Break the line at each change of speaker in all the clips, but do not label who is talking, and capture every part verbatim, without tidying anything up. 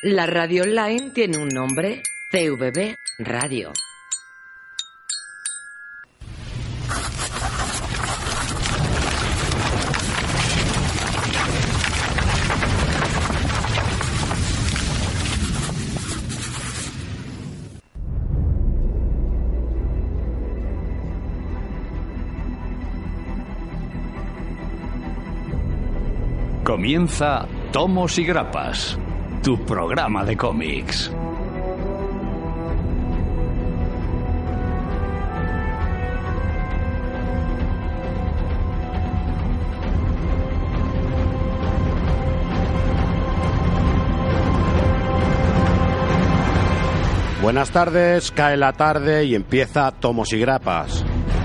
La radio online tiene un nombre, C V B Radio.
Comienza Tomos y Grapas, tu programa de cómics.
Buenas tardes, cae la tarde y empieza Tomos y Grapas.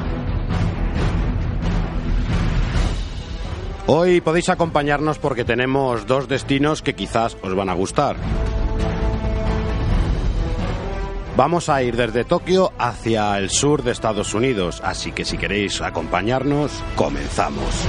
Hoy podéis acompañarnos porque tenemos dos destinos que quizás os van a gustar. Vamos a ir desde Tokio hacia el sur de Estados Unidos, así que si queréis acompañarnos, comenzamos.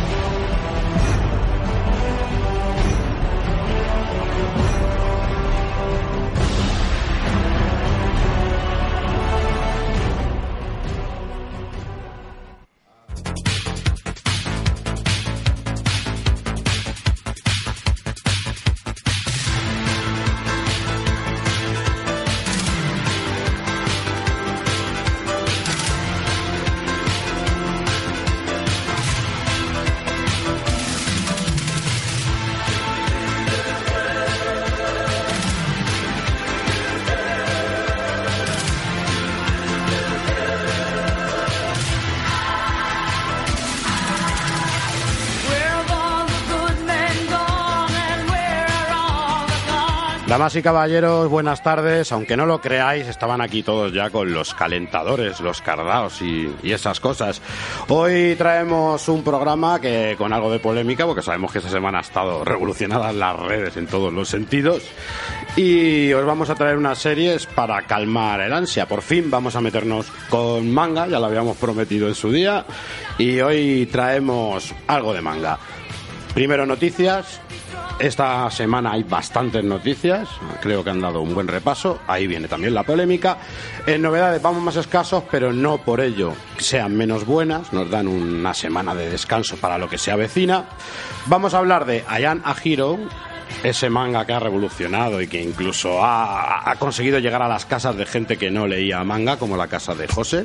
Damas y caballeros, buenas tardes. Aunque no lo creáis, estaban aquí todos ya con los calentadores, los cardaos y, y esas cosas. Hoy traemos un programa que con algo de polémica, porque sabemos que esta semana ha estado revolucionada en las redes en todos los sentidos. Y os vamos a traer unas series para calmar el ansia. Por fin vamos a meternos con manga, ya lo habíamos prometido en su día. Y hoy traemos algo de manga. Primero noticias. Esta semana hay bastantes noticias, creo que han dado un buen repaso, ahí viene también la polémica. En novedades vamos más escasos, pero no por ello sean menos buenas, nos dan una semana de descanso para lo que se avecina. Vamos a hablar de Ayan a Hero, ese manga que ha revolucionado y que incluso ha, ha conseguido llegar a las casas de gente que no leía manga, como la casa de José.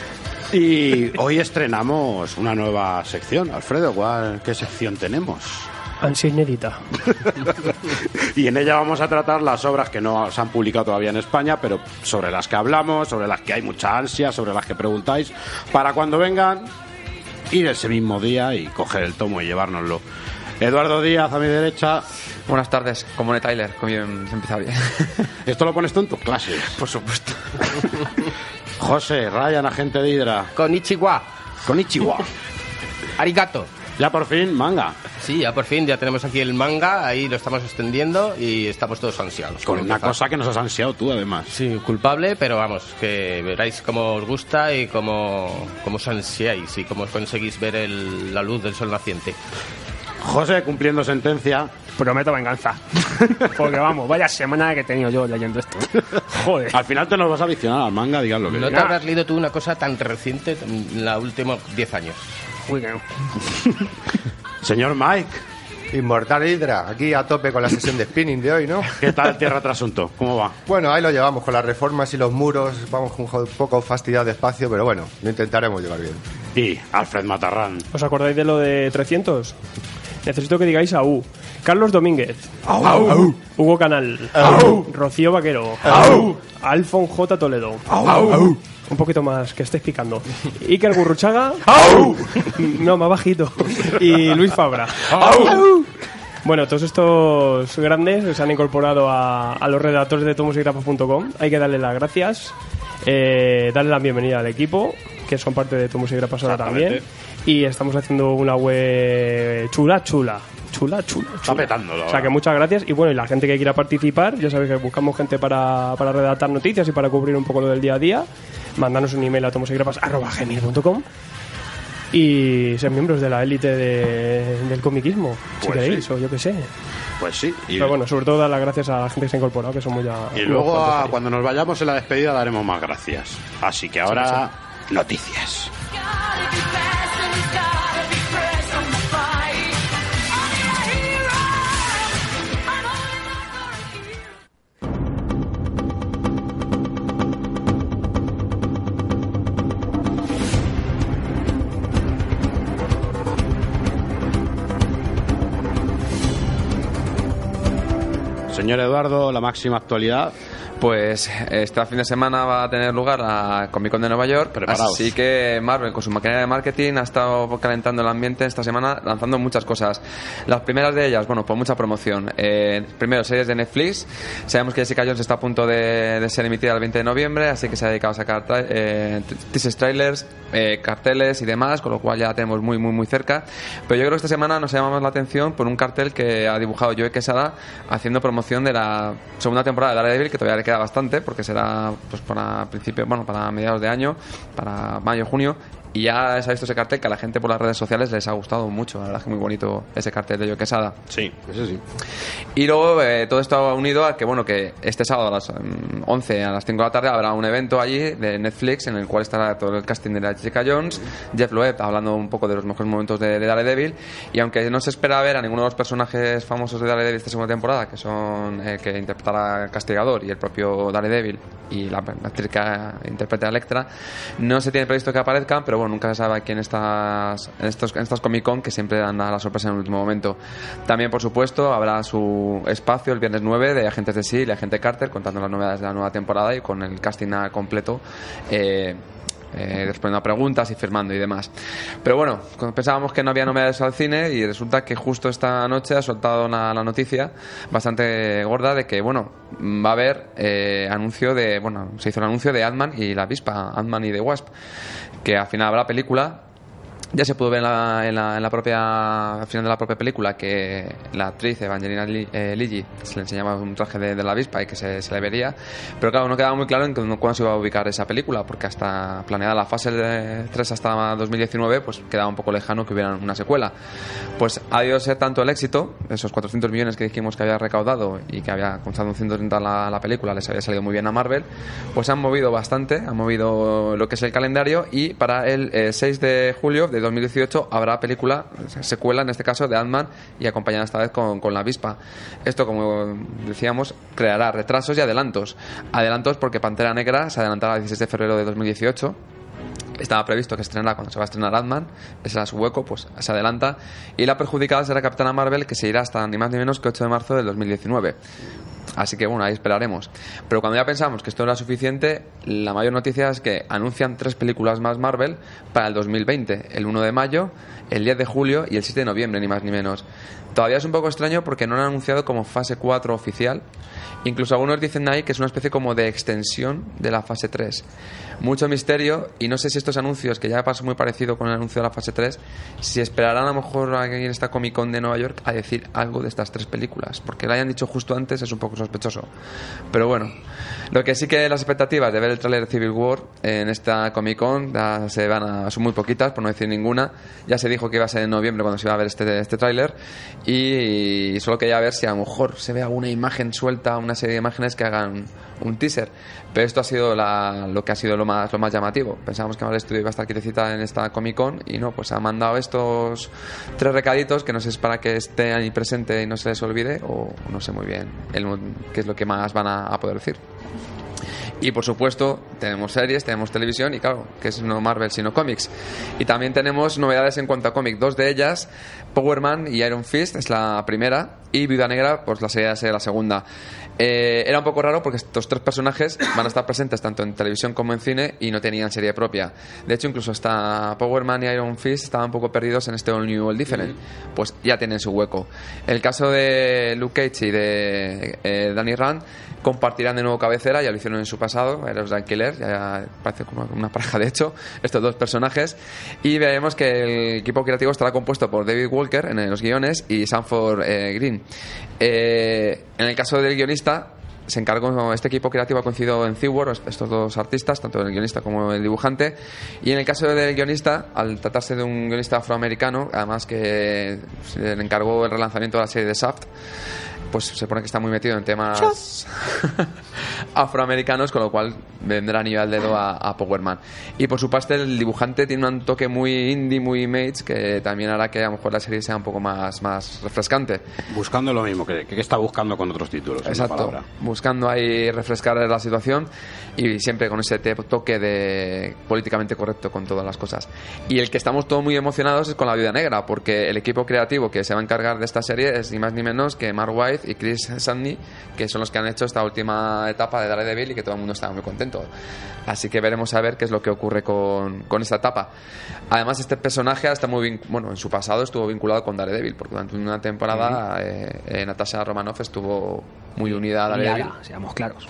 Y hoy estrenamos una nueva sección. Alfredo, ¿cuál, qué sección tenemos?
Ansia inédita.
Y en ella vamos a tratar las obras que no se han publicado todavía en España, pero sobre las que hablamos, sobre las que hay mucha ansia, sobre las que preguntáis, para cuando vengan, ir ese mismo día y coger el tomo y llevárnoslo. Eduardo Díaz, a mi derecha.
Buenas tardes, como de Tyler, como bien, se empieza bien.
¿Esto lo pones tú en tus clases?
Por supuesto.
José, Ryan, agente de Hydra.
Konnichiwa.
Konnichiwa.
Arigato.
Ya por fin, manga.
Sí, ya por fin, ya tenemos aquí el manga, ahí lo estamos extendiendo y estamos todos ansiados.
Con una cosa que nos has ansiado tú, además.
Sí, culpable, pero vamos, que veráis cómo os gusta y cómo, cómo os ansiáis y cómo conseguís ver el, la luz del sol naciente.
José, cumpliendo sentencia.
Prometo venganza. Porque vamos, vaya semana que he tenido yo leyendo esto. Joder.
Al final te nos vas a aficionar al manga, digas lo que
No
digas.
te habrás leído tú una cosa tan reciente en los últimos diez años.
Uy, que no.
Señor Mike.
Inmortal Hydra, aquí a tope con la sesión de spinning de hoy, ¿no?
¿Qué tal Tierra Trasunto? ¿Cómo va?
Bueno, ahí lo llevamos con las reformas y los muros, vamos un poco fastidiados de espacio, pero bueno, lo intentaremos llevar bien.
Y Alfred Matarrán.
¿Os acordáis de lo de trescientos? Necesito que digáis a U. Carlos Domínguez.
Au, au, au.
Hugo Canal.
Au.
Rocío Vaquero.
Au.
Alfon J. Toledo.
Au, au, au.
Un poquito más, que estéis picando. Iker Gurruchaga.
¡Au!
No, más bajito. Y Luis Fabra.
¡Au!
Bueno, todos estos grandes se han incorporado a, a los redactores de tomos y grapas punto com. Hay que darle las gracias, eh, darle la bienvenida al equipo, que son parte de Tomos y Grapas ahora también. Y estamos haciendo una web chula, chula. Chula, chula, chula.
Está petándolo.
O sea que muchas gracias. Y bueno, y la gente que quiera participar, ya sabéis que buscamos gente para, para redactar noticias y para cubrir un poco lo del día a día. Mándanos un email a tomos y grapas arroba gmail punto com. y ser miembros de la élite de, del comiquismo, si
Pues
queréis,
sí.
o yo qué sé.
Pues sí. Y,
Pero bueno, sobre todo dar las gracias a la gente que se ha incorporado, que somos ya...
y
unos
luego,
cuantos
a-
ahí.
cuando nos vayamos en la despedida, daremos más gracias. Así que ahora, noticias. Señor Eduardo, la máxima actualidad.
Pues este fin de semana va a tener lugar la Comic Con de Nueva York.
Preparaos.
Así que Marvel, con su maquinaria de marketing, ha estado calentando el ambiente esta semana, lanzando muchas cosas. Las primeras de ellas, bueno, pues mucha promoción. Eh, primero, series de Netflix. Sabemos que Jessica Jones está a punto de, de ser emitida el veinte de noviembre, así que se ha dedicado a sacar tra- eh, teasers, trailers, eh, carteles y demás, con lo cual ya la tenemos muy, muy, muy cerca. Pero yo creo que esta semana nos llama más la atención por un cartel que ha dibujado Joe Quesada haciendo promoción de la segunda temporada de Daredevil, que todavía le queda bastante porque será pues para principio, bueno, para mediados de año, para mayo, junio, y ya se ha visto ese cartel que a la gente por las redes sociales les ha gustado mucho. La verdad es que muy bonito ese cartel de Joe Quesada.
Sí, eso sí.
Y luego eh, todo esto ha unido a que, bueno, que este sábado a las mm, once, a las cinco de la tarde habrá un evento allí de Netflix en el cual estará todo el casting de la Jessica Jones, Jeff Loeb hablando un poco de los mejores momentos de, de Daredevil, y aunque no se espera ver a ninguno de los personajes famosos de Daredevil esta segunda temporada, que son el que interpretará al Castigador y el propio Daredevil y la, la actriz que interpreta a Electra, no se tiene previsto que aparezcan, pero bueno, nunca se sabe aquí en estas, en estos, en estas Comic Con, que siempre dan a la sorpresa en el último momento. También, por supuesto, habrá su espacio el viernes nueve de Agentes de S H I E L D y Agente Carter, contando las novedades de la nueva temporada y con el casting a completo, eh, eh, respondiendo a preguntas y firmando y demás. Pero bueno, pensábamos que no había novedades al cine y resulta que justo esta noche ha soltado una, la noticia bastante gorda de que, bueno, va a haber eh, anuncio de, bueno, se hizo el anuncio de Ant-Man y la avispa, Ant-Man y The Wasp, que al final habrá película. Ya se pudo ver en la, en la, en la propia, al final de la propia película, que la actriz Evangelina Li- eh, Lilly se le enseñaba un traje de, de la avispa y que se, se le vería, pero claro, no quedaba muy claro en cuándo cuándo se iba a ubicar esa película, porque hasta planeada la fase de tres hasta dos mil diecinueve, pues quedaba un poco lejano que hubiera una secuela. Pues ha debido ser tanto el éxito, esos cuatrocientos millones que dijimos que había recaudado y que había costado ciento treinta la, la película, les había salido muy bien a Marvel, pues han movido bastante, han movido lo que es el calendario, y para el eh, seis de julio de dos mil dieciocho habrá película, secuela en este caso, de Ant-Man, y acompañada esta vez con, con la avispa. Esto, como decíamos, creará retrasos y adelantos. Adelantos porque Pantera Negra se adelantará el dieciséis de febrero de dos mil dieciocho. Estaba previsto que estrenara cuando se va a estrenar Ant-Man, ese era su hueco, pues se adelanta. Y la perjudicada será Capitana Marvel, que se irá hasta ni más ni menos que ocho de marzo del dos mil diecinueve. Así que bueno, ahí esperaremos. Pero cuando ya pensamos que esto era suficiente, la mayor noticia es que anuncian tres películas más Marvel para el dos mil veinte, el uno de mayo, el diez de julio y el siete de noviembre, ni más ni menos. Todavía es un poco extraño porque no lo han anunciado como fase cuatro oficial. Incluso algunos dicen ahí que es una especie como de extensión de la fase tres. Mucho misterio, y no sé si estos anuncios, que ya pasó muy parecido con el anuncio de la fase tres, si esperarán a lo mejor aquí en esta Comic Con de Nueva York a decir algo de estas tres películas, porque lo hayan dicho justo antes es un poco sospechoso. Pero bueno, lo que sí que las expectativas de ver el tráiler de Civil War en esta Comic Con ya se van a, son muy poquitas, por no decir ninguna. Ya se dijo que iba a ser en noviembre cuando se iba a ver este, este tráiler, y solo quería ver si a lo mejor se ve alguna imagen suelta, una serie de imágenes que hagan un teaser. Pero esto ha sido la, lo que ha sido lo más, lo más llamativo. Pensábamos que Marvel Studios iba a estar quietecita en esta Comic Con, y no, pues ha mandado estos tres recaditos que no sé si es para que esté ahí presente y no se les olvide, o no sé muy bien el, qué es lo que más van a, a poder decir. Y por supuesto tenemos series, tenemos televisión, y claro, que es no Marvel sino cómics. Y también tenemos novedades en cuanto a cómic. Dos de ellas, Power Man y Iron Fist, es la primera, y Viuda Negra, pues la serie es la segunda. Eh, era un poco raro porque estos tres personajes van a estar presentes tanto en televisión como en cine y no tenían serie propia. De hecho, incluso hasta Power Man y Iron Fist estaban un poco perdidos en este All New All Different. Pues ya tienen su hueco. El caso de Luke Cage y de eh, Danny Rand compartirán de nuevo cabecera, ya lo hicieron en su pasado, Heroes Like Killer, ya parece como una pareja de hecho, estos dos personajes, y veremos que el equipo creativo estará compuesto por David Walker en los guiones y Sanford eh, Green. Eh, en el caso del guionista se encargó, este equipo creativo ha coincidido en SeaWorld, estos dos artistas, tanto el guionista como el dibujante, y en el caso del guionista, al tratarse de un guionista afroamericano, además que se le encargó el relanzamiento de la serie de Shaft, pues se pone que está muy metido en temas afroamericanos, con lo cual vendrá anillo al dedo a, a Power Man. Y por su parte el dibujante tiene un toque muy indie, muy image, que también hará que a lo mejor la serie sea un poco más, más refrescante.
Buscando lo mismo que, que está buscando con otros títulos.
Exacto, buscando ahí refrescar la situación y siempre con ese toque de políticamente correcto con todas las cosas. Y el que estamos todos muy emocionados es con La Viuda Negra, porque el equipo creativo que se va a encargar de esta serie es ni más ni menos que Mark Waid y Chris Samney, que son los que han hecho esta última etapa de Daredevil y que todo el mundo está muy contento. Así que veremos a ver qué es lo que ocurre con, con esta etapa. Además, este personaje está muy vin- bueno, en su pasado estuvo vinculado con Daredevil, porque durante una temporada uh-huh. eh, eh, Natasha Romanoff estuvo muy unida a Daredevil.
Liara, seamos claros.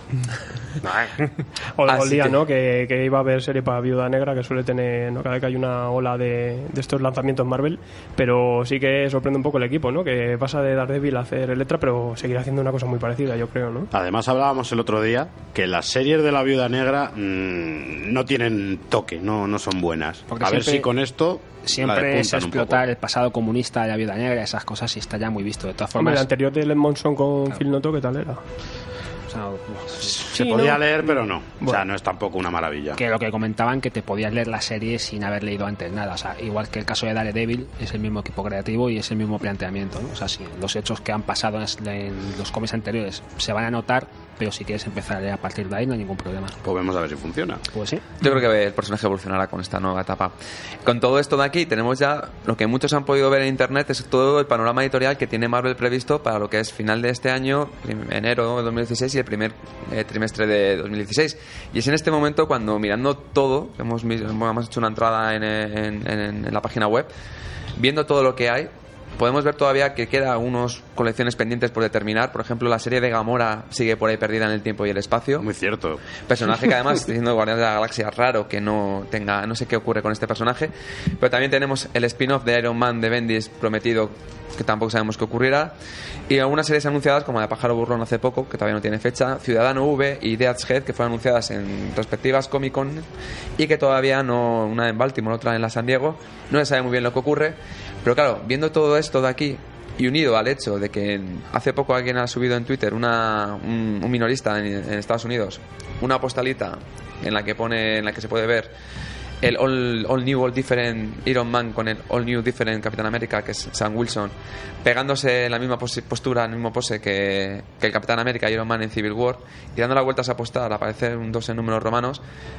o olía, que... ¿no? Que, que iba a haber serie para Viuda Negra, que suele tener, ¿no? Cada vez que hay una ola de, de estos lanzamientos Marvel, pero sí que sorprende un poco el equipo, ¿no? Que pasa de Daredevil a hacer Elektra, pero seguirá haciendo una cosa muy parecida, yo creo, ¿no?
Además, hablábamos el otro día que las series de la Viuda Negra mmm, no tienen toque, no, no son buenas.
Porque
a
siempre,
ver si con esto
siempre es explotar el pasado comunista de la Viuda Negra, esas cosas, y está ya muy visto. De todas formas,
hombre, el anterior de Len Monson con claro. Phil Noto, ¿qué tal era?
O sea,
se sí, podía ¿no? leer, pero no. Bueno, o sea, no es tampoco una maravilla.
Que lo que comentaban, que te podías leer la serie sin haber leído antes nada. O sea, igual que el caso de Daredevil, es el mismo equipo creativo y es el mismo planteamiento, ¿no? O sea, sí, los hechos que han pasado en, en los cómics anteriores se van a notar, pero si quieres empezar a leer a partir de ahí no hay ningún problema.
Pues vemos a ver si funciona.
Pues sí.
Yo creo que el personaje evolucionará con esta nueva etapa. Con todo esto de aquí tenemos ya lo que muchos han podido ver en internet, es todo el panorama editorial que tiene Marvel previsto para lo que es final de este año, enero de dos mil dieciséis y el primer eh, trimestre de dos mil dieciséis. Y es en este momento cuando, mirando todo, hemos, hemos hecho una entrada en, en, en, en la página web, viendo todo lo que hay, podemos ver todavía que queda unas colecciones pendientes por determinar. Por ejemplo, la serie de Gamora sigue por ahí perdida en el tiempo y el espacio.
Muy cierto.
Personaje que además, siendo Guardianes de la Galaxia, raro que no tenga, no sé qué ocurre con este personaje. Pero también tenemos el spin-off de Iron Man de Bendis prometido, que tampoco sabemos qué ocurrirá. Y algunas series anunciadas, como la de Pájaro Burlón hace poco, que todavía no tiene fecha, Ciudadano V y Death's Head, que fueron anunciadas en respectivas Comic Con y que todavía no, una en Baltimore, otra en la San Diego, no se sabe muy bien lo que ocurre. Pero claro, viendo todo esto de aquí y unido al hecho de que hace poco alguien ha subido en Twitter una, un, un minorista en, en Estados Unidos una postalita en la que pone, en la que se puede ver el All, all New, All Different Iron Man con el All New, Different Capitán América, que es Sam Wilson, pegándose en la misma pos- postura, en el mismo pose que, que el Capitán América y Iron Man en Civil War, y dando las vueltas a postar al aparecer un dos en números romanos,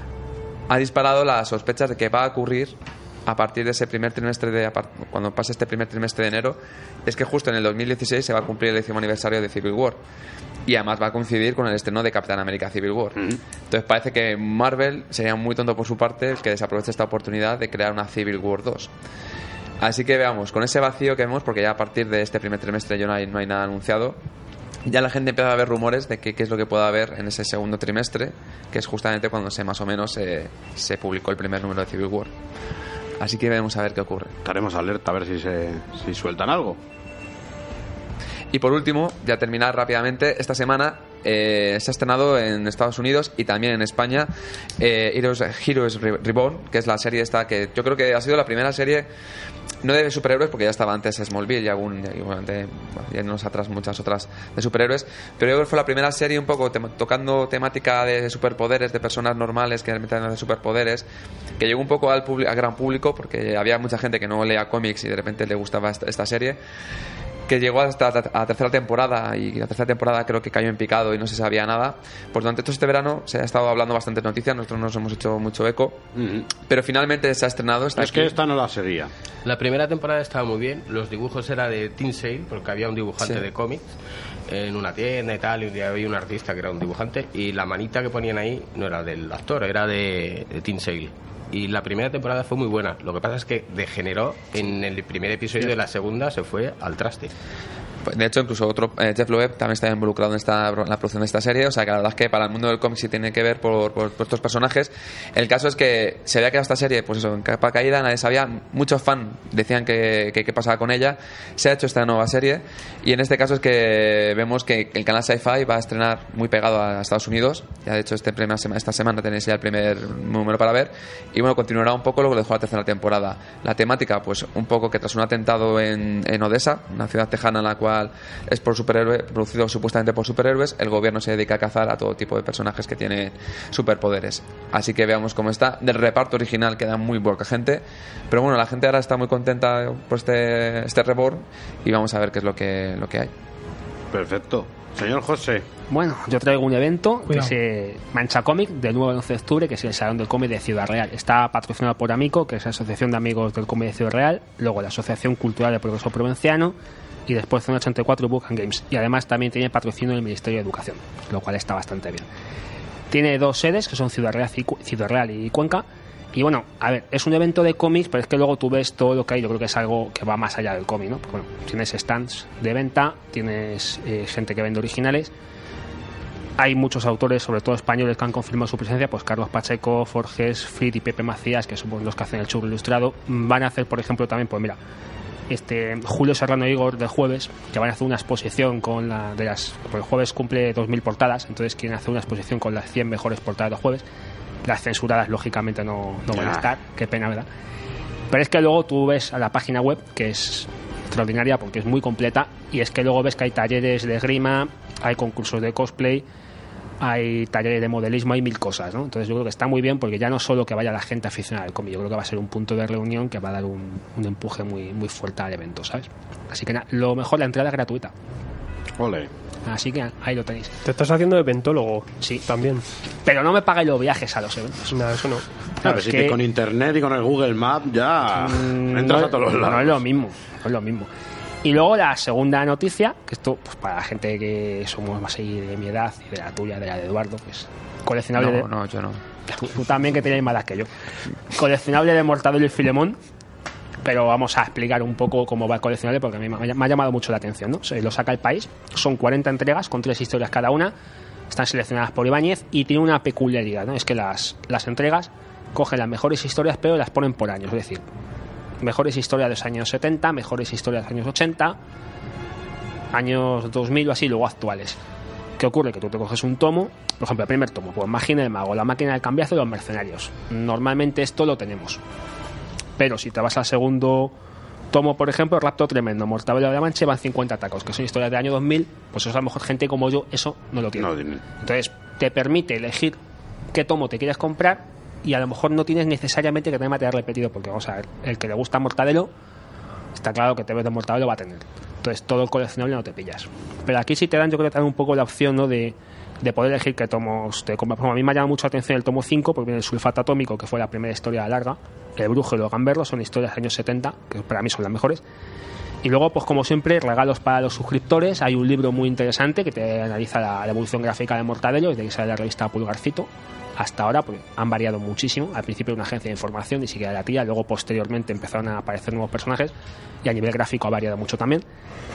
ha disparado las sospechas de que va a ocurrir a partir de ese primer trimestre de cuando pase este primer trimestre de enero, es que justo en el dos mil dieciséis se va a cumplir el décimo aniversario de Civil War y además va a coincidir con el estreno de Capitán América Civil War. Mm-hmm. Entonces parece que Marvel sería muy tonto por su parte que desaproveche esta oportunidad de crear una Civil War dos. Así que veamos, con ese vacío que vemos, porque ya a partir de este primer trimestre ya no hay, no hay nada anunciado, ya la gente empieza a ver rumores de qué es lo que pueda haber en ese segundo trimestre, que es justamente cuando se más o menos eh, se publicó el primer número de Civil War. Así que veremos a ver qué ocurre.
Estaremos alerta a ver si se si sueltan algo.
Y por último, ya terminar rápidamente, esta semana eh, se ha estrenado en Estados Unidos y también en España eh, Heroes, Heroes Reborn, que es la serie esta que yo creo que ha sido la primera serie, no de superhéroes, porque ya estaba antes Smallville y algún, y bueno, de, ya años atrás muchas otras de superhéroes, pero yo creo que fue la primera serie un poco tem- tocando temática de superpoderes, de personas normales que realmente de superpoderes, que llegó un poco al, publi- al gran público, porque había mucha gente que no leía cómics y de repente le gustaba esta, esta serie, que llegó hasta la tercera temporada, y la tercera temporada creo que cayó en picado y no se sabía nada. Por durante todo este verano se ha estado hablando bastantes noticias, nosotros nos hemos hecho mucho eco, mm-hmm. pero finalmente se ha estrenado. Está
es
aquí.
Que esta no la seguía.
La primera temporada estaba muy bien, los dibujos era de Tim Sale, porque había un dibujante sí. de cómics en una tienda y tal, y había un artista que era un dibujante, y la manita que ponían ahí no era del actor, era de, de Tim Sale. Y la primera temporada fue muy buena. Lo que pasa es que degeneró en el primer episodio de la segunda, se fue al traste.
De hecho, incluso otro eh, Jeff Loeb también está involucrado en, esta, en la producción de esta serie. O sea, que la verdad es que para el mundo del cómic sí tiene que ver por, por, por estos personajes. El caso es que se había quedado esta serie, pues eso, en capa caída, nadie sabía. Muchos fans decían que, que, que pasaba con ella. Se ha hecho esta nueva serie. Y en este caso es que vemos que el canal Sci-Fi va a estrenar muy pegado a Estados Unidos. Ya de hecho, este primer sema, esta semana tenéis ya el primer número para ver. Y bueno, continuará un poco lo que dejó la tercera temporada. La temática, pues un poco que tras un atentado en, en Odessa, una ciudad tejana en la cual es por superhéroe, producido supuestamente por superhéroes, el gobierno se dedica a cazar a todo tipo de personajes que tienen superpoderes. Así que veamos cómo está. Del reparto original queda muy poca gente, pero bueno, la gente ahora está muy contenta por este, este reborn y vamos a ver qué es lo que, lo que hay.
Perfecto. Señor José.
Bueno, yo traigo un evento
Cuidado.
que se Mancha Cómic del nueve al once de octubre, que es el Salón del Cómic de Ciudad Real. Está patrocinado por Amico, que es la Asociación de Amigos del Cómic de Ciudad Real, luego la Asociación Cultural del Progreso Provinciano y después Zona ochenta y cuatro Book and Games. Y además también tiene patrocinio del Ministerio de Educación, lo cual está bastante bien. Tiene dos sedes, que son Ciudad Real y, Cu- Ciudad Real y Cuenca. Y bueno, a ver, es un evento de cómics, pero es que luego tú ves todo lo que hay. Yo creo que es algo que va más allá del cómic, ¿no? Bueno, tienes stands de venta, tienes eh, gente que vende originales. Hay muchos autores, sobre todo españoles, que han confirmado su presencia, pues Carlos Pacheco, Forges, Frit y Pepe Macías, que son los que hacen el Churro Ilustrado. Van a hacer, por ejemplo, también, pues mira, este Julio Serrano Igor del Jueves, que van a hacer una exposición con la de las, pues el Jueves cumple dos mil portadas, entonces quieren hacer una exposición con las cien mejores portadas del Jueves. Las censuradas lógicamente no, no van a estar, qué pena, ¿verdad? Pero es que luego tú ves a la página web, que es extraordinaria porque es muy completa, y es que luego ves que hay talleres de esgrima, hay concursos de cosplay, hay talleres de modelismo, hay mil cosas, ¿no? Entonces yo creo que está muy bien porque ya no solo que vaya la gente aficionada al cómic, yo creo que va a ser un punto de reunión que va a dar un, un empuje muy, muy fuerte al evento, ¿sabes? Así que nada, lo mejor, la entrada es gratuita.
Ole.
Así que ahí lo tenéis.
Te estás haciendo de pentólogo.
Sí.
También.
Pero no me paguéis los viajes a los eventos.
No, eso no.
Claro,
es
si
que-
que con internet y con el Google Maps ya
Mm,
entras
no,
a todos los lados.
no es lo mismo, no es lo mismo. Y luego la segunda noticia, que esto pues para la gente que somos más ahí de mi edad y de la tuya, de la de Eduardo, pues coleccionable
No,
de,
no, yo no.
Tú, tú también, que tenéis más edad que yo. Coleccionable de Mortadelo y Filemón. Pero vamos a explicar un poco cómo va el coleccionable porque a mí me ha, me ha llamado mucho la atención, ¿no? Se lo saca El País, son cuarenta entregas con tres historias cada una, están seleccionadas por Ibáñez y tiene una peculiaridad, ¿no? Es que las, las entregas cogen las mejores historias pero las ponen por años, es decir, mejores historias de los años setenta, mejores historias de los años ochenta, años dos mil o así, luego actuales. ¿Qué ocurre? Que tú te coges un tomo, por ejemplo, el primer tomo, pues Máquina del Mago, La Máquina del Cambiazo y Los Mercenarios. Normalmente esto lo tenemos. Pero si te vas al segundo tomo, por ejemplo, Rapto Tremendo, Mortadelo de la Mancha, van cincuenta tacos, que son historias del año dos mil, pues eso a lo mejor gente como yo, eso no lo tiene.
No tiene.
Entonces, te permite elegir qué tomo te quieres comprar y a lo mejor no tienes necesariamente que tener material repetido, porque vamos a ver, el que le gusta Mortadelo, está claro que te ves de Mortadelo va a tener. Entonces, todo el coleccionable no te pillas. Pero aquí sí te dan, yo creo que te dan un poco la opción, ¿no?, de, de poder elegir qué tomos te compras. A mí me ha llamado mucho la atención el tomo cinco, porque viene el Sulfato Atómico, que fue la primera historia larga. El Brujo y los Gamberros son historias de los años setenta, que para mí son las mejores. Y luego, pues como siempre, regalos para los suscriptores. Hay un libro muy interesante que te analiza la, la evolución gráfica de Mortadelo, desde que sale la revista Pulgarcito hasta ahora, porque han variado muchísimo. Al principio era una agencia de información, ni siquiera la tía, luego posteriormente empezaron a aparecer nuevos personajes y a nivel gráfico ha variado mucho también.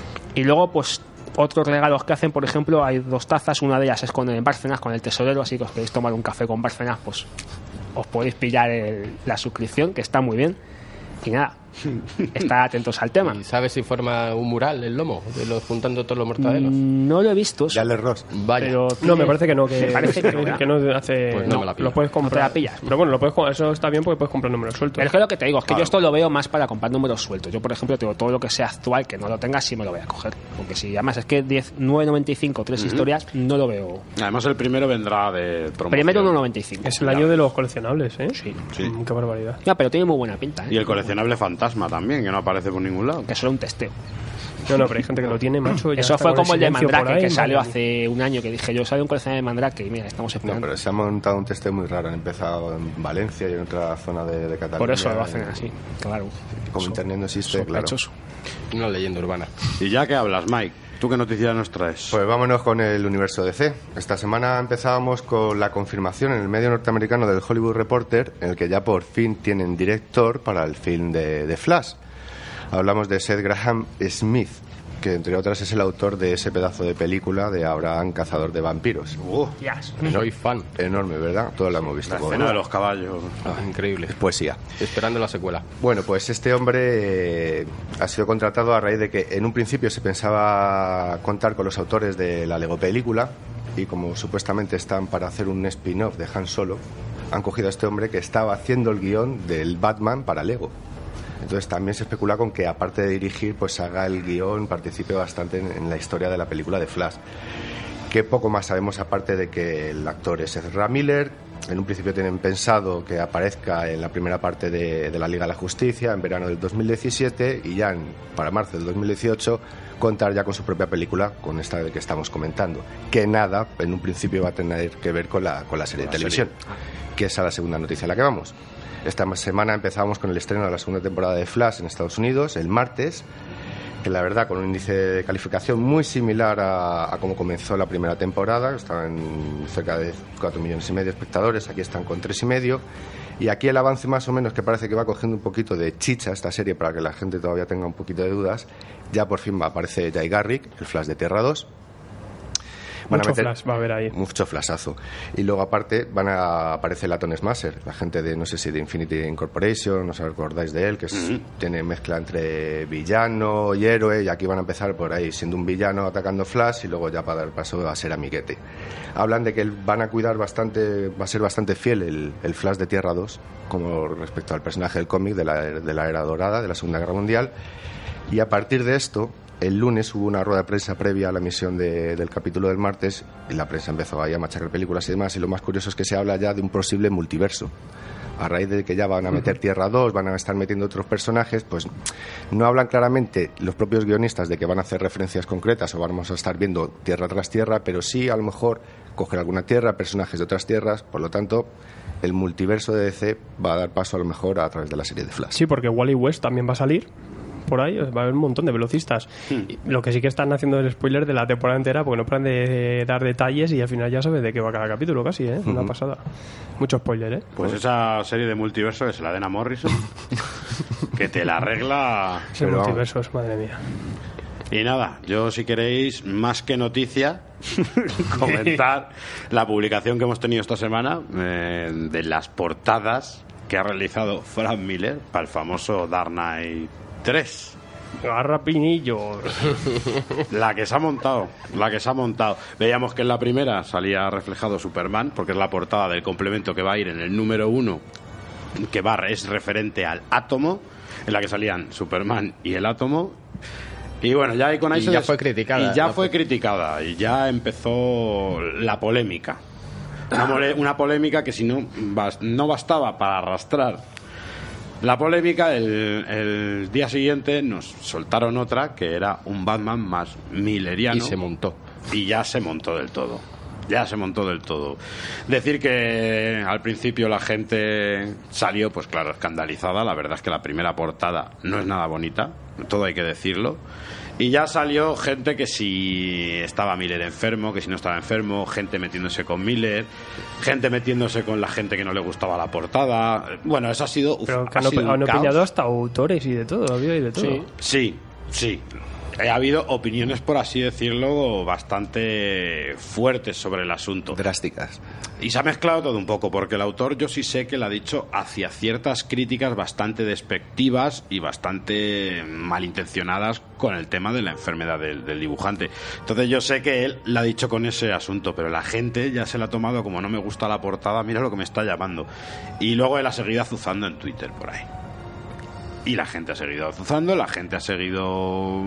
Y luego, pues otros regalos que hacen, por ejemplo, hay dos tazas, una de ellas es con el Bárcenas, con el tesorero, así que os queréis tomar un café con Bárcenas, pues os podéis pillar el- la suscripción, que está muy bien. Y nada, estad atentos al tema.
¿Y sabes si forma un mural el lomo, de los, juntando todos los mortadelos?
Mm, No lo he visto, eso,
Ya le Ross.
Vaya.
pero
No, me parece que no, que,
Me parece que no,
que,
¿verdad?
que no hace.
Pues no me la pillo.
Lo puedes
No te
comprar.
la pillas.
Pero bueno, lo puedes, co- eso está bien porque puedes comprar números sueltos.
Pero es que lo que te digo es que yo esto lo veo más para comprar números sueltos. Yo, por ejemplo, tengo todo lo que sea actual, que no lo tengas, sí me lo voy a coger. Porque si además es que diez, nueve noventa y cinco, tres historias, no lo veo.
Además, el primero vendrá de promoción.
Primero uno noventa y cinco.
Es el año de los coleccionables, ¿eh?
Sí.
Sí.
Mm, qué barbaridad.
Ya, pero tiene muy buena pinta, ¿eh?
Y el coleccionable fantasma también, que no aparece por ningún lado.
Que es solo un testeo.
No, no, pero hay gente que lo tiene, macho. ya
Eso
está
fue
con
como el de
silencio por
Mandrake,
ahí,
que salió
madre mía.
hace un año, que dije yo, salió un coleccionable de Mandrake y mira, estamos
No,
esperando.
pero se ha montado un testeo muy raro. Han empezado en Valencia y en otra zona de, de Cataluña.
Por eso lo hacen
Y
así, claro.
Como internet no existe, claro.
Sospechoso.
Una leyenda urbana.
Y ya que hablas, Mike, ¿tú qué noticias nos traes?
Pues vámonos con el universo D C. Esta semana empezábamos con la confirmación en el medio norteamericano del Hollywood Reporter, en el que ya por fin tienen director para el film de, de Flash. Hablamos de Seth Graham Smith. que entre otras es el autor de ese pedazo de película de Abraham, cazador de vampiros.
Uh, yes. Soy fan.
Enorme, ¿verdad? Todos lo hemos visto.
La escena de los caballos.
Ah, increíble.
Es poesía.
Esperando la secuela.
Bueno, pues este hombre eh, ha sido contratado a raíz de que en un principio se pensaba contar con los autores de la Lego película, y como supuestamente están para hacer un spin-off de Han Solo, han cogido a este hombre que estaba haciendo el guión del Batman para Lego. Entonces también se especula con que, aparte de dirigir, pues haga el guión, participe bastante en, en la historia de la película de Flash. Que poco más sabemos, aparte de que el actor es Ezra Miller. En un principio tienen pensado que aparezca en la primera parte de, de la Liga de la Justicia en verano del dos mil diecisiete, y ya en, para marzo del dos mil dieciocho contar ya con su propia película, con esta de que estamos comentando, que nada en un principio va a tener que ver con la, con la serie de televisión, que es a la segunda noticia a la que vamos. Esta semana empezábamos con el estreno de la segunda temporada de Flash en Estados Unidos, el martes, que la verdad con un índice de calificación muy similar a, a cómo comenzó la primera temporada. Estaban cerca de cuatro millones y medio de espectadores, aquí están con tres y medio, y aquí el avance más o menos, que parece que va cogiendo un poquito de chicha esta serie para que la gente todavía tenga un poquito de dudas. Ya por fin aparece Jay Garrick, el Flash de Tierra dos. Van
mucho
a meter,
flash va a haber ahí.
Mucho flashazo. Y luego aparte van a aparecer Atom Smasher, la gente de, no sé si de Infinity Incorporation, no sé si acordáis de él, que es, uh-huh. tiene mezcla entre villano y héroe, y aquí van a empezar por ahí siendo un villano atacando Flash, y luego ya para dar paso a ser amiguete. Hablan de que van a cuidar bastante, va a ser bastante fiel el, el Flash de Tierra dos, como respecto al personaje del cómic de la, de la era dorada, de la Segunda Guerra Mundial. Y a partir de esto, el lunes hubo una rueda de prensa previa a la emisión de, del capítulo del martes, y la prensa empezó ahí a machacar películas y demás, y lo más curioso es que se habla ya de un posible multiverso. A raíz de que ya van a meter Tierra dos, van a estar metiendo otros personajes, pues no hablan claramente los propios guionistas de que van a hacer referencias concretas o vamos a estar viendo Tierra tras Tierra, pero sí a lo mejor coger alguna tierra, personajes de otras tierras. Por lo tanto, el multiverso de D C va a dar paso a lo mejor a través de la serie de Flash.
Sí, porque Wally West también va a salir por ahí, va a haber un montón de velocistas. Hmm. Lo que sí que están haciendo el spoiler de la temporada entera, porque no paran de dar detalles y al final ya sabes de qué va cada capítulo casi, ¿eh? Una uh-huh. pasada. Mucho spoiler, ¿eh?
Pues esa serie de multiverso que se la den a Morrison, que te la arregla.
Ese multiverso es, madre mía.
Y nada, yo si queréis, más que noticia, comentar la publicación que hemos tenido esta semana eh, de las portadas que ha realizado Frank Miller para el famoso Dark Knight tres.
Agarra pinillos.
La que se ha montado, la que se ha montado. Veíamos que en la primera salía reflejado Superman, porque es la portada del complemento que va a ir en el número uno, que va, es referente al átomo, en la que salían Superman y el átomo. Y bueno, ya ahí con ahí
y
se
ya
des...
fue criticada.
Y ya fue criticada, y ya empezó la polémica. Una, mole... una polémica que si no, no bastaba para arrastrar la polémica, el, el día siguiente nos soltaron otra que era un Batman más milleriano.
Y se montó.
Y ya se montó del todo. Ya se montó del todo. Decir que al principio la gente salió, pues claro, escandalizada. La verdad es que la primera portada no es nada bonita, todo hay que decirlo. Y ya salió gente que si estaba Miller enfermo, que si no estaba enfermo, gente metiéndose con Miller, gente metiéndose con la gente que no le gustaba la portada. Bueno, eso ha sido... Uf,
Pero que
ha
han,
sido
han
un
opinado
caos.
hasta autores y de todo, había y de todo.
Sí, sí, sí. Ha habido opiniones, por así decirlo, bastante fuertes sobre el asunto.
Drásticas.
Y se ha mezclado todo un poco, porque el autor yo sí sé que le ha dicho hacia ciertas críticas bastante despectivas y bastante malintencionadas con el tema de la enfermedad del, del dibujante. Entonces yo sé que él le ha dicho con ese asunto, pero la gente ya se la ha tomado como no me gusta la portada, mira lo que me está llamando. Y luego él ha seguido azuzando en Twitter por ahí. Y la gente ha seguido azuzando, la gente ha seguido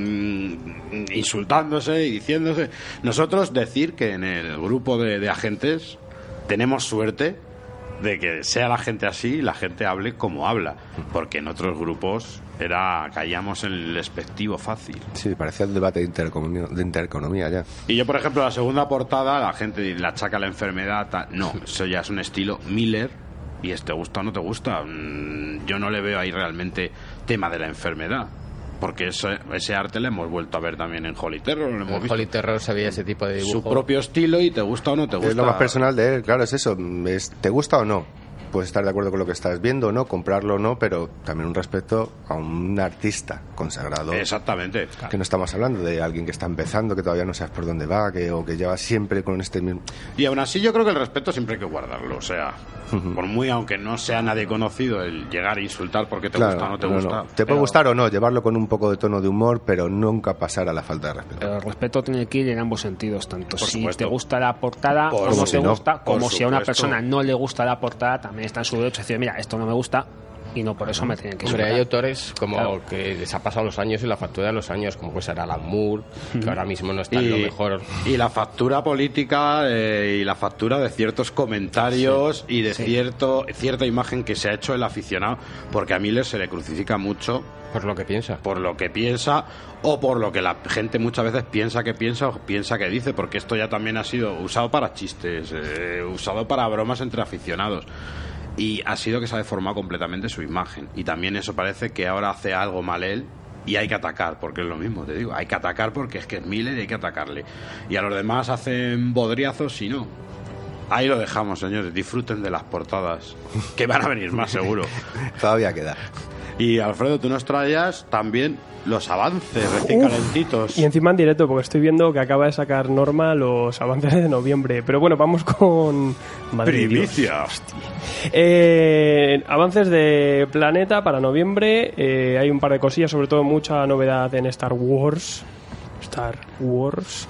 mmm, insultándose y diciéndose. Nosotros decir que en el grupo de, de agentes tenemos suerte de que sea la gente así y la gente hable como habla, porque en otros grupos era caíamos en el despectivo fácil.
Sí, parecía el debate de intereconomía, de intereconomía ya.
Y yo, por ejemplo, la segunda portada, la gente le achaca la enfermedad, tal. No, eso ya es un estilo Miller. Y es te gusta o no te gusta. Yo no le veo ahí realmente tema de la enfermedad, porque ese, ese arte lo hemos vuelto a ver también en Holy Terror. Lo hemos
en
visto.
Holy Terror se veía ese tipo de dibujo.
Su propio estilo y te gusta o no te gusta.
Es lo más personal de él, claro, es eso. Es, ¿te gusta o no? puedes estar de acuerdo con lo que estás viendo, ¿no? Comprarlo o no, pero también un respeto a un artista consagrado.
Exactamente.
Que no estamos hablando de alguien que está empezando, que todavía no sabes por dónde va, que, o que lleva siempre con este mismo...
Y aún así yo creo que el respeto siempre hay que guardarlo, o sea, uh-huh. por muy, aunque no sea nadie conocido, el llegar a insultar porque te
claro,
gusta o no te
no,
gusta.
No. Te
pero...
puede gustar o no, llevarlo con un poco de tono de humor, pero nunca pasar a la falta de respeto.
El respeto tiene que ir en ambos sentidos, tanto
por
si
supuesto.
te gusta la portada
por
como
si
te
no,
gusta, como si a una
supuesto.
persona no le gusta la portada, también está en su derecho de decir, mira, esto no me gusta y no por eso me tienen que
Hombre,
insultar.
hay autores como
Claro.
que les ha pasado los años y la factura de los años, como pues era Alan Moore,
Mm.
que ahora mismo no está en lo mejor.
Y la factura política eh, y la factura de ciertos comentarios sí. y de sí. cierto cierta imagen que se ha hecho el aficionado, porque a Miller se le crucifica mucho
por lo que piensa.
Por lo que piensa o por lo que la gente muchas veces piensa que piensa o piensa que dice, porque esto ya también ha sido usado para chistes, eh, usado para bromas entre aficionados. Y ha sido que se ha deformado completamente su imagen. Y también eso parece que ahora hace algo mal él y hay que atacar, porque es lo mismo, te digo. Hay que atacar porque es que es Miller y hay que atacarle. Y a los demás hacen bodriazos y no. Ahí lo dejamos, señores. Disfruten de las portadas, que van a venir más seguro.
Todavía queda.
Y Alfredo, tú nos traías también los avances recién
Uf,
calentitos.
Y encima en directo, porque estoy viendo que acaba de sacar Norma los avances de noviembre. Pero bueno, vamos con... Madre
Primicia.
Eh, avances de Planeta para noviembre. Eh, hay un par de cosillas, sobre todo mucha novedad en Star Wars. Star Wars.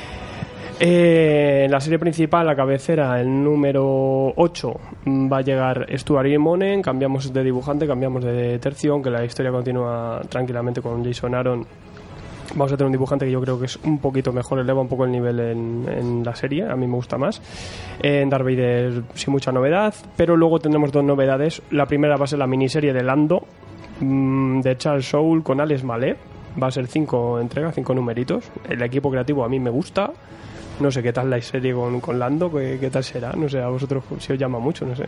Eh, la serie principal, la cabecera, el número ocho, va a llegar Stuart Immonen. Cambiamos de dibujante, cambiamos de tercio, aunque la historia continúa tranquilamente con Jason Aaron. Vamos a tener un dibujante que yo creo que es un poquito mejor, eleva un poco el nivel en, en la serie, a mí me gusta más. En Darth Vader sin mucha novedad, pero luego tendremos dos novedades. La primera va a ser la miniserie de Lando, mmm, de Charles Soule con Alex Malé. Va a ser cinco entregas, cinco numeritos. El equipo creativo a mí me gusta. No sé qué tal la serie con, con Lando, qué, qué tal será, no sé, a vosotros si os llama mucho, no sé.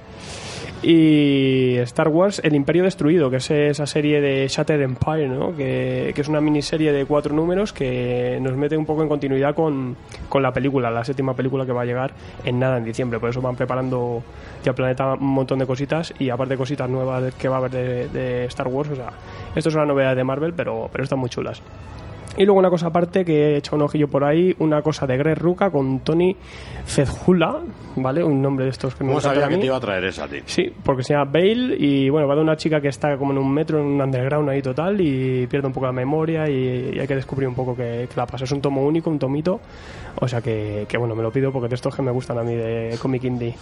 Y Star Wars, El Imperio Destruido, que es esa serie de Shattered Empire, ¿no? Que, que es una miniserie de cuatro números que nos mete un poco en continuidad con, con la película, la séptima película que va a llegar en nada en diciembre. Por eso van preparando ya Planeta un montón de cositas y aparte cositas nuevas que va a haber de, de Star Wars. O sea, esto es una novedad de Marvel, pero, pero están muy chulas. Y luego una cosa aparte que he echado un ojillo por ahí, una cosa de Greg Rucka con Tony Fezhula, ¿vale? Un nombre de estos que me gusta.
¿Cómo sabía
a mí.
que te iba a traer esa, tío?
Sí, porque se llama Bale y bueno, va de una chica que está como en un metro, en un underground ahí total y pierde un poco la memoria y, y hay que descubrir un poco qué, qué la pasa. Es un tomo único, un tomito, o sea que, que bueno, me lo pido porque de estos que me gustan a mí de cómic indie.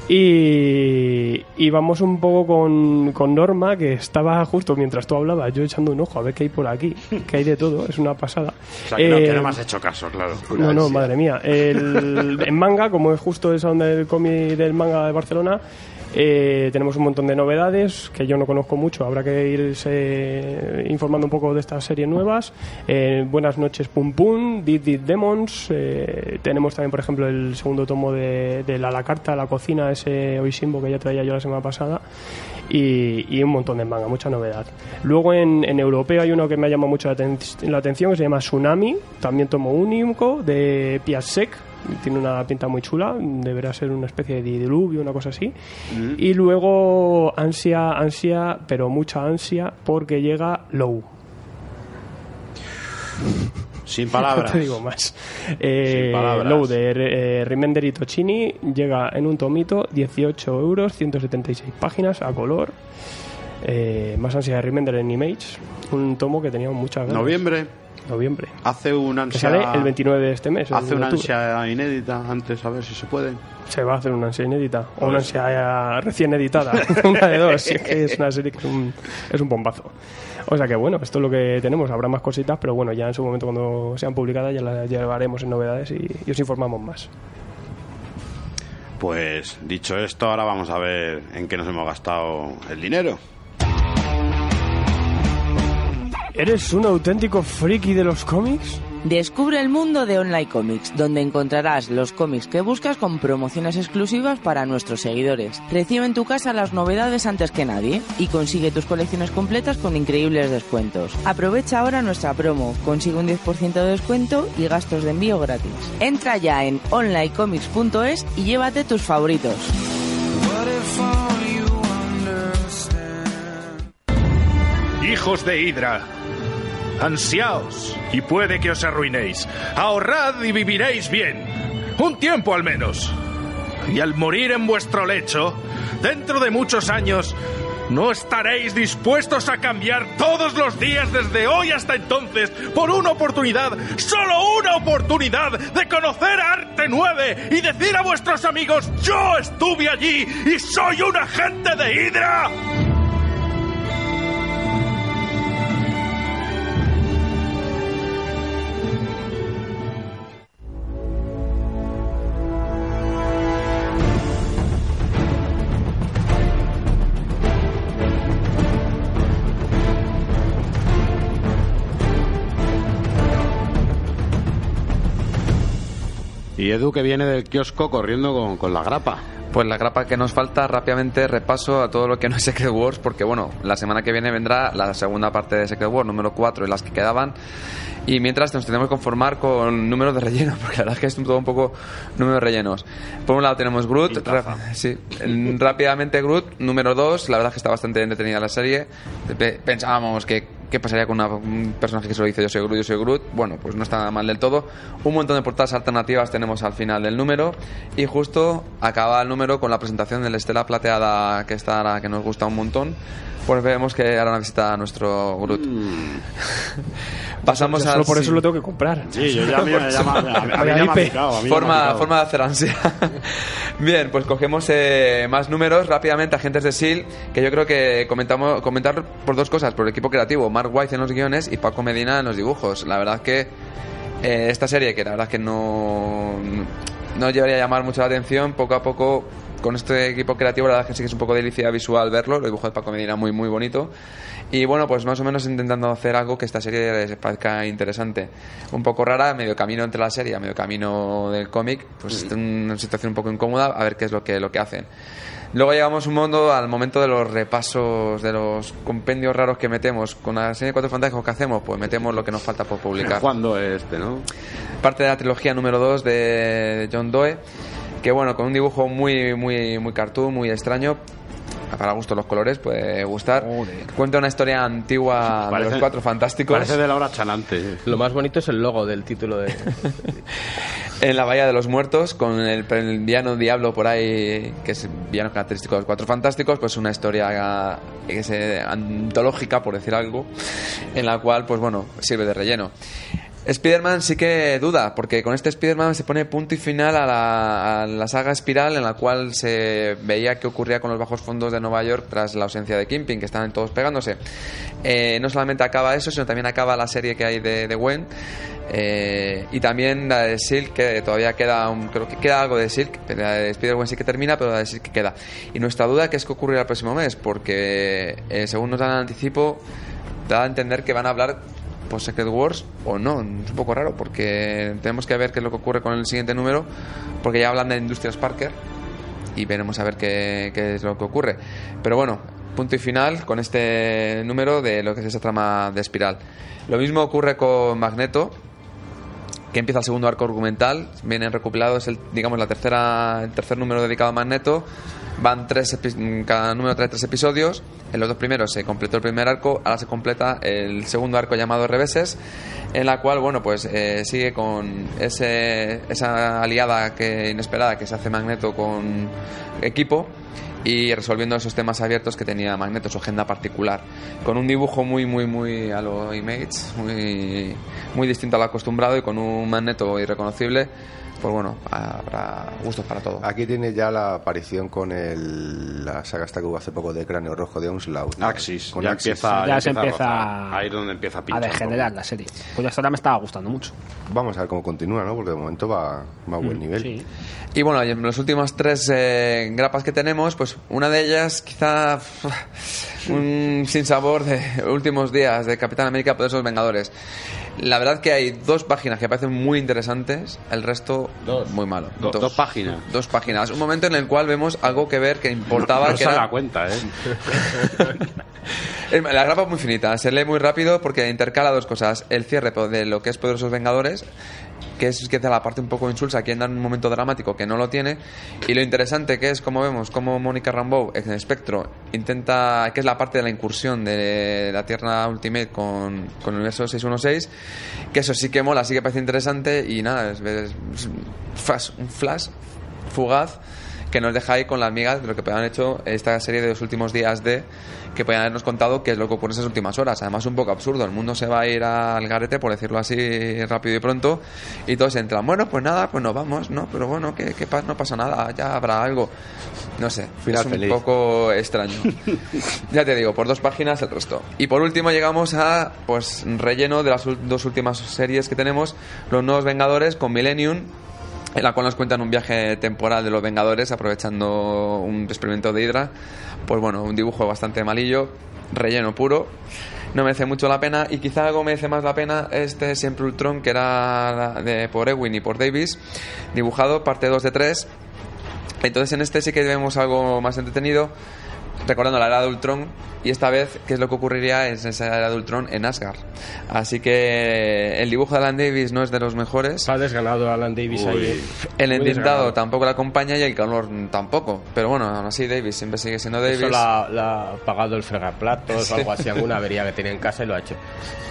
Y, y vamos un poco con, con Norma, que estaba justo mientras tú hablabas, yo echando un ojo a ver qué hay por aquí, que hay de todo, es una pasada.
O sea, que, no,
eh,
que no me has hecho caso, claro.
No, no, madre mía. El, en manga, como es justo esa onda del cómic del manga de Barcelona, eh, tenemos un montón de novedades que yo no conozco mucho. Habrá que irse informando un poco de estas series nuevas. Eh, Buenas noches, Pum Pum, Did Did Demons. Eh, tenemos también, por ejemplo, el segundo tomo de, de la, la carta, la cocina, ese Oisimbo que ya traía yo la semana pasada. Y, y un montón de manga, mucha novedad. Luego en, en europeo hay uno que me ha llamado mucho la, aten la atención, que se llama Tsunami, también tomo único, de Piasek. Tiene una pinta muy chula, deberá ser una especie de diluvio, una cosa así. Mm. Y luego ansia, ansia, pero mucha ansia, porque llega Low.
Sin palabras.
No te digo más. Eh,
Sin palabras.
Low de eh, Remender y Tocchini llega en un tomito, dieciocho euros, ciento setenta y seis páginas a color. Eh, más ansia de Remender en Image. Un tomo que tenía muchas ganas.
Noviembre.
Noviembre.
Hace una ansia.
Que sale el veintinueve de este mes.
Hace una ansia inédita antes, a ver si se puede.
Se va a hacer una ansia inédita. O una ansia recién editada. Una de dos. Es que es una serie que es un, es un bombazo. O sea que bueno, esto es lo que tenemos. Habrá más cositas, pero bueno, ya en su momento cuando sean publicadas ya las llevaremos en novedades y, y os informamos más.
Pues dicho esto, ahora vamos a ver en qué nos hemos gastado el dinero.
¿Eres un auténtico friki de los cómics?
Descubre el mundo de Online Comics, donde encontrarás los cómics que buscas con promociones exclusivas para nuestros seguidores. Recibe en tu casa las novedades antes que nadie y consigue tus colecciones completas con increíbles descuentos. Aprovecha ahora nuestra promo, consigue un diez por ciento de descuento y gastos de envío gratis. Entra ya en online comics punto es y llévate tus favoritos.
hijos de Hydra. Ansiaos, y puede que os arruinéis. Ahorrad y viviréis bien. Un tiempo al menos. Y al morir en vuestro lecho, dentro de muchos años, no estaréis dispuestos a cambiar todos los días desde hoy hasta entonces por una oportunidad, solo una oportunidad de conocer a Arte nueve y decir a vuestros amigos: yo estuve allí y soy un agente de Hydra.
Y Edu, que viene del kiosco corriendo con, con la grapa.
Pues la grapa que nos falta, rápidamente repaso a todo lo que no es Secret Wars, porque bueno, la semana que viene vendrá la segunda parte de Secret Wars, número cuatro, y las que quedaban. Y mientras nos tenemos que conformar con números de relleno, porque la verdad es que es todo un poco números rellenos. Por un lado tenemos Groot, ra- sí, rápidamente Groot, número dos, la verdad es que está bastante entretenida la serie. Pensábamos que qué pasaría con una, un personaje que solo dice yo soy Groot, yo soy Groot. Bueno, pues no está mal del todo. Un montón de portadas alternativas tenemos al final del número, y justo acaba el número con la presentación de la estela plateada, que está, que nos gusta un montón. Pues vemos que hará una visita a nuestro Groot. Mm. Pasamos a.
Solo por eso lo tengo que comprar.
Sí, yo ya me llama.
Forma, forma de hacer ansia. Bien, pues cogemos eh, más números rápidamente. Agentes de S H I E L D, que yo creo que comentamos comentar por dos cosas: por el equipo creativo, Mark White en los guiones y Paco Medina en los dibujos. La verdad que eh, esta serie, que la verdad que no no llevaría a llamar mucho la atención, poco a poco con este equipo creativo, la verdad que sí que es un poco delicia visual verlo. Los dibujos de Paco Medina muy muy bonito. Y bueno, pues más o menos intentando hacer algo que esta serie les parezca interesante. Un poco rara, medio camino entre la serie, medio camino del cómic, pues es una situación un poco incómoda, a ver qué es lo que, lo que hacen. Luego llegamos un mundo al momento de los repasos, de los compendios raros que metemos. Con la serie de Cuatro Fantásticos que hacemos, pues metemos lo que nos falta por publicar.
¿Cuándo es este, no?
Parte de la trilogía número dos de John Doe, que bueno, con un dibujo muy, muy, muy cartoon, muy extraño. Para gusto los colores, puede gustar. Joder. Cuenta una historia antigua parece, de los Cuatro Fantásticos.
Parece de la hora chanante.
Lo más bonito es el logo del título de...
En la Bahía de los Muertos, con el, el villano diablo por ahí, que es villano característico de los Cuatro Fantásticos, pues una historia que es eh, antológica, por decir algo, en la cual, pues bueno, sirve de relleno. Spider-Man sí que duda, porque con este Spider-Man se pone punto y final a la, a la saga Espiral, en la cual se veía qué ocurría con los bajos fondos de Nueva York tras la ausencia de Kingpin, que estaban todos pegándose. Eh, no solamente acaba eso, sino también acaba la serie que hay de, de Gwen, eh, y también la de Silk, que todavía queda un, creo que queda algo de Silk. La de Spider-Man sí que termina, pero la de Silk queda. Y nuestra duda que es que ocurrirá el próximo mes, porque eh, según nos dan el anticipo, da a entender que van a hablar pues Secret Wars o no. Es un poco raro, porque tenemos que ver qué es lo que ocurre con el siguiente número, porque ya hablan de Industrias Parker y veremos a ver qué, qué es lo que ocurre. Pero bueno, punto y final con este número de lo que es esa trama de Espiral. Lo mismo ocurre con Magneto, que empieza el segundo arco argumental. Vienen recopilados el, digamos, la tercera, el tercer número dedicado a Magneto. Van tres, cada número trae tres episodios. En los dos primeros se completó el primer arco, ahora se completa el segundo arco llamado Reveses, en la cual, bueno, pues eh, sigue con ese, esa aliada que inesperada que se hace Magneto con Equipo, y resolviendo esos temas abiertos que tenía Magneto, su agenda particular, con un dibujo muy muy muy a lo Image, muy muy distinto al acostumbrado, y con un Magneto irreconocible. Pues bueno, habrá gustos para todo.
Aquí tiene ya la aparición con el, la saga esta que hubo hace poco de Cráneo Rojo de Onslaught, ¿no?
Axis,
con
ya
Axis.
empieza,
ya,
ya
se empieza
a, ahí es donde empieza a pinchar
a degenerar la serie. Pues hasta ahora me estaba gustando mucho.
Vamos a ver cómo continúa, ¿no? Porque de momento va, va a buen
mm,
nivel.
Sí.
Y bueno, en los últimos tres eh, grapas que tenemos, pues una de ellas quizá un sinsabor de últimos días de Capitán América Poderosos Vengadores. La verdad que hay dos páginas que parecen muy interesantes, el resto
dos.
muy malo.
Do, dos, dos páginas.
Dos páginas. Un momento en el cual vemos algo que ver que importaba.
No, no
que
se
era...
da cuenta, ¿eh?
La grapa es muy finita, se lee muy rápido porque intercala dos cosas: el cierre de lo que es Poderosos Vengadores, que es que la parte un poco insulsa, quieren dar un momento dramático que no lo tiene, y lo interesante que es, como vemos, como Mónica Rambeau en Espectro intenta, que es la parte de la incursión de la Tierra Ultimate con, con el universo seiscientos dieciséis, que eso sí que mola, sí que parece interesante, y nada, es, es, es flash, un flash fugaz que nos deja ahí con las migas de lo que podían hecho esta serie de los últimos días de que podían habernos contado qué es lo que ocurre en esas últimas horas. Además, un poco absurdo, el mundo se va a ir al garete, por decirlo así rápido y pronto, y todos entran, bueno, pues nada, pues nos vamos, no, pero bueno, que, que no pasa nada, ya habrá algo, no sé, final es un feliz. Poco extraño. Ya te digo, por dos páginas el resto. Y por último llegamos a, pues, relleno de las dos últimas series que tenemos, Los Nuevos Vengadores con Millennium, en la cual nos cuentan un viaje temporal de los Vengadores aprovechando un experimento de Hydra. Pues bueno, un dibujo bastante malillo, relleno puro, no merece mucho la pena, y quizá algo merece más la pena este Siempre Ultron, que era de, por Ewing y por Davis, dibujado, parte dos de tres. Entonces en este sí que vemos algo más entretenido, recordando la era de Ultron, y esta vez qué es lo que ocurriría en esa era de Ultron en Asgard. Así que el dibujo de Alan Davis no es de los mejores.
Ha desganado Alan Davis. Uy, ahí.
El entintado tampoco la acompaña y el color tampoco. Pero bueno, aún así Davis siempre sigue siendo Davis.
Eso la ha pagado el fregaplatos sí. o algo así, alguna avería que tiene en casa y lo ha hecho.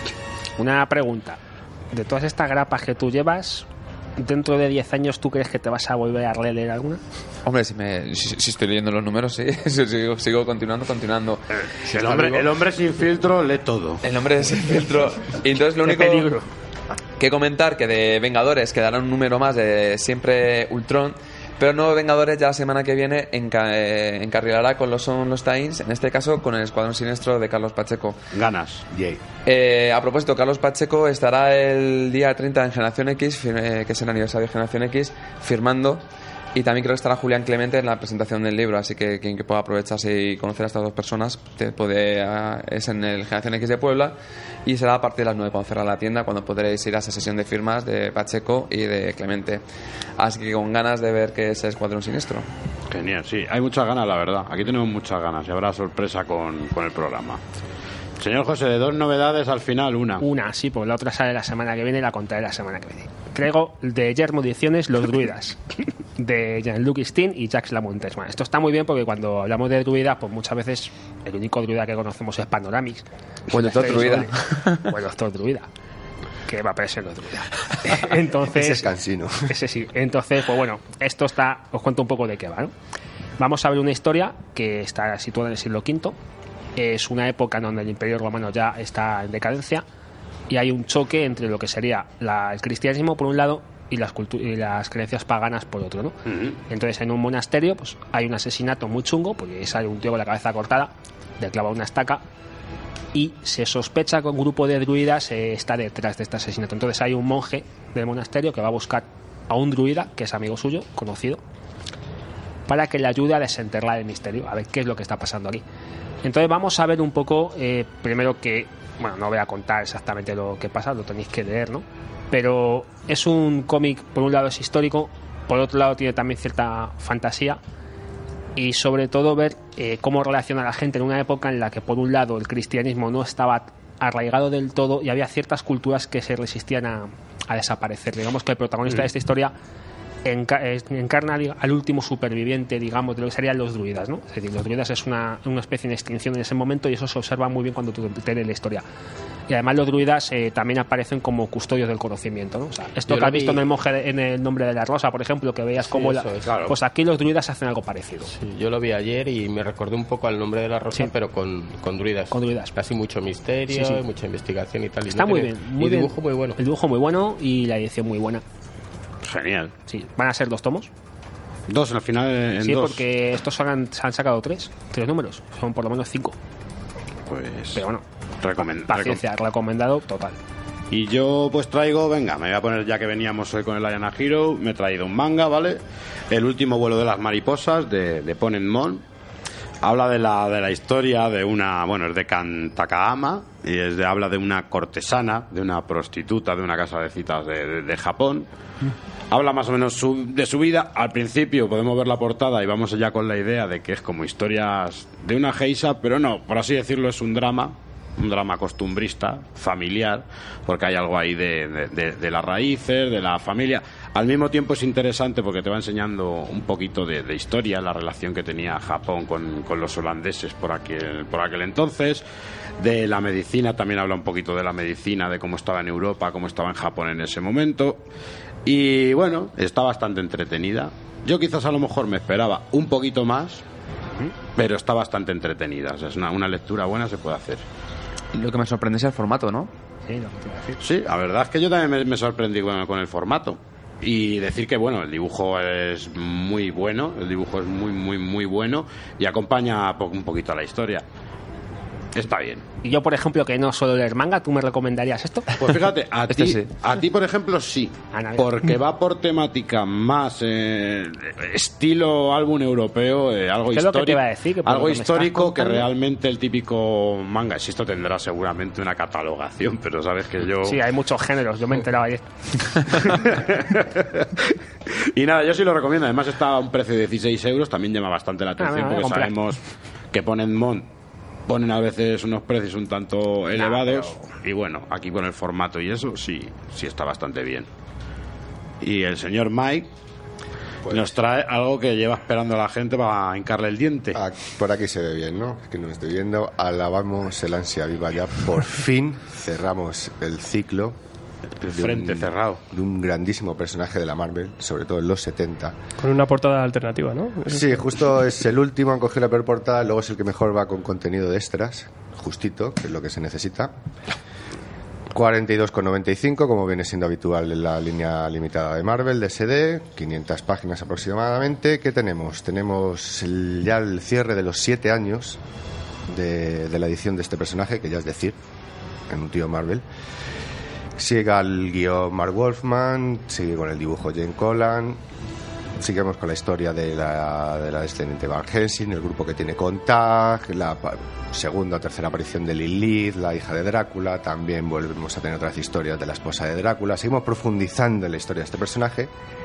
Una pregunta. De todas estas grapas que tú llevas, dentro de diez años, ¿tú crees que te vas a volver a releer alguna?
Hombre, si, me, si, si estoy leyendo los números, sí. sigo, sigo continuando, continuando.
Si el, hombre, el hombre sin filtro lee todo.
El hombre sin filtro. Y entonces lo único que comentar, que de Vengadores quedará un número más de Siempre Ultron, pero Nuevos Vengadores ya la semana que viene enca eh, encarrilará con los Son los Times, en este caso con el Escuadrón Siniestro de Carlos Pacheco.
Ganas, yay.
Eh, a propósito, Carlos Pacheco estará el día treinta en Generación X, eh, que es el aniversario de Generación X, firmando. Y también creo que estará Julián Clemente en la presentación del libro, así que quien que pueda aprovecharse y conocer a estas dos personas te puede, uh, es en el Generación X de Puebla, y será a partir de las nueve cuando cerrará la tienda, cuando podréis ir a esa sesión de firmas de Pacheco y de Clemente. Así que con ganas de ver qué es el Escuadrón Siniestro.
Genial, sí, hay muchas ganas, la verdad. Aquí tenemos muchas ganas y habrá sorpresa con, con el programa. Señor José, de dos novedades al final, una.
Una, sí, pues la otra sale la semana que viene y la contaré la semana que viene. Creo de Yermo Ediciones, Los Druidas, de Jean-Luc Stein y Jacques Lamontes. Bueno, esto está muy bien porque cuando hablamos de druidas, pues muchas veces el único druida que conocemos es Panoramix.
Bueno, doctor druida.
Bueno, doctor druida. Que va a aparecer los druidas. Entonces,
ese es cansino.
Ese sí. Entonces, pues bueno, esto está, os cuento un poco de qué va, ¿no? Vamos a ver una historia que está situada en el siglo quinto. Es una época en donde el Imperio Romano ya está en decadencia y hay un choque entre lo que sería la, el cristianismo por un lado y las, y las creencias paganas por otro, ¿no? Uh-huh. Entonces en un monasterio pues hay un asesinato muy chungo porque sale un tío con la cabeza cortada, le clava una estaca y se sospecha que un grupo de druidas eh, está detrás de este asesinato. Entonces hay un monje del monasterio que va a buscar a un druida que es amigo suyo, conocido, para que le ayude a desenterrar el misterio, a ver qué es lo que está pasando aquí. Entonces vamos a ver un poco, eh, primero que, bueno, no voy a contar exactamente lo que pasa, lo tenéis que leer, ¿no? Pero es un cómic, por un lado es histórico, por otro lado tiene también cierta fantasía y sobre todo ver eh, cómo relaciona a la gente en una época en la que por un lado el cristianismo no estaba arraigado del todo y había ciertas culturas que se resistían a, a desaparecer. Digamos que el protagonista mm. de esta historia encarna al último superviviente, digamos, de lo que serían los druidas, ¿no? Es decir, los druidas es una, una especie de extinción en ese momento y eso se observa muy bien cuando tú te lees la historia. Y además los druidas eh, también aparecen como custodios del conocimiento, ¿no? O sea, esto Yo que has visto vi... en el monje en el nombre de la rosa, por ejemplo, que veías sí, como la... es, claro. Pues aquí los druidas hacen algo parecido.
Sí, yo lo vi ayer y me recordé un poco al nombre de la rosa, sí. pero con, con druidas.
Con druidas.
Casi mucho misterio, sí, sí. mucha investigación y tal.
Está y muy bien, muy
y
bien.
El dibujo muy bueno.
El dibujo muy bueno y la edición muy buena.
Genial.
Sí, van a ser dos tomos.
Dos, al final en
sí,
dos.
Sí, porque estos han, han sacado tres, tres números. Son por lo menos cinco.
Pues...
Pero bueno,
recomend
paciencia, recom recomendado total.
Y yo pues traigo, venga, me voy a poner ya que veníamos hoy con el Ayana Hero, me he traído un manga, ¿vale? El último vuelo de las mariposas de, de Ponenmon. Habla de la, de la historia de una, bueno, es de Kan Takahama y es de, habla de una cortesana, de una prostituta de una casa de citas de, de, de Japón. Habla más o menos su, de su vida. Al principio podemos ver la portada y vamos ya con la idea de que es como historias de una geisha, pero no, por así decirlo, es un drama un drama costumbrista, familiar, porque hay algo ahí de, de, de, de las raíces, de la familia. Al mismo tiempo es interesante porque te va enseñando un poquito de, de historia, la relación que tenía Japón con, con los holandeses por aquel, por aquel entonces. De la medicina, también habla un poquito de la medicina, de cómo estaba en Europa, cómo estaba en Japón en ese momento. Y bueno, está bastante entretenida. Yo quizás a lo mejor me esperaba un poquito más, pero está bastante entretenida. O sea, es una, una lectura buena, se puede hacer.
Lo que me sorprende es el formato, ¿no?
Sí, lo que te iba a decir.
Sí, la verdad es que yo también me, me sorprendí con, con el formato. Y decir que, bueno, el dibujo es muy bueno, el dibujo es muy, muy, muy bueno y acompaña un poquito a la historia. Está bien.
Y yo, por ejemplo, que no suelo leer manga, ¿tú me recomendarías esto?
Pues fíjate, a
Este
ti,
sí.
a ti, por ejemplo, sí. Porque va por temática más eh, estilo álbum europeo, eh, algo
¿Qué es lo que te
histórico,
iba a decir? Que por
algo
lo que me
histórico
estás
que
contando-
realmente el típico manga. Si esto tendrá seguramente una catalogación, pero sabes que yo...
Sí, hay muchos géneros, yo me he enterado ayer.
Y nada, yo sí lo recomiendo. Además está a un precio de dieciséis euros, también llama bastante la atención
Ah, me voy a
porque
comprar.
sabemos que ponen mon ponen a veces unos precios un tanto elevados y bueno, aquí con el formato y eso sí, sí está bastante bien. Y el señor Mike
Pues-
nos trae algo que lleva esperando a la gente para hincarle el diente.
Ah, por aquí se ve bien, ¿no? Es que no me estoy viendo. Alabamos el ansia viva ya. Por fin cerramos el ciclo.
El
de
frente
un-
cerrado.
De un grandísimo personaje de la Marvel, sobre todo en los setenta.
Con una portada alternativa, ¿no?
Sí, justo es el último, han cogido la peor portada, luego es el que mejor va con contenido de extras, justito, que es lo que se necesita. cuarenta y dos con noventa y cinco, como viene siendo habitual en la línea limitada de Marvel, de S D, quinientas páginas aproximadamente. ¿Qué tenemos? Tenemos el- ya el cierre de los siete años de, de la edición de este personaje, que ya es decir, en un tío Marvel. Sigue al guión Mark Wolfman, sigue con el dibujo Jane Collan, seguimos con la historia de la, de la descendiente Van Helsing, el grupo que tiene con Tag, la pa- segunda o tercera aparición de Lilith, la hija de Drácula, también volvemos a tener otras historias de la esposa de Drácula, seguimos profundizando en la historia de este personaje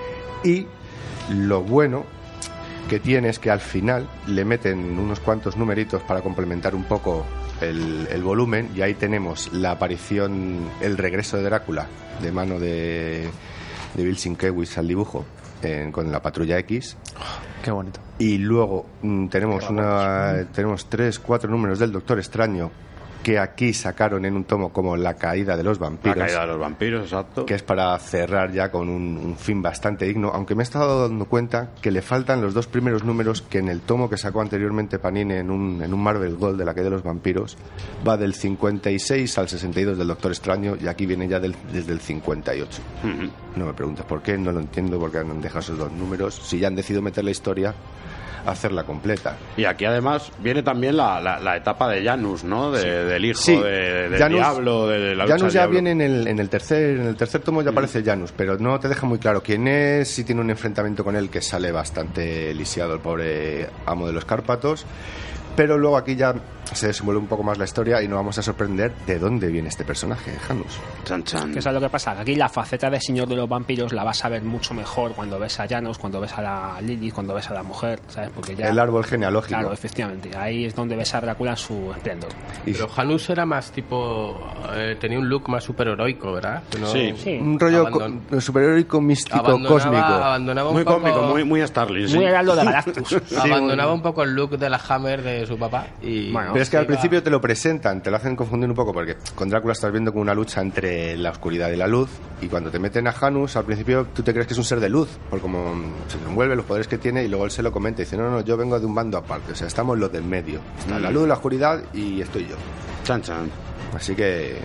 y lo bueno que tiene es que al final le meten unos cuantos numeritos para complementar un poco el, el volumen y ahí tenemos la aparición, el regreso de Drácula de mano de, de Bill Sienkiewicz al dibujo en- con la Patrulla X.
Qué bonito.
Y luego mm, tenemos una tenemos tres, cuatro números del Doctor Extraño que aquí sacaron en un tomo como La caída de los
La
vampiros,
caída de los vampiros, exacto.
que es para cerrar ya con un, un fin bastante digno, aunque me he estado dando cuenta que le faltan los dos primeros números que en el tomo que sacó anteriormente Panini en un, en un Marvel Gold de La caída de los vampiros va del cincuenta y seis al sesenta y dos del Doctor Extraño y aquí viene ya del- desde el cincuenta y ocho.
Ujú.
No me preguntes por qué, no lo entiendo porque han dejado esos dos números. Si ya han decidido meter la historia, hacerla completa.
Y aquí además viene también la, la, la etapa de Janus, ¿no? De- del hijo
Sí.
de, del
Janus-
diablo, de, de la lucha
Janus
del
ya
diablo.
viene en el, en el tercer en el tercer tomo ya aparece Janus, pero no te deja muy claro quién es, si tiene un enfrentamiento con él que sale bastante lisiado el pobre amo de los Cárpatos. Pero luego aquí ya se desenvuelve un poco más la historia y nos vamos a sorprender de dónde viene este personaje, Janus.
Chan, chan.
¿Qué es lo que pasa? Que aquí la faceta de Señor de los Vampiros la vas a ver mucho mejor cuando ves a Janus, cuando ves a la Lilith, cuando ves a la mujer, ¿sabes? Porque ya...
El árbol genealógico.
Claro, efectivamente. Ahí es donde ves a Drácula en su esplendor.
Y
Pero Janus era más tipo... eh, tenía un look más superheroico, ¿verdad? Que no-
Sí.
Sí.
un rollo
Abandon-
co- superheroico místico
abandonaba,
cósmico.
abandonaba un
Muy
poco,
cómico, muy, muy Starling, sí.
Muy heraldo de Galactus.
abandonaba un poco el look de la Hammer de su papá y
Bueno,
Pero es que al
iba-
principio te lo presentan, te lo hacen confundir un poco porque con Drácula estás viendo como una lucha entre la oscuridad y la luz y cuando te meten a Janus al principio tú te crees que es un ser de luz por cómo se envuelve, los poderes que tiene y luego él se lo comenta y dice no, no, yo vengo de un bando aparte, o sea, estamos los del medio, está la luz, la oscuridad y estoy yo.
Chan, chan.
Así que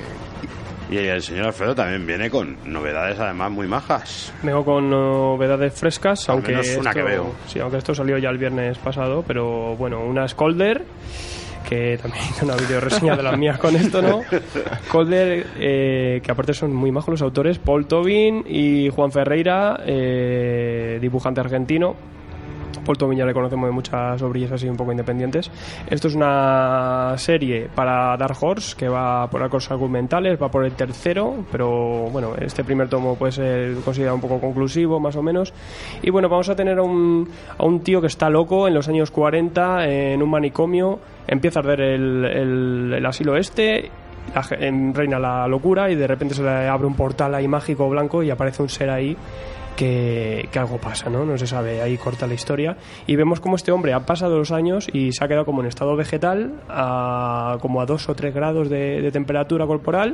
Y el señor Alfredo también viene con novedades además muy majas.
Vengo con novedades frescas,
Al
aunque
menos una
esto,
que veo.
Sí, aunque esto salió ya el viernes pasado, pero bueno, una Scolder, que también hice una video reseña de las mías con esto, ¿no? Scolder, eh, que aparte son muy majos los autores, Paul Tobin y Juan Ferreira, eh, dibujante argentino. Paul Tobin ya le conocemos de muchas obrillas así un poco independientes. Esto es una serie para Dark Horse que va por arcos argumentales, va por el tercero, pero bueno, este primer tomo puede ser considerado un poco conclusivo, más o menos. Y bueno, vamos a tener a un, a un tío que está loco en los años cuarenta en un manicomio, empieza a arder el, el, el asilo este, la, en, reina la locura y de repente se le abre un portal ahí mágico blanco y aparece un ser ahí Que, que algo pasa, ¿no? No se sabe, ahí corta la historia y vemos como este hombre ha pasado los años y se ha quedado como en estado vegetal, a, como a dos o tres grados de, de temperatura corporal,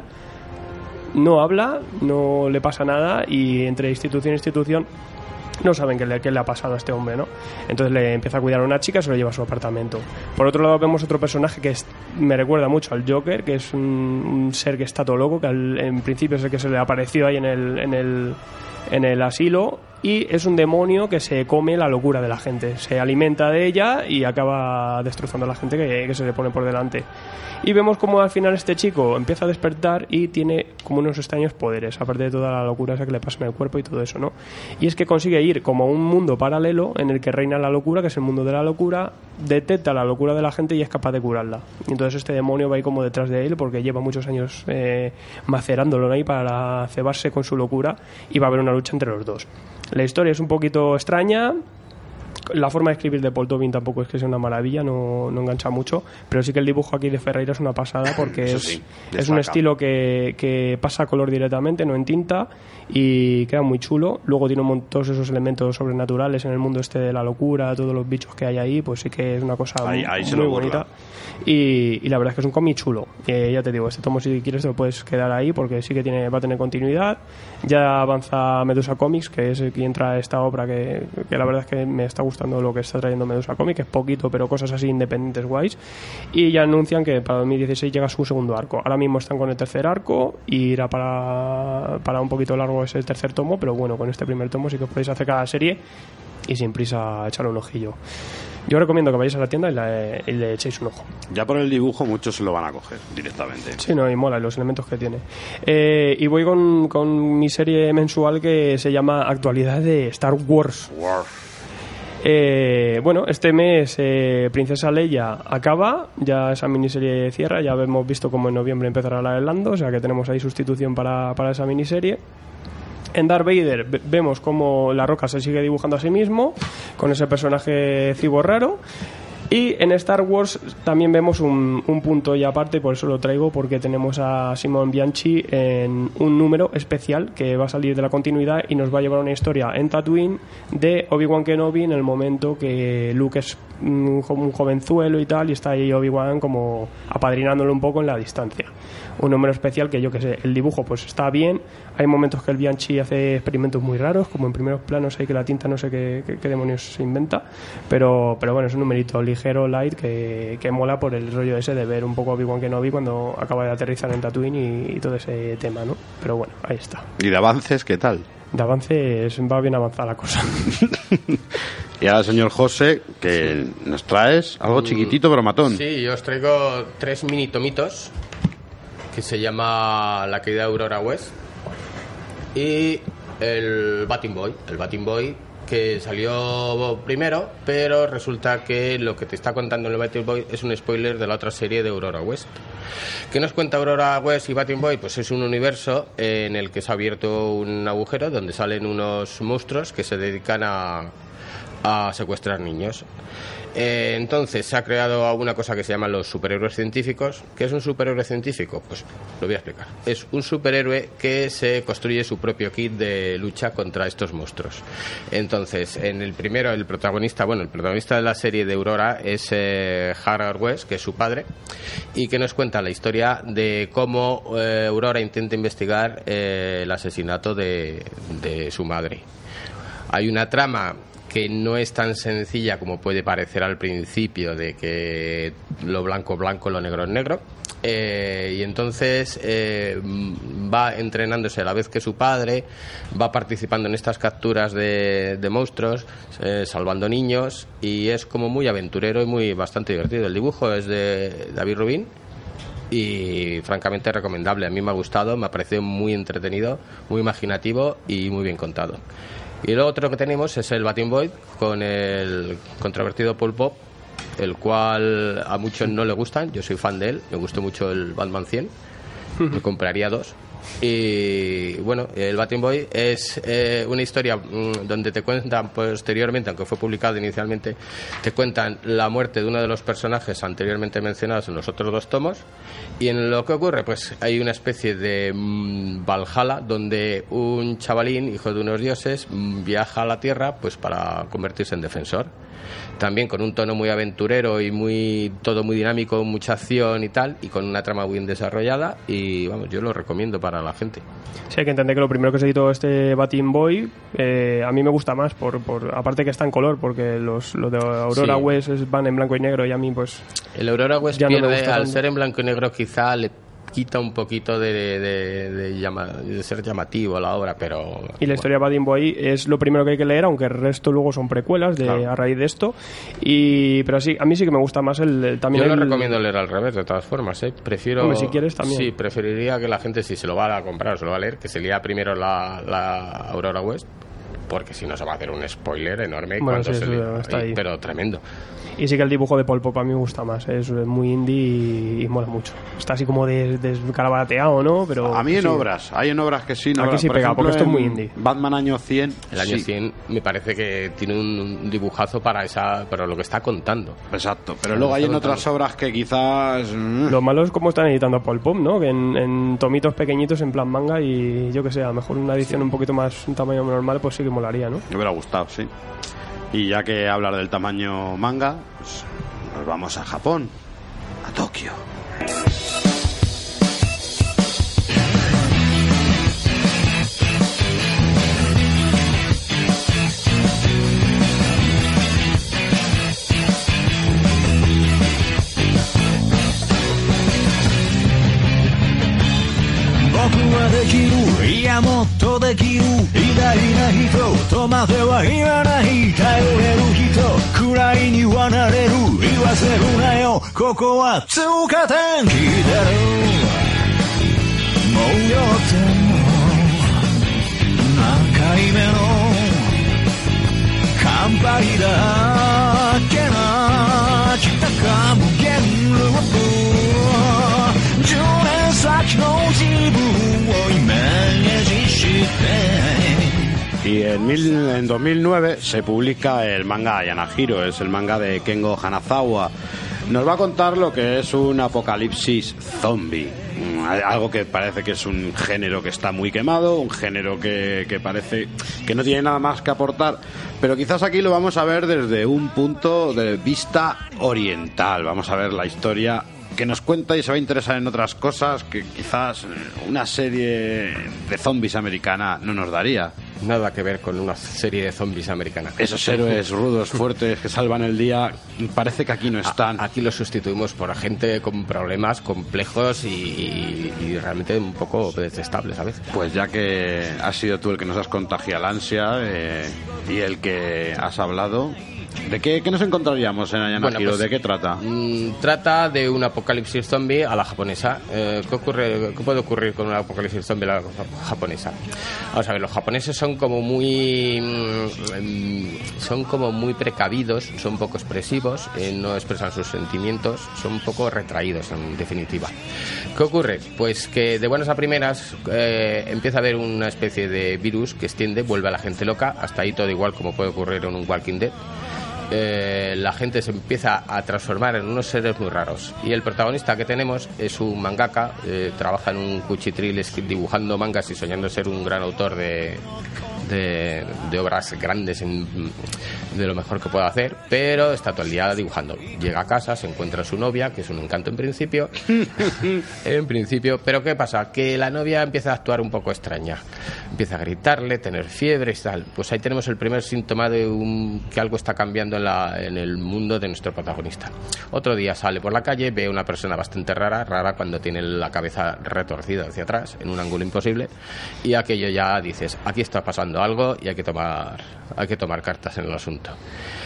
no habla, no le pasa nada y entre institución e institución no saben qué le, qué le ha pasado a este hombre, ¿no? Entonces le empieza a cuidar a una chica y se lo lleva a su apartamento. Por otro lado vemos otro personaje que es, me recuerda mucho al Joker, que es un, un ser que está todo loco, que al, en principio es el que se le apareció ahí en el, en el en el asilo y es un demonio que se come la locura de la gente, se alimenta de ella y acaba destrozando a la gente que, que se le pone por delante. Y vemos como al final este chico empieza a despertar y tiene como unos extraños poderes, aparte de toda la locura esa que le pasa en el cuerpo y todo eso, ¿no? Y es que consigue ir como a un mundo paralelo en el que reina la locura, que es el mundo de la locura, detecta la locura de la gente y es capaz de curarla. Y entonces este demonio va ahí como detrás de él porque lleva muchos años eh, macerándolo ahí para cebarse con su locura y va a haber una lucha entre los dos. La historia es un poquito extraña. La forma de escribir de Paul Tobin tampoco es que sea una maravilla, no, no engancha mucho, pero sí que el dibujo aquí de Ferreira es una pasada porque es, sí, es un estilo que, que pasa a color directamente, no en tinta, y queda muy chulo. Luego tiene un montón, todos esos elementos sobrenaturales en el mundo este de la locura, todos los bichos que hay ahí, pues sí que es una cosa ahí, muy, ahí muy bonita. Y, y la verdad es que es un cómic chulo. Eh, ya te digo, este tomo si quieres te lo puedes quedar ahí porque sí que tiene, va a tener continuidad. Ya avanza Medusa Comics, que es quien trae esta obra que, que la verdad es que me está gustando lo que está trayendo Medusa Comics, es poquito pero cosas así independientes guays. Y ya anuncian que para dos mil dieciséis llega su segundo arco. Ahora mismo están con el tercer arco y irá para, para un poquito largo ese tercer tomo, pero bueno, con este primer tomo sí que os podéis hacer cada serie y sin prisa echarle un ojillo. Yo recomiendo que vayáis a la tienda y, la, y le echéis un ojo.
Ya por el dibujo muchos se lo van a coger directamente.
Sí, no, y mola los elementos que tiene. Eh, y voy con, con mi serie mensual que se llama Actualidad de Star Wars.
Wars.
Eh, bueno, este mes eh, Princesa Leia acaba, ya esa miniserie cierra, ya hemos visto como en noviembre empezará la de Lando, o sea que tenemos ahí sustitución para, para esa miniserie. En Darth Vader vemos cómo La Roca se sigue dibujando a sí mismo con ese personaje cibo raro. Y en Star Wars también vemos un, un punto y aparte, por eso lo traigo, porque tenemos a Simon Bianchi en un número especial que va a salir de la continuidad y nos va a llevar a una historia en Tatooine de Obi-Wan Kenobi en el momento que Luke es un, un jovenzuelo y tal, y está ahí Obi-Wan como apadrinándolo un poco en la distancia. Un número especial que yo que sé, el dibujo pues está bien, hay momentos que el Bianchi hace experimentos muy raros, como en primeros planos hay que la tinta no sé qué, qué, qué demonios se inventa, pero, pero bueno, es un numerito ligero, light, que, que mola por el rollo ese de ver un poco a Obi-Wan Kenobi cuando acaba de aterrizar en Tatooine y, y todo ese tema, ¿no? Pero bueno, ahí está.
¿Y de avances qué tal?
De avances va bien avanzada la cosa.
Y ahora, señor José, que sí. Nos traes algo chiquitito pero matón.
Sí, yo os traigo tres mini tomitos que se llama La caída de Aurora West y el Batting Boy, el Batting Boy que salió primero, pero resulta que lo que te está contando el Batting Boy es un spoiler de la otra serie de Aurora West. ¿Qué nos cuenta Aurora West y Batting Boy? Pues es un universo en el que se ha abierto un agujero donde salen unos monstruos que se dedican a, a secuestrar niños. Eh, entonces se ha creado una cosa que se llama los superhéroes científicos. ¿Qué es un superhéroe científico? Pues lo voy a explicar. Es un superhéroe que se construye su propio kit de lucha contra estos monstruos. Entonces, en el primero, el protagonista, bueno, el protagonista de la serie de Aurora es eh, Harold West, que es su padre, y que nos cuenta la historia de cómo eh, Aurora intenta investigar eh, el asesinato de, de su madre. Hay una trama que no es tan sencilla como puede parecer al principio, de que lo blanco es blanco, lo negro es negro, eh, y entonces eh, va entrenándose a la vez que su padre, va participando en estas capturas de, de monstruos, eh, salvando niños, y es como muy aventurero y muy bastante divertido. El dibujo es de David Rubin y francamente recomendable. A mí me ha gustado, me ha parecido muy entretenido, muy imaginativo y muy bien contado. Y lo otro que tenemos es el Batting Boy con el controvertido Paul Pop, el cual a muchos no le gustan. Yo soy fan de él, me gustó mucho el Batman cien, me compraría dos. Y bueno, el Batting Boy es eh, una historia mmm, donde te cuentan posteriormente, aunque fue publicado inicialmente, te cuentan la muerte de uno de los personajes anteriormente mencionados en los otros dos tomos. Y en lo que ocurre, pues hay una especie de mmm, Valhalla, donde un chavalín, hijo de unos dioses, mmm, viaja a la Tierra pues para convertirse en defensor. También con un tono muy aventurero y muy todo muy dinámico, mucha acción y tal, y con una trama muy bien desarrollada. Y vamos, yo lo recomiendo para la gente.
Sí, hay que entender que lo primero que se editó este Batting Boy, eh, a mí me gusta más, por, por aparte que está en color, porque los, los de Aurora
Sí.
West es- van en blanco y negro, y a mí pues...
El Aurora West
Ya no me
pierde,
gusta
al
tanto.
ser en blanco y negro, quizá le quita un poquito de, de, de, llama- de ser llamativo la obra, pero...
Y la historia de Batting Boy es lo primero que hay que leer, aunque el resto luego son precuelas de,
Claro.
a raíz de esto. Y pero sí, a mí sí que me gusta más el, el- también
Yo lo
el-
recomiendo leer al revés, de todas formas, ¿eh? Prefiero...
Hombre, si quieres, también.
Sí, preferiría que la gente, si se lo va a comprar o se lo va a leer, que se lea primero la, la Aurora West, porque si no se va a hacer un spoiler enorme
Bueno,
cuando
sí,
se
eso
lea.
está ahí.
Pero tremendo.
Y sí que el dibujo de Paul Pop a mí me gusta más, es muy indie y, y mola mucho. Está así como des- descarabateado, ¿no? Pero
A mí en
sí.
obras, hay en obras que sí. En
Aquí
obras,
sí
por
pega,
ejemplo,
porque esto es muy
en
indie.
Batman año cien.
El año
sí.
cien me parece que tiene un, un dibujazo para esa para lo que está contando.
Exacto, pero luego hay en otras obras que quizás... mm,
Lo malo es cómo están editando a Paul Pop, ¿no? Que en, en tomitos pequeñitos en plan manga y yo que sé, a lo mejor una edición un poquito más, un tamaño normal, pues sí que molaría, ¿no?
Me hubiera gustado, sí. Y ya que hablar del tamaño manga, pues nos vamos a Japón, a Tokio.
僕はできるいやもっとできる偉大な人とまでは言わない頼れる人くらいにはなれる言わせるなよここは通過点聞いてるもう酔っても何回目の乾杯だっけな北か無限ループじゅうねん先の自分をイメージして
Y en, mil, en dos mil nueve se publica el manga Yanahiro, es el manga de Kengo Hanazawa. Nos va a contar lo que es un apocalipsis zombie. Algo que parece que es un género que está muy quemado, un género que, que parece que no tiene nada más que aportar, pero quizás aquí lo vamos a ver desde un punto de vista oriental. Vamos a ver la historia que nos cuenta y se va a interesar en otras cosas que quizás una serie de zombies americana no nos daría.
Nada que ver con una serie de zombies americana.
Esos héroes rudos, fuertes, que salvan el día, parece que aquí no están.
A- aquí los sustituimos por gente con problemas complejos y, y- y realmente un poco detestables a veces.
Pues ya que has sido tú el que nos has contagiado la ansia eh, y el que has hablado, ¿de qué, qué nos encontraríamos en Ayanahiro?
Bueno, pues,
¿De qué trata?
Mm, trata de un apocalipsis zombie a la japonesa. Eh, ¿qué, ocurre, ¿Qué puede ocurrir con un apocalipsis zombie a la japonesa? Vamos a ver, los japoneses son como muy mm, son como muy precavidos, son poco expresivos, eh, no expresan sus sentimientos, son un poco retraídos en definitiva. ¿Qué ocurre? Pues que de buenas a primeras eh, empieza a haber una especie de virus que extiende, vuelve a la gente loca, hasta ahí todo igual como puede ocurrir en un Walking Dead. Eh, la gente se empieza a transformar en unos seres muy raros y el protagonista que tenemos es un mangaka, eh, trabaja en un cuchitril escri- dibujando mangas y soñando ser un gran autor de, de, de obras grandes en- de lo mejor que pueda hacer, pero está todo el día dibujando. Llega a casa, se encuentra a su novia, que es un encanto en principio en principio, pero ¿qué pasa? Que la novia empieza a actuar un poco extraña, empieza a gritarle, tener fiebre y tal. Pues ahí tenemos el primer síntoma de un, que algo está cambiando en, la, en el mundo de nuestro protagonista. Otro día sale por la calle, ve a una persona bastante rara, rara cuando tiene la cabeza retorcida hacia atrás, en un ángulo imposible, y aquello ya dices, aquí está pasando algo y hay que tomar, hay que tomar cartas en el asunto.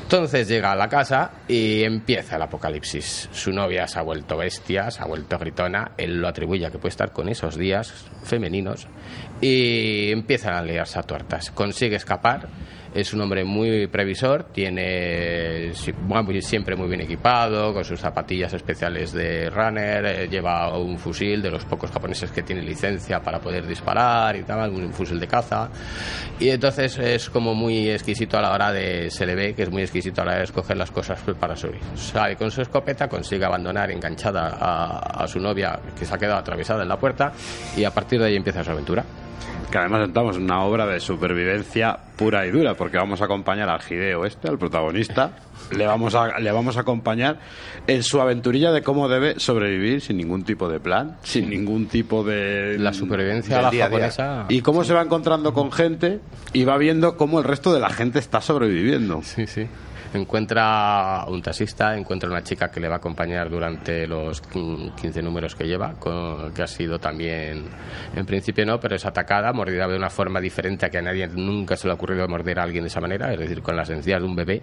Entonces llega a la casa y empieza el apocalipsis. Su novia se ha vuelto bestia, se ha vuelto gritona. Él lo atribuye a que puede estar con esos días femeninos y empiezan a liarse a tuertas. Consigue escapar. Es un hombre muy previsor, tiene siempre muy bien equipado, con sus zapatillas especiales de runner, eh, lleva un fusil de los pocos japoneses que tienen licencia para poder disparar y tal, un fusil de caza. Y entonces es como muy exquisito a la hora de, se le ve que es muy exquisito a la hora de escoger las cosas para subir. Sale con su escopeta, consigue abandonar enganchada a, a su novia que se ha quedado atravesada en la puerta y a partir de ahí empieza su aventura.
Que además estamos en una obra de supervivencia pura y dura, porque vamos a acompañar al Hideo este, al protagonista, le vamos a le vamos a acompañar en su aventurilla de cómo debe sobrevivir sin ningún tipo de plan, sin ningún tipo de...
La supervivencia a la japonesa...
Y cómo se va encontrando con gente y va viendo cómo el resto de la gente está sobreviviendo.
Sí, sí. Encuentra un taxista, encuentra una chica que le va a acompañar durante los quince números que lleva, con, que ha sido también, en principio no, pero es atacada, mordida de una forma diferente a que a nadie nunca se le ha ocurrido morder a alguien de esa manera, es decir, con las encías de un bebé.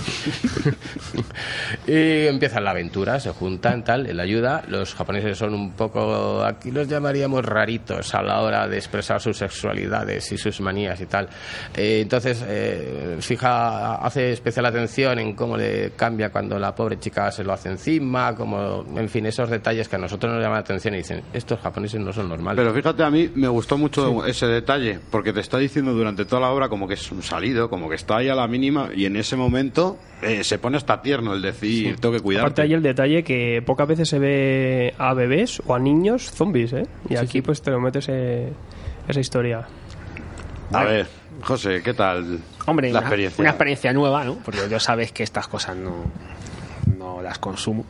Y empiezan la aventura, se juntan, tal, él ayuda. Los japoneses son un poco, aquí los llamaríamos raritos a la hora de expresar sus sexualidades y sus manías y tal. Eh, entonces, eh, fija, hace especial atención en cómo le cambia cuando la pobre chica se lo hace encima, como, en fin, esos detalles que a nosotros nos llaman la atención y dicen, estos japoneses no son normales.
Pero fíjate, a mí me gustó mucho sí. ese detalle, porque te está diciendo durante toda la obra como que es un salido, como que está ahí a la mínima, y en ese momento eh, se pone hasta tierno el decir, sí. tengo que cuidarte.
Aparte hay el detalle que pocas veces se ve a bebés o a niños zombies, ¿eh? Y sí, aquí sí. pues te lo metes eh, esa historia.
A ver, José, ¿qué tal
Hombre,
la
una,
experiencia?
Una experiencia nueva, ¿no? Porque yo sabes que estas cosas no, no las consumo.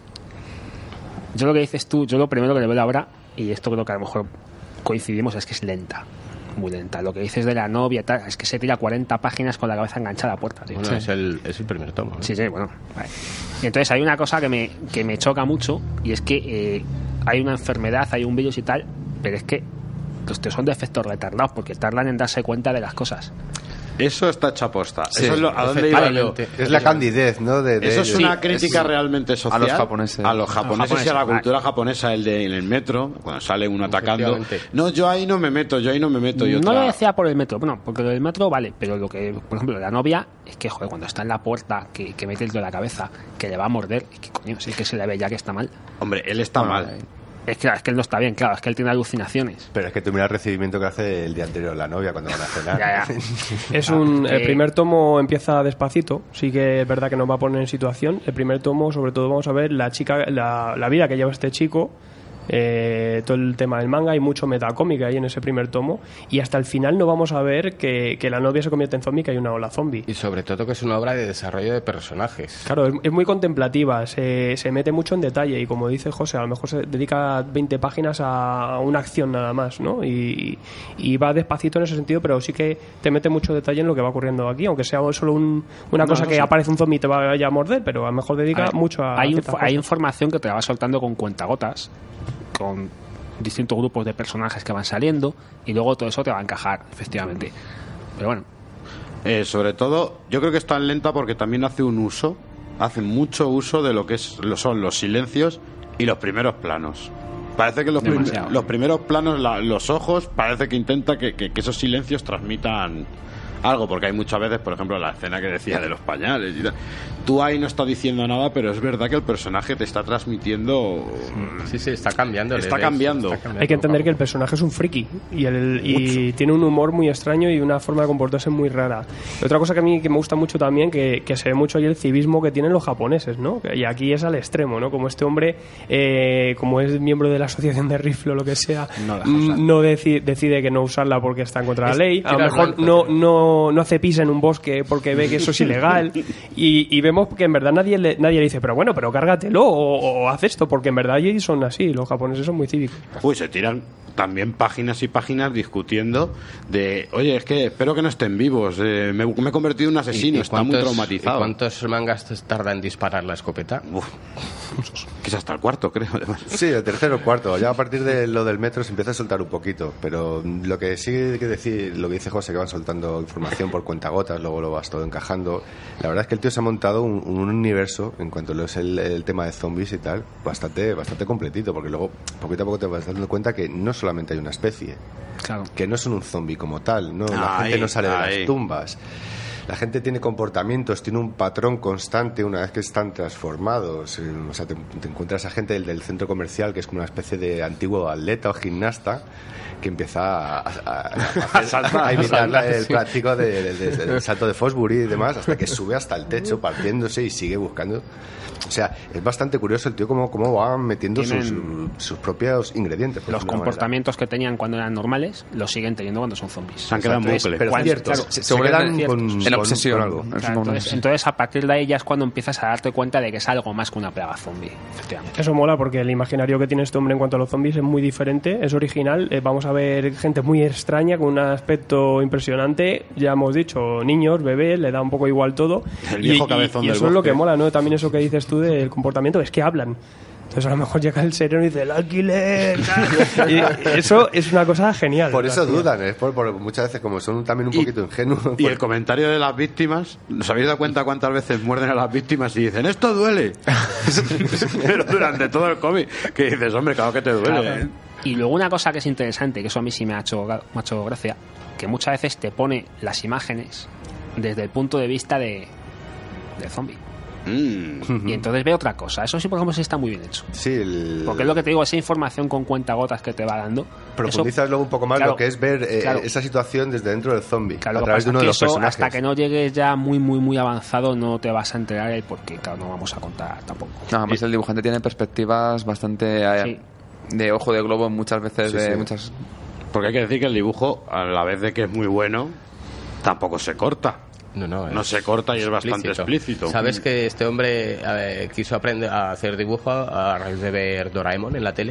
Yo lo que dices tú, yo lo primero que le veo la obra, y esto creo que a lo mejor coincidimos, es que es lenta. Muy lenta. Lo que dices de la novia, tal, es que se tira cuarenta páginas con la cabeza enganchada a la puerta. Tío.
Bueno, sí. es, el, es el primer tomo. ¿no?
Sí, sí, bueno. Vale. Y entonces hay una cosa que me, que me choca mucho, y es que eh, hay una enfermedad, hay un virus y tal, pero es que los tíos son de efectos retardados porque tardan en darse cuenta de las cosas.
Eso está hecha posta.
Sí,
eso es lo, ¿a dónde iba yo?
Es la candidez, ¿no? De, de
eso es
ellos.
una
Sí,
crítica
es,
realmente social
a los japoneses,
a los japoneses,
a los japoneses
y a la
vale.
cultura japonesa, el de en el metro, cuando sale uno atacando. No, yo ahí no me meto, yo ahí no me meto. Y
no
otra...
lo decía por el metro, bueno, porque lo del metro vale, pero lo que, por ejemplo, la novia es que, joder, cuando está en la puerta, que, que mete el dedo en la cabeza, que le va a morder, es que coño, sí que se le ve ya que está mal.
Hombre, él está
bueno,
mal.
Eh, Es que, es que él no está bien, claro, es que él tiene alucinaciones.
Pero es que tú mira el recibimiento que hace el día anterior la novia cuando van a cenar.
Ya, ya.
Es un,
Ah,
el
eh.
primer tomo empieza despacito, sí que es verdad que nos va a poner en situación. El primer tomo, sobre todo, vamos a ver la chica, la, la vida que lleva este chico, eh, todo el tema del manga, hay mucho metacómic ahí en ese primer tomo, y hasta el final no vamos a ver que, que la novia se convierte en zombie, que hay una ola zombie.
Y sobre todo que es una obra de desarrollo de personajes.
Claro, es, es muy contemplativa, se, se mete mucho en detalle, y como dice José, a lo mejor se dedica veinte páginas a una acción nada más, ¿no? Y, y va despacito en ese sentido, pero sí que te mete mucho detalle en lo que va ocurriendo aquí, aunque sea solo un, una
No,
cosa
no
que
sé.
aparece un zombie y te vaya a morder, pero a lo mejor dedica
A ver,
mucho a
hay,
ciertas
inf- hay
cosas.
información que te la va soltando con cuentagotas, con distintos grupos de personajes que van saliendo, y luego todo eso te va a encajar, efectivamente. Pero bueno.
Eh, sobre todo, yo creo que es tan lenta porque también hace un uso, hace mucho uso de lo que es, lo son los silencios y los primeros planos. Parece que los, prim-
Demasiado.
los primeros planos, la- los ojos, parece que intenta que, que- que esos silencios transmitan algo, porque hay muchas veces, por ejemplo, la escena que decía de los pañales y tal. Tú ahí no estás diciendo nada, pero es verdad que el personaje te está transmitiendo.
Sí, sí, está cambiando.
Está
le ves,
cambiando.
está cambiando
Hay que entender
poco
que el personaje es un friki y, el, y tiene un humor muy extraño y una forma de comportarse muy rara. Y otra cosa que a mí que me gusta mucho también, que, que se ve mucho ahí el civismo que tienen los japoneses, ¿no? Y aquí es al extremo, ¿no? Como este hombre, eh, como es miembro de la asociación de rifle o lo que sea,
No la
mm, no deci- decide que no usarla porque está en contra de
Es
la ley. A lo
tirar
mejor
blanco,
no,
tío.
no, no hace pis en un bosque porque ve que eso es ilegal. Y, y vemos que en verdad nadie le, nadie le dice, pero bueno, pero cárgatelo o, o haz esto, porque en verdad allí son así, los japoneses son muy cívicos.
Uy, se tiran también páginas y páginas discutiendo de, oye, es que espero que no estén vivos, eh, me, me he convertido en un asesino, está muy traumatizado.
¿Y cuántos mangas tarda en disparar la escopeta?
Uf, que es hasta el cuarto, creo, además.
Sí, el tercero o cuarto. Ya a partir de lo del metro se empieza a soltar un poquito, pero lo que sí hay que decir, lo que dice José, que van soltando información por cuentagotas, luego lo vas todo encajando. La verdad es que el tío se ha montado un, un universo, en cuanto a lo es el, el tema de zombies y tal, bastante, bastante completito, porque luego poquito a poco te vas dando cuenta que no solamente hay una especie,
claro,
que no son un zombie como tal, no, la
Ay,
gente no sale de
ay.
las tumbas. La gente tiene comportamientos, tiene un patrón constante una vez que están transformados. O sea, te, te encuentras a gente del, del centro comercial que es como una especie de antiguo atleta o gimnasta que empieza a, a, a, hacer, a imitar la- el práctico de- de- de- del salto de Fosbury y demás, hasta que sube hasta el techo partiéndose y sigue buscando. O sea, es bastante curioso el tío cómo, cómo va metiendo sus,
Tienen
sus propios ingredientes. por
los
decirlo de alguna
comportamientos que tenían cuando eran normales los siguen teniendo cuando son zombies.
Se han quedado en
Exacto,
bucle.
pero
Cuando-
cierto,
claro,
se,
se
se quedan
vuelven
con,
en
con-
obsesión.
con algo.
Claro, entonces, entonces a partir de ahí ya es cuando empiezas a darte cuenta de que es algo más que una plaga zombie, efectivamente.
Eso mola porque el imaginario que tiene este hombre en cuanto a los zombies es muy diferente, es original. Eh, vamos a ver gente muy extraña con un aspecto impresionante. Ya hemos dicho, niños, bebés, le da un poco igual todo.
El viejo
y,
cabezón
y, y
del
eso es lo
bosque.
que mola, ¿no? También eso que dices tú del comportamiento, es que hablan. Entonces a lo mejor llega el sereno y dice el alquiler. Y eso es una cosa genial.
Por eso
Así.
dudan, es por, por muchas veces como son también un
Y-
poquito ingenuos.
Y
por-
el comentario de las víctimas, ¿os habéis dado cuenta cuántas veces muerden a las víctimas y dicen, esto duele? Pero durante todo el cómic, que dices, hombre, claro que te duele.
Claro.
¿eh?
Y luego una cosa que es interesante, que eso a mí sí me ha hecho, gra- me ha hecho gracia, que muchas veces te pone las imágenes desde el punto de vista de, de zombie.
Mm.
Y entonces ve otra cosa. Eso sí, por ejemplo, sí está muy bien hecho.
Sí, el-
Porque es lo que te digo, esa información con cuentagotas que te va dando.
profundizas
eso-
luego un poco más
claro,
lo que es ver eh,
claro.
esa situación desde dentro del zombie,
Claro,
a
lo que
través de
pasa
uno
es
de
que
los
eso,
personajes.
hasta que no llegues ya muy, muy, muy avanzado, no te vas a enterar el por qué. Claro, no vamos a contar tampoco.
No, además el dibujante tiene perspectivas bastante eh,
Sí.
de ojo de globo muchas veces,
Sí,
de
sí.
muchas...
Porque hay que decir que el dibujo, a la vez de que es muy bueno, tampoco se corta.
No, no,
No
es
se corta y es bastante explícito.
Sabes que este hombre eh, quiso aprender a hacer dibujo a raíz de ver Doraemon en la tele.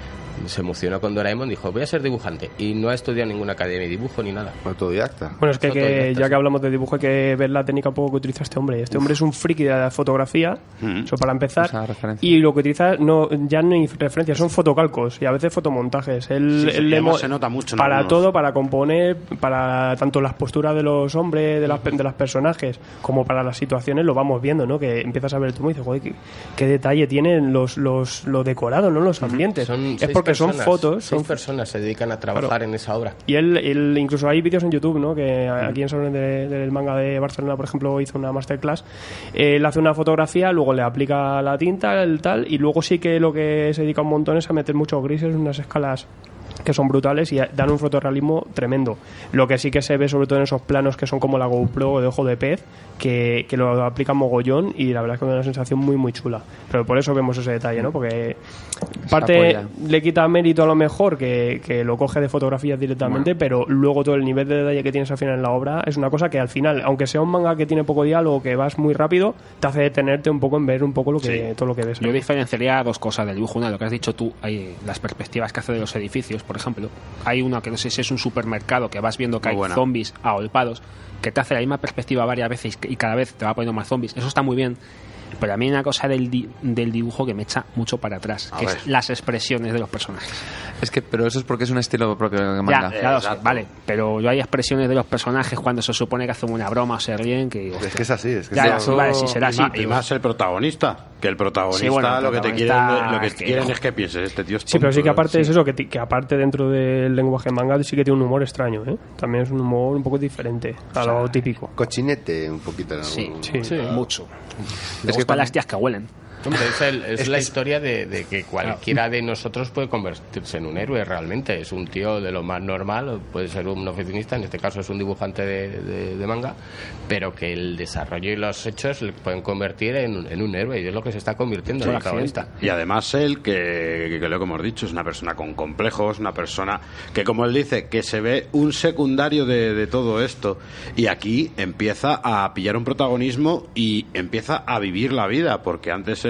Se emocionó con Doraemon, dijo, voy a ser dibujante. Y no ha estudiado ninguna academia de dibujo ni nada.
Autodidacta.
Bueno, es que, que
Autodidacta,
ya
sí.
que hablamos de dibujo hay que ver la técnica un poco que utiliza este hombre. Este hombre es un friki de la fotografía,
Mm.
eso para empezar.
Usa referencia.
Y lo que utiliza no ya no hay referencias, son fotocalcos y a veces fotomontajes. Él,
Sí, sí,
él
y
le
además
mo-
se nota mucho en
para
algunos.
todo, para componer, para tanto las posturas de los hombres, de las de los personajes, como para las situaciones, lo vamos viendo, ¿no? Que empiezas a ver tú y dices, joder, qué, qué detalle tienen los los lo decorado, ¿no? Los ambientes.
Son
es
seis
porque son
personas,
fotos,
seis
son
personas se dedican a trabajar
Claro.
en esa obra.
y él, él- incluso hay vídeos en YouTube, ¿no? Que aquí en Salón de- del Manga de Barcelona, por ejemplo, hizo una masterclass. Él hace una fotografía, luego le aplica la tinta, el tal, y luego sí que lo que se dedica un montón es a meter muchos grises, unas escalas que son brutales y dan un fotorrealismo tremendo. Lo que sí que se ve sobre todo en esos planos que son como la GoPro de ojo de pez, que, que lo aplican mogollón y la verdad es que me da una sensación muy muy chula. Pero por eso vemos ese detalle, ¿no? Porque parte
apoya.
le quita mérito a lo mejor que, que lo coge de fotografías directamente, pero luego todo el nivel de detalle que tienes al final en la obra es una cosa que al final, aunque sea un manga que tiene poco diálogo, que vas muy rápido, te hace detenerte un poco en ver un poco lo que todo lo que ves.
Yo diferenciaría dos cosas del dibujo. Una, lo que has dicho tú, hay las perspectivas que hace de los edificios, por ejemplo. Hay una que no sé si es un supermercado que vas viendo que
Muy
hay
buena.
zombies agolpados, que te hace la misma perspectiva varias veces y cada vez te va poniendo más zombies. Eso está muy bien. Pero a mí hay una cosa del, di- del dibujo que me echa mucho para atrás,
A
que
ver.
es las expresiones de los personajes.
Es que, pero eso es porque es un estilo propio de manga.
Ya, claro,
Exacto.
vale, pero yo hay expresiones de los personajes cuando se supone que hacen una broma o se ríen que...
Es que es así, es que
Ya,
es
ya,
así.
sí, vale, sí será
y,
así,
más, y
pero-
más el protagonista, que el protagonista
Sí, bueno, el
lo que te quieren,
protagonista
lo que
es que-
quieren es que pienses, este tío es
Sí, pero sí
tonto,
que aparte
sí.
es eso, que, ti- que aparte dentro del lenguaje manga sí que tiene un humor extraño, ¿eh? También es un humor un poco diferente a lo típico.
Cochinete un poquito. ¿no?
Sí,
Sí.
mucho.
Es
Es
que
que para
cuando-
las tías que huelen.
Hombre, es, el- es
Es
la
que-
historia de, de que cualquiera de nosotros puede convertirse en un héroe realmente. Es un tío de lo más normal, puede ser un oficinista, en este caso es un dibujante de, de- de manga, pero que el desarrollo y los hechos le pueden convertir en, un- en un héroe y es lo que se está convirtiendo en el protagonista.
Y además él, que, que, que lo que hemos dicho, es una persona con complejos, una persona que, como él dice, que se ve un secundario de, de todo esto. Y aquí empieza a pillar un protagonismo y empieza a vivir la vida, porque antes era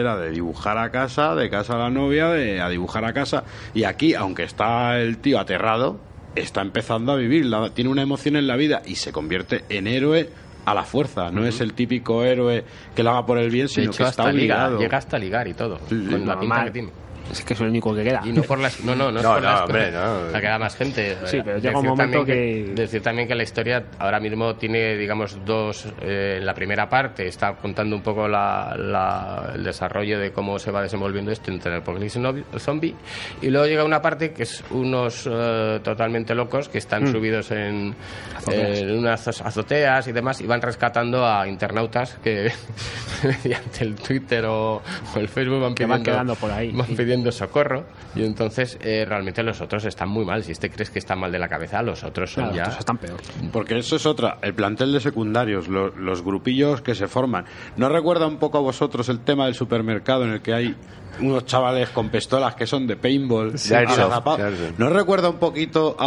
era de dibujar a casa, de casa a la novia, de a dibujar a casa. Y aquí, aunque está el tío aterrado, está empezando a vivir, la, tiene una emoción en la vida y se convierte en héroe a la fuerza. No uh-huh. es el típico héroe que lo haga por el bien, sino
de hecho,
que está
hasta
obligado.
Liga, llega hasta ligar y todo,
sí, sí,
con la pinta que tiene.
Es que es el único que queda.
Y no por las. No, no, no, es
no,
por
no,
las
hombre, no.
O sea, queda más gente.
Sí, pero llega un momento que...
que. Decir también que la historia ahora mismo tiene, digamos, dos. Eh, la primera parte está contando un poco la, la, el desarrollo de cómo se va desenvolviendo esto entre el apocalipsis zombie. Y luego llega una parte que es unos uh, totalmente locos que están mm. subidos en, en unas azoteas y demás y van rescatando a internautas que mediante el Twitter o, o el Facebook van pidiendo,
van quedando por ahí.
Van pidiendo socorro y entonces eh, realmente los otros están muy mal. Si este crees que está mal de la cabeza, los otros son
claro,
ya
los otros están peor.
Porque eso es otra, el plantel de secundarios, lo, los grupillos que se forman. ¿No recuerda un poco a vosotros el tema del supermercado en el que hay unos chavales con pistolas que son de paintball?
Sí,
de
claro,
claro. ¿No recuerda un poquito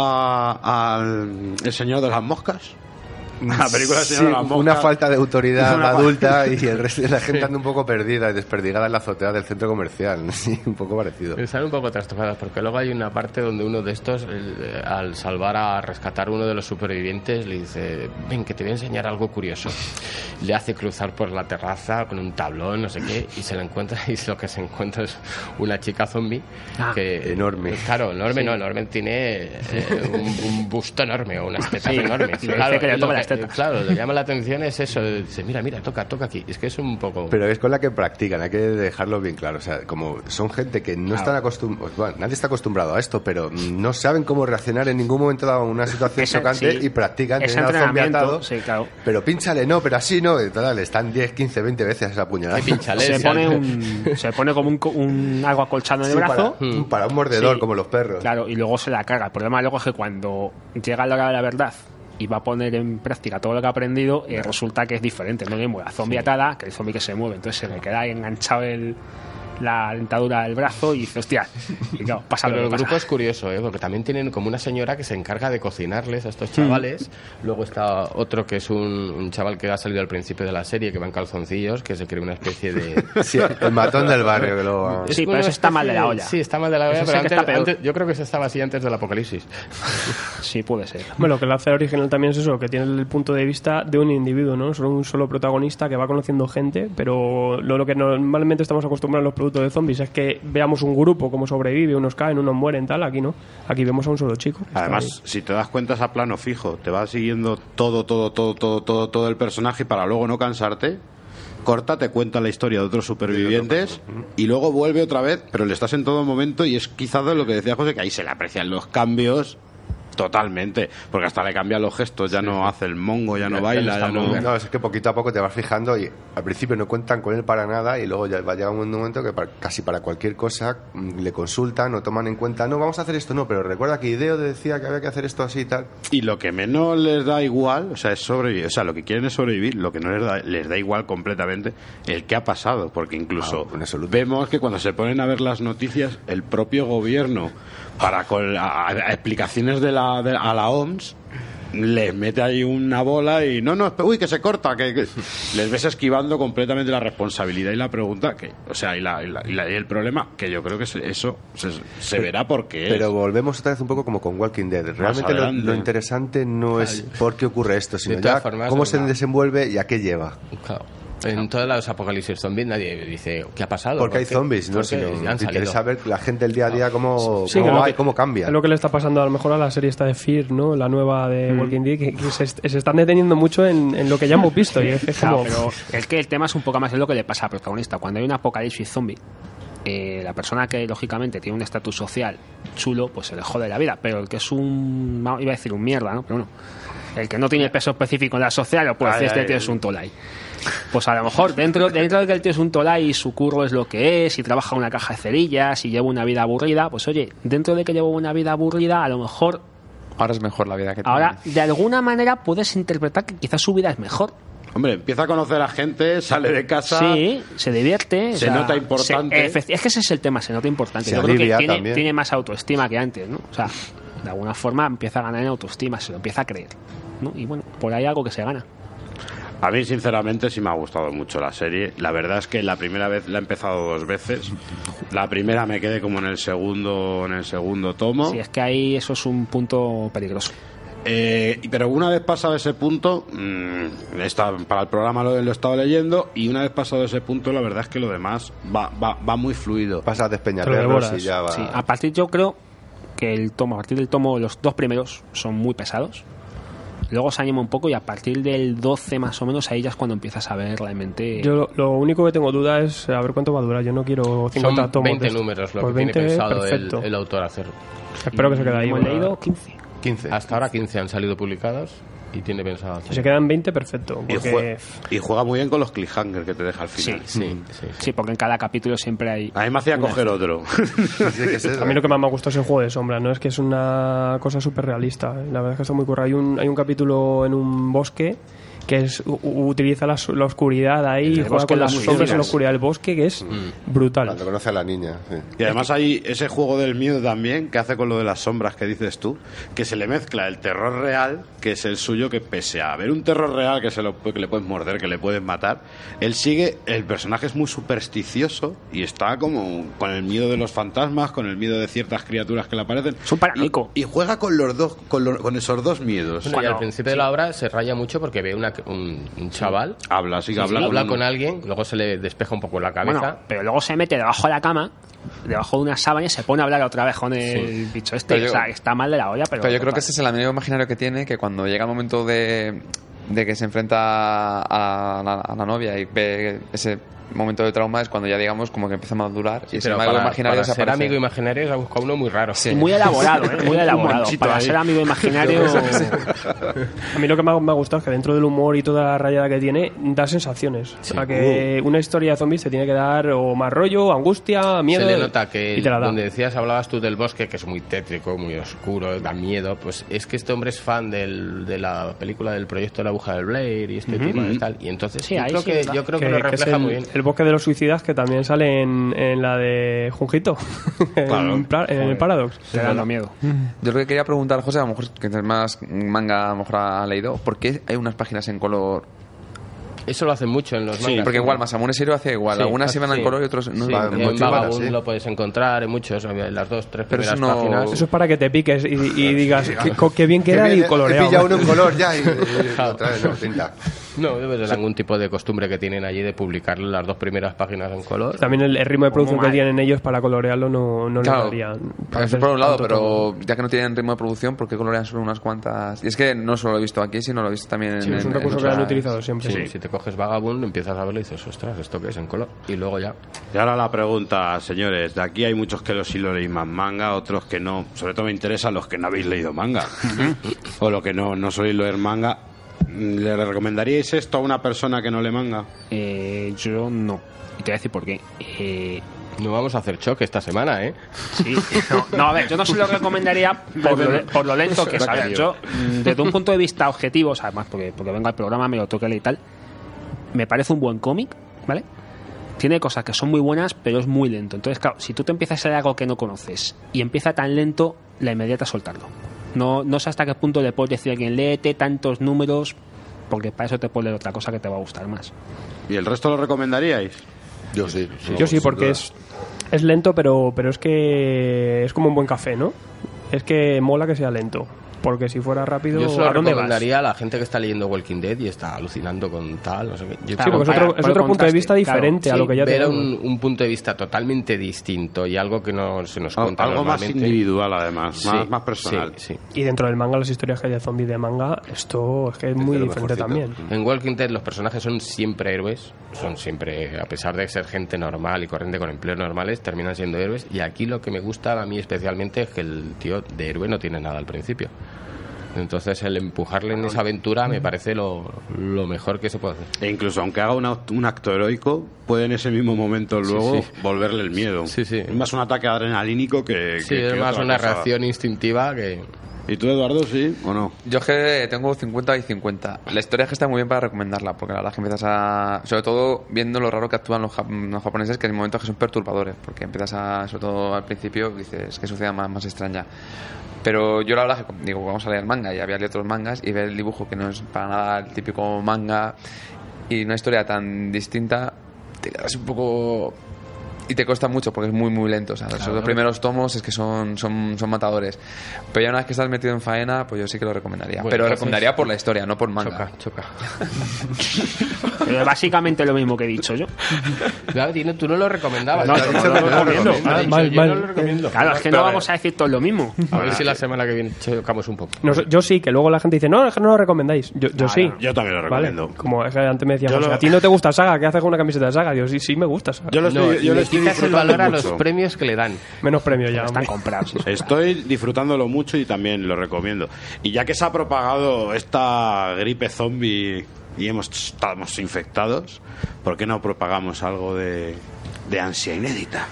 al El Señor de las Moscas?
La película sí, de las moscas. Una falta de autoridad una adulta y el resto de la gente anda un poco perdida y desperdigada en la azotea del centro comercial. Sí, un poco parecido.
Están un poco trastocadas porque luego hay una parte donde uno de estos, el, al salvar a rescatar a uno de los supervivientes, le dice: ven, que te voy a enseñar algo curioso. Le hace cruzar por la terraza con un tablón, no sé qué, y se la encuentra, y lo que se encuentra es una chica zombie
ah,
que
enorme.
Claro, enorme sí. no, enorme tiene eh, un, un busto enorme o unas tetas sí, enormes. Claro,
que le toma las
Claro, lo que llama la atención es eso. Dice, mira, mira, toca, toca aquí. Es que es un poco...
Pero es con la que practican, hay que dejarlo bien claro. O sea, como son gente que no claro. están acostumbrados... Bueno, nadie está acostumbrado a esto, pero no saben cómo reaccionar en ningún momento dado a una situación
Ese,
chocante
sí.
y practican.
Ese entrenamiento, sí, claro.
Pero pínchale, no, pero así no. Y total, están diez, quince, veinte veces esa puñalada.
Se pone, un, se pone como un, un algo acolchado en el
sí,
brazo.
Para, hmm. para un mordedor, sí. como los perros.
Claro, y luego se la carga. El problema luego es que cuando llega la hora de la verdad y va a poner en práctica todo lo que ha aprendido, eh, resulta que es diferente, no es mismo la zombie atada que el zombie que se mueve, entonces se le queda enganchado el, la dentadura del brazo y dice, hostia, y claro, pasa
Pero
lo
el
que
grupo
pasa.
es curioso, ¿eh? Porque también tienen como una señora que se encarga de cocinarles a estos chavales, mm. luego está otro que es un, un chaval que ha salido al principio de la serie, que va en calzoncillos, que se cree una especie de...
Sí, el matón del barrio que lo...
Sí, pero eso está mal de la olla.
Sí, está mal de la olla, pero antes, antes, yo creo que se estaba así antes del apocalipsis.
Sí, puede ser.
Bueno, que lo hace original también es eso, que tiene el punto de vista de un individuo, ¿no? Solo un solo protagonista que va conociendo gente, pero lo, lo que normalmente estamos acostumbrados a los productos de zombies es que veamos un grupo, cómo sobrevive, unos caen, unos mueren, tal. Aquí no, aquí vemos a un solo chico.
Además, si te das cuenta es a plano fijo, te va siguiendo todo, todo, todo, todo, todo, todo el personaje y para luego no cansarte, corta, te cuenta la historia de otros supervivientes y luego vuelve otra vez, pero le estás en todo momento y es quizás de lo que decía José, que ahí se le aprecian los cambios. Totalmente, porque hasta le cambian los gestos, ya sí, no sí. hace el mongo, ya, ya no baila, ya no...
no... Es que poquito a poco te vas fijando y al principio no cuentan con él para nada y luego ya va a llegar un momento que para, casi para cualquier cosa le consultan o toman en cuenta, no, vamos a hacer esto, no, pero recuerda que Hideo decía que había que hacer esto así y tal.
Y lo que menos les da igual, o sea, es sobrevivir, o sea, lo que quieren es sobrevivir, lo que no les da, les da igual completamente el que ha pasado, porque incluso ah, vemos que cuando se ponen a ver las noticias, el propio gobierno, para con a, a explicaciones de la De, a la O M S les mete ahí una bola y no, no, uy, que se corta, que, que les ves esquivando completamente la responsabilidad y la pregunta, que, o sea, y, la, y, la, y, la, y el problema, que yo creo que eso se, se verá porque
Pero
es.
volvemos otra vez un poco como con Walking Dead. Realmente lo, lo interesante no es por qué ocurre esto, sino ya formas, cómo se desenvuelve y a qué lleva.
Claro. En todos los apocalipsis zombies nadie dice ¿qué ha pasado?
Porque hay zombies, ¿no? Sino te interesa ver la gente el día a día cómo,
sí,
cómo, va
que,
y cómo cambia.
Es lo que le está pasando a lo mejor a la serie esta de Fear, ¿no? La nueva de mm. Walking Dead, que, que se, se están deteniendo mucho en, en lo que ya hemos visto. Y es, es como...
Claro, pero es que el tema es un poco más de lo que le pasa al protagonista. Cuando hay un apocalipsis zombie, eh, la persona que lógicamente tiene un estatus social chulo, pues se le jode la vida. Pero el que es un... iba a decir un mierda, ¿no? Pero bueno, el que no tiene peso específico en la social, pues ay, este ay, tío ay. es un tolai. Pues a lo mejor dentro, dentro de que el tío es un tolai y su curro es lo que es y trabaja en una caja de cerillas y lleva una vida aburrida, pues oye, dentro de que lleva una vida aburrida, a lo mejor
ahora es mejor la vida que tiene.
Ahora, de alguna manera puedes interpretar que quizás su vida es mejor.
Hombre, empieza a conocer a gente, sale de casa.
Sí, se divierte.
Se o sea, nota importante.
Se, es que ese es el tema, se nota importante. Se Yo creo que tiene, tiene más autoestima que antes, ¿no? O sea, de alguna forma empieza a ganar en autoestima, se lo empieza a creer, ¿no? Y bueno, por ahí algo que se gana.
A mí, sinceramente, sí me ha gustado mucho la serie. La verdad es que la primera vez la he empezado dos veces. La primera me quedé como en el segundo, en el segundo tomo.
Sí, es que ahí eso es un punto peligroso.
Eh, pero una vez pasado ese punto, mmm, está, para el programa lo, lo he estado leyendo, y una vez pasado ese punto, la verdad es que lo demás va, va, va muy fluido.
Pasa a despeñaperros y ya va.
Sí, a partir, yo creo que el tomo, a partir del tomo, los dos primeros son muy pesados. Luego se anima un poco y a partir del doce más o menos ahí ya es cuando empiezas a ver realmente.
Yo lo, lo único que tengo duda es a ver cuánto va a durar. Yo no quiero cincuenta
Son
tomos.
veinte
de
números lo
pues
que
veinte,
tiene pensado el,
perfecto.
el autor hacer.
Espero que se quede ahí.
Hemos leído quince.
quince.
Hasta ahora quince han salido publicados y tiene pensado hacer.
Si se quedan veinte, perfecto.
Y,
Porque...
juega, y juega muy bien con los cliffhangers que te deja al final.
Sí,
Sí, sí, sí.
Sí, porque en cada capítulo siempre hay.
A mí me hacía
una-
coger otro.
Sí, que es eso.
A mí lo que más me ha gustado es el juego de sombra, ¿no? Es que es una cosa súper realista. La verdad es que está muy currado. Hay un, hay un capítulo en un bosque que es u- u- utiliza la, su- la oscuridad ahí
El
y juega
bosque
con
de
las
las
sombras en la
suicidas.
oscuridad del bosque, que es brutal.
Cuando conoce a la niña. Sí.
Y además hay ese juego del miedo también, que hace con lo de las sombras que dices tú, que se le mezcla el terror real, que es el suyo, que pese a ver un terror real que, se lo, que le puedes morder, que le puedes matar, él sigue, el personaje es muy supersticioso y está como con el miedo de los fantasmas, con el miedo de ciertas criaturas que le aparecen.
Es un paranoico.
Y, y juega con los dos, con, los- con esos dos miedos.
Bueno, y al principio de la obra se raya mucho porque ve una, un, un chaval,
Habla, sí que
sí,
habla,
habla
con-
con alguien, luego se le despeja un poco la cabeza.
Bueno, pero luego se mete debajo de la cama, debajo de una sábana y se pone a hablar otra vez con el bicho este.
Pero yo-
o sea, está mal de la olla, pero.
Pero yo creo que ese es el amigo imaginario que tiene, que cuando llega el momento de, de que se enfrenta a la, a la novia y ve ese momento de trauma, es cuando ya, digamos, como que empieza a madurar y ese
Pero
amigo
para,
imaginario
para ser
desaparece.
amigo imaginario se ha buscado uno muy raro.
Sí.
Y muy elaborado, ¿eh? Muy elaborado.
manchito
Para
ahí.
ser amigo imaginario.
A mí lo que me ha, me ha gustado es que dentro del humor y toda la rayada que tiene, da sensaciones. O sea, que una historia de zombies te tiene que dar o más rollo, angustia, miedo.
Se le nota que
y te la da.
donde decías, hablabas tú del bosque, que es muy tétrico, muy oscuro, da miedo, pues es que este hombre es fan del, de la película del proyecto de la aguja del Blair y este tema y tal. Y entonces
Sí,
yo,
ahí
creo
sí,
que,
¿verdad?
yo creo que,
que,
lo
que es
refleja
el,
muy bien.
el bosque de los suicidas, que también sale en, en la de Junjito,
Claro.
en, Pla- en el Paradox.
Te da dando miedo.
Yo lo que quería preguntar a José, a lo mejor que es más manga, a lo mejor ha leído, ¿por qué hay unas páginas en color?
Eso lo hacen mucho en los
Sí,
mangas.
porque igual Masamune Seiro hace igual,
Sí,
algunas iban
sí.
en color y otros no.
Sí,
Va-
en
mucho
Vagabond
igual, sí.
lo puedes encontrar en muchos, en las dos, tres
Pero
primeras
eso no-
páginas.
Eso es para que te piques y, y digas qué, co- qué bien
Que
queda y
viene-
coloreado.
Pilla uno en color ya y, y otra vez no, tinta.
No, debe ser algún tipo de costumbre que tienen allí de publicar las dos primeras páginas en color.
También el, el ritmo de producción
Como
que
mal.
tienen ellos para colorearlo no, no
Claro,
les daría. para
eso
hacer
por un lado,
tanto
pero
tomo.
ya que no tienen ritmo de producción, ¿por qué colorean solo unas cuantas? Y es que no solo lo he visto aquí, sino lo he visto también en.
Sí, es un
en-
recurso
en
que han
otras-
utilizado siempre.
Sí, si te coges Vagabond, empiezas a verlo y dices, ostras, ¿esto qué es en color? Y luego ya.
Y ahora la pregunta, señores, de aquí hay muchos que lo sí lo leéis más manga, otros que no. Sobre todo me interesan los que no habéis leído manga. O los que no, no soléis leer manga. ¿Le recomendaríais esto a una persona que no lee manga?
Eh, yo no. Y te voy a decir por qué. Eh,
No vamos a hacer choque esta semana, ¿eh?
Sí, no, no, a ver, yo no se lo recomendaría por lo, por lo lento que es. A ver, yo, mm, desde un punto de vista objetivo, o sea, además porque, porque vengo al programa, me lo toque y tal, me parece un buen cómic, ¿vale? Tiene cosas que son muy buenas, pero es muy lento. Entonces, claro, si tú te empiezas a leer algo que no conoces y empieza tan lento, la inmediata es soltarlo. No, no sé hasta qué punto le puedes decir a alguien, léete tantos números, porque para eso te puedes leer otra cosa que te va a gustar más.
¿Y el resto lo recomendaríais?
Yo sí.
Yo sí,
sin
porque
duda.
es, es lento, pero, pero es que es como un buen café, ¿no? Es que mola que sea lento. Porque si fuera rápido,
Yo se lo
¿a dónde vas?
recomendaría a la gente que está leyendo Walking Dead y está alucinando con tal, no sé qué. Yo
Sí, porque es otro, es otro punto de vista diferente a lo que ya
ver
tenemos.
un, un punto de vista totalmente distinto y algo que no se nos
Al-
cuenta
algo más
normalmente.
individual, además,
Sí,
más, más personal.
sí, sí.
Y dentro del manga, las historias que hay de zombies de manga, esto es que es muy
lo
diferente
mejorcito.
también.
En Walking Dead los personajes son siempre héroes, son siempre, a pesar de ser gente normal y corriente con empleos normales, terminan siendo héroes. Y aquí lo que me gusta a mí especialmente es que el tío de héroe no tiene nada al principio. Entonces el empujarle en esa aventura me parece lo, lo mejor que se puede hacer.
E incluso aunque haga un, act- un acto heroico, puede en ese mismo momento luego
sí.
volverle el miedo.
Sí, sí.
Es más un ataque adrenalínico que,
Sí,
que-
es
que
más
otra
una
cosa.
reacción instintiva que...
¿Y tú, Eduardo, sí o no?
Yo es que tengo cincuenta y cincuenta. La historia es que está muy bien para recomendarla, porque la verdad es que empiezas a... Sobre todo viendo lo raro que actúan los, jap- los japoneses, que en momentos que son perturbadores, porque empiezas a... Sobre todo al principio, dices que sociedad más, más extraña. Pero yo la verdad que digo, vamos a leer manga, y había leído otros mangas, y ver el dibujo, que no es para nada el típico manga, y una historia tan distinta, te quedas un poco... Y te cuesta mucho porque es muy muy lento, ¿sabes? Claro, los primeros tomos es que son, son, son matadores. Pero ya una vez que estás metido en faena, pues yo sí que lo recomendaría. Bueno, pero lo recomendaría por la historia, no por manga.
Choca, choca.
Pero básicamente lo mismo que he dicho yo.
Claro, tú no lo recomendabas.
No,
no,
no, no, lo recomiendo.
Mal, mal, yo no lo recomiendo.
Claro, es que no vamos a decir todo lo mismo.
A ver si la semana que viene chocamos un poco.
No, yo sí, que luego la gente dice, no, es que no lo recomendáis. Yo, yo
Ah,
sí.
no, yo también lo recomiendo.
Vale. Como es que antes me decías,
Yo
José,
lo-
a ti no te gusta Saga, ¿qué haces con una camiseta de Saga? Yo sí, sí me gusta Saga.
Yo lo estoy,
No,
yo lo
le
estoy
quitas el
disfrutando
valor a los
mucho.
premios que le dan.
Menos premios ya,
Están
hombre.
comprados.
Estoy disfrutándolo mucho y también lo recomiendo. Y ya que se ha propagado esta gripe zombie y hemos estamos infectados, ¿por qué no propagamos algo de, de ansia inédita?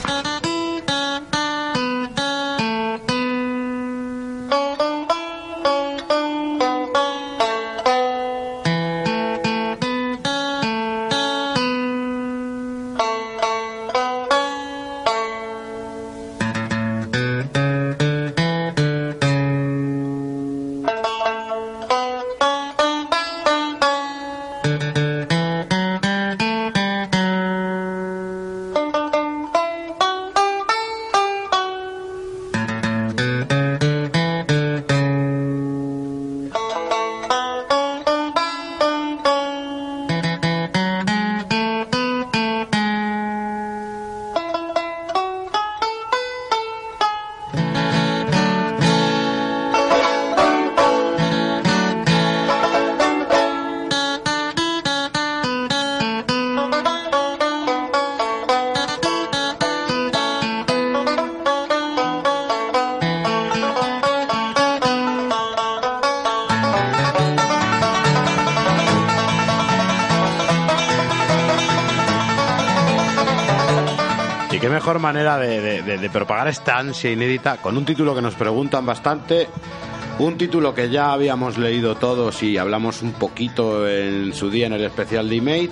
Y qué mejor manera de, de, de, de propagar esta ansia inédita con un título que nos preguntan bastante, un título que ya habíamos leído todos y hablamos un poquito en su día en el especial de Image,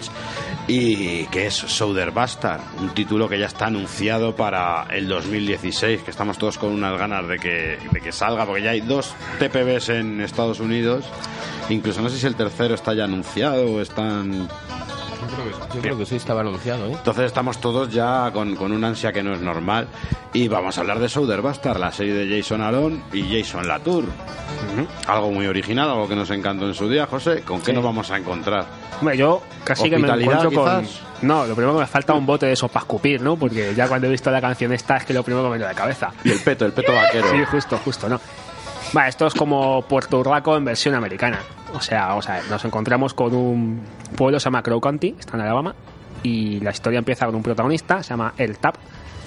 y que es Southern Bastard, un título que ya está anunciado para el dos mil dieciséis, que estamos todos con unas ganas de que, de que salga, porque ya hay dos T P Bs en Estados Unidos, incluso no sé si el tercero está ya anunciado o están...
Yo creo que, yo creo que sí estaba anunciado, ¿eh?
Entonces estamos todos ya con, con una ansia que no es normal. Y vamos a hablar de Southern Bastard, la serie de Jason Aaron y Jason Latour. Uh-huh. Algo muy original, algo que nos encantó en su día, José. ¿Con qué
Sí.
nos vamos a encontrar?
Hombre, yo casi que me
¿Hospitalidad,
encuentro con...
quizás?
No, lo primero que me falta un bote de eso para escupir, ¿no? Porque ya cuando he visto la canción esta es que lo primero que me viene a la cabeza.
Y el peto, el peto vaquero.
Sí, justo, justo, ¿no? Vale, esto es como Puerto Rico en versión americana. O sea, vamos a ver, nos encontramos con un pueblo, se llama Crow County, está en Alabama, y la historia empieza con un protagonista, se llama El Tap,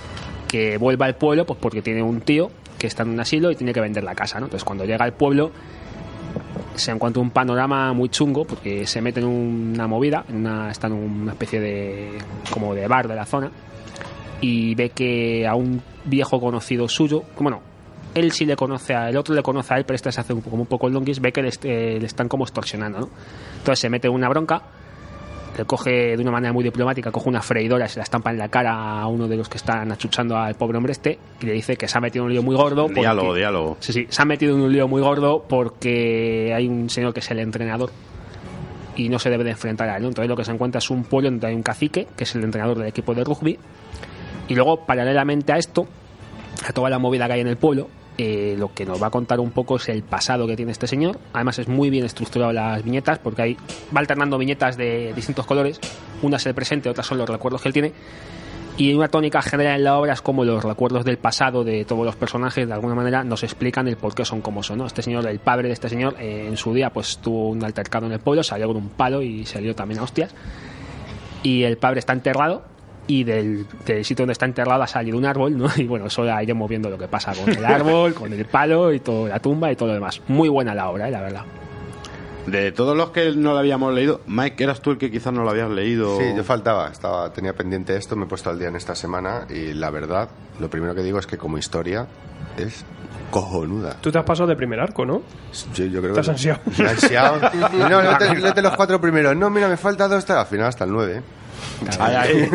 que vuelve al pueblo pues porque tiene un tío que está en un asilo y tiene que vender la casa, ¿no? Entonces cuando llega al pueblo se encuentra un panorama muy chungo porque se mete en una movida, en una, está en una especie de como de bar de la zona, y ve que a un viejo conocido suyo, bueno, él sí le conoce a el otro, le conoce a él, pero este se hace un, como un poco el longuis, ve que le, eh, le están como extorsionando, ¿no? Entonces se mete en una bronca, le coge de una manera muy diplomática, coge una freidora y se la estampa en la cara a uno de los que están achuchando al pobre hombre este y le dice que se ha metido en un lío muy gordo. Porque,
Diálogo, diálogo.
Sí, sí, se ha metido en un lío muy gordo porque hay un señor que es el entrenador y no se debe de enfrentar a él, ¿no? Entonces lo que se encuentra es un pueblo donde hay un cacique, que es el entrenador del equipo de rugby, y luego paralelamente a esto, a toda la movida que hay en el pueblo, eh, lo que nos va a contar un poco es el pasado que tiene este señor. Además es muy bien estructurado las viñetas porque hay, va alternando viñetas de distintos colores, una es el presente, otras son los recuerdos que él tiene, y una tónica general en la obra es como los recuerdos del pasado de todos los personajes de alguna manera nos explican el por qué son como son, ¿no? Este señor, el padre de este señor, eh, en su día pues tuvo un altercado en el pueblo, salió con un palo y salió también a hostias, y el padre está enterrado y del, del sitio donde está enterrado ha salido un árbol, ¿no? Y bueno, eso ya iremos viendo lo que pasa con el árbol, con el palo y toda la tumba y todo lo demás. Muy buena la obra, ¿eh? La verdad.
De todos los que no lo habíamos leído, Mike, eras tú el que quizás no lo habías leído.
Sí, yo faltaba, estaba, tenía pendiente esto, me he puesto al día en esta semana y la verdad, lo primero que digo es que como historia es cojonuda.
Tú te has pasado de primer arco, ¿no?
Yo, yo creo
¿Te has
que
ansiado?
Me he ansiado. No, léete, léete los cuatro primeros. No, mira, me falta dos, al final hasta el nueve.
Ay, ay.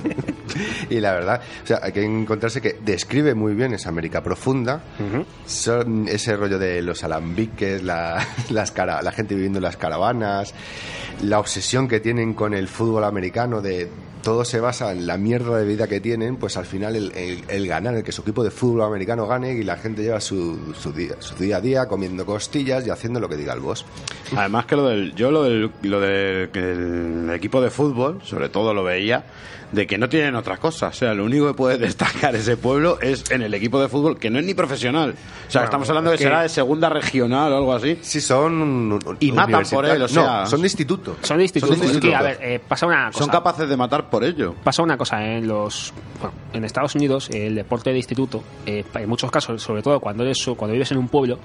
Y la verdad, o sea, hay que encontrarse que describe muy bien esa América profunda, uh-huh. Son ese rollo de los alambiques, la, las cara, la gente viviendo en las caravanas, la obsesión que tienen con el fútbol americano, de todo se basa en la mierda de vida que tienen, pues al final el, el, el ganar, el que su equipo de fútbol americano gane y la gente lleva su, su, día, su día a día comiendo costillas y haciendo lo que diga el boss.
Además que lo del, yo lo del, lo del el equipo de fútbol, sobre todo lo veía, de que no tienen otra cosa. O sea, lo único que puede destacar ese pueblo es en el equipo de fútbol, que no es ni profesional. O sea, no, estamos hablando de que será de segunda regional o algo así.
Sí, son...
Y matan por él, o sea...
No, son de instituto.
Son de instituto.
Son de instituto.
Es que, a ver, eh, pasa una cosa.
Son capaces de matar por ello.
Pasa una cosa, ¿eh? en los... Bueno, en Estados Unidos, el deporte de instituto, eh, en muchos casos, sobre todo cuando, eres, cuando vives en un pueblo,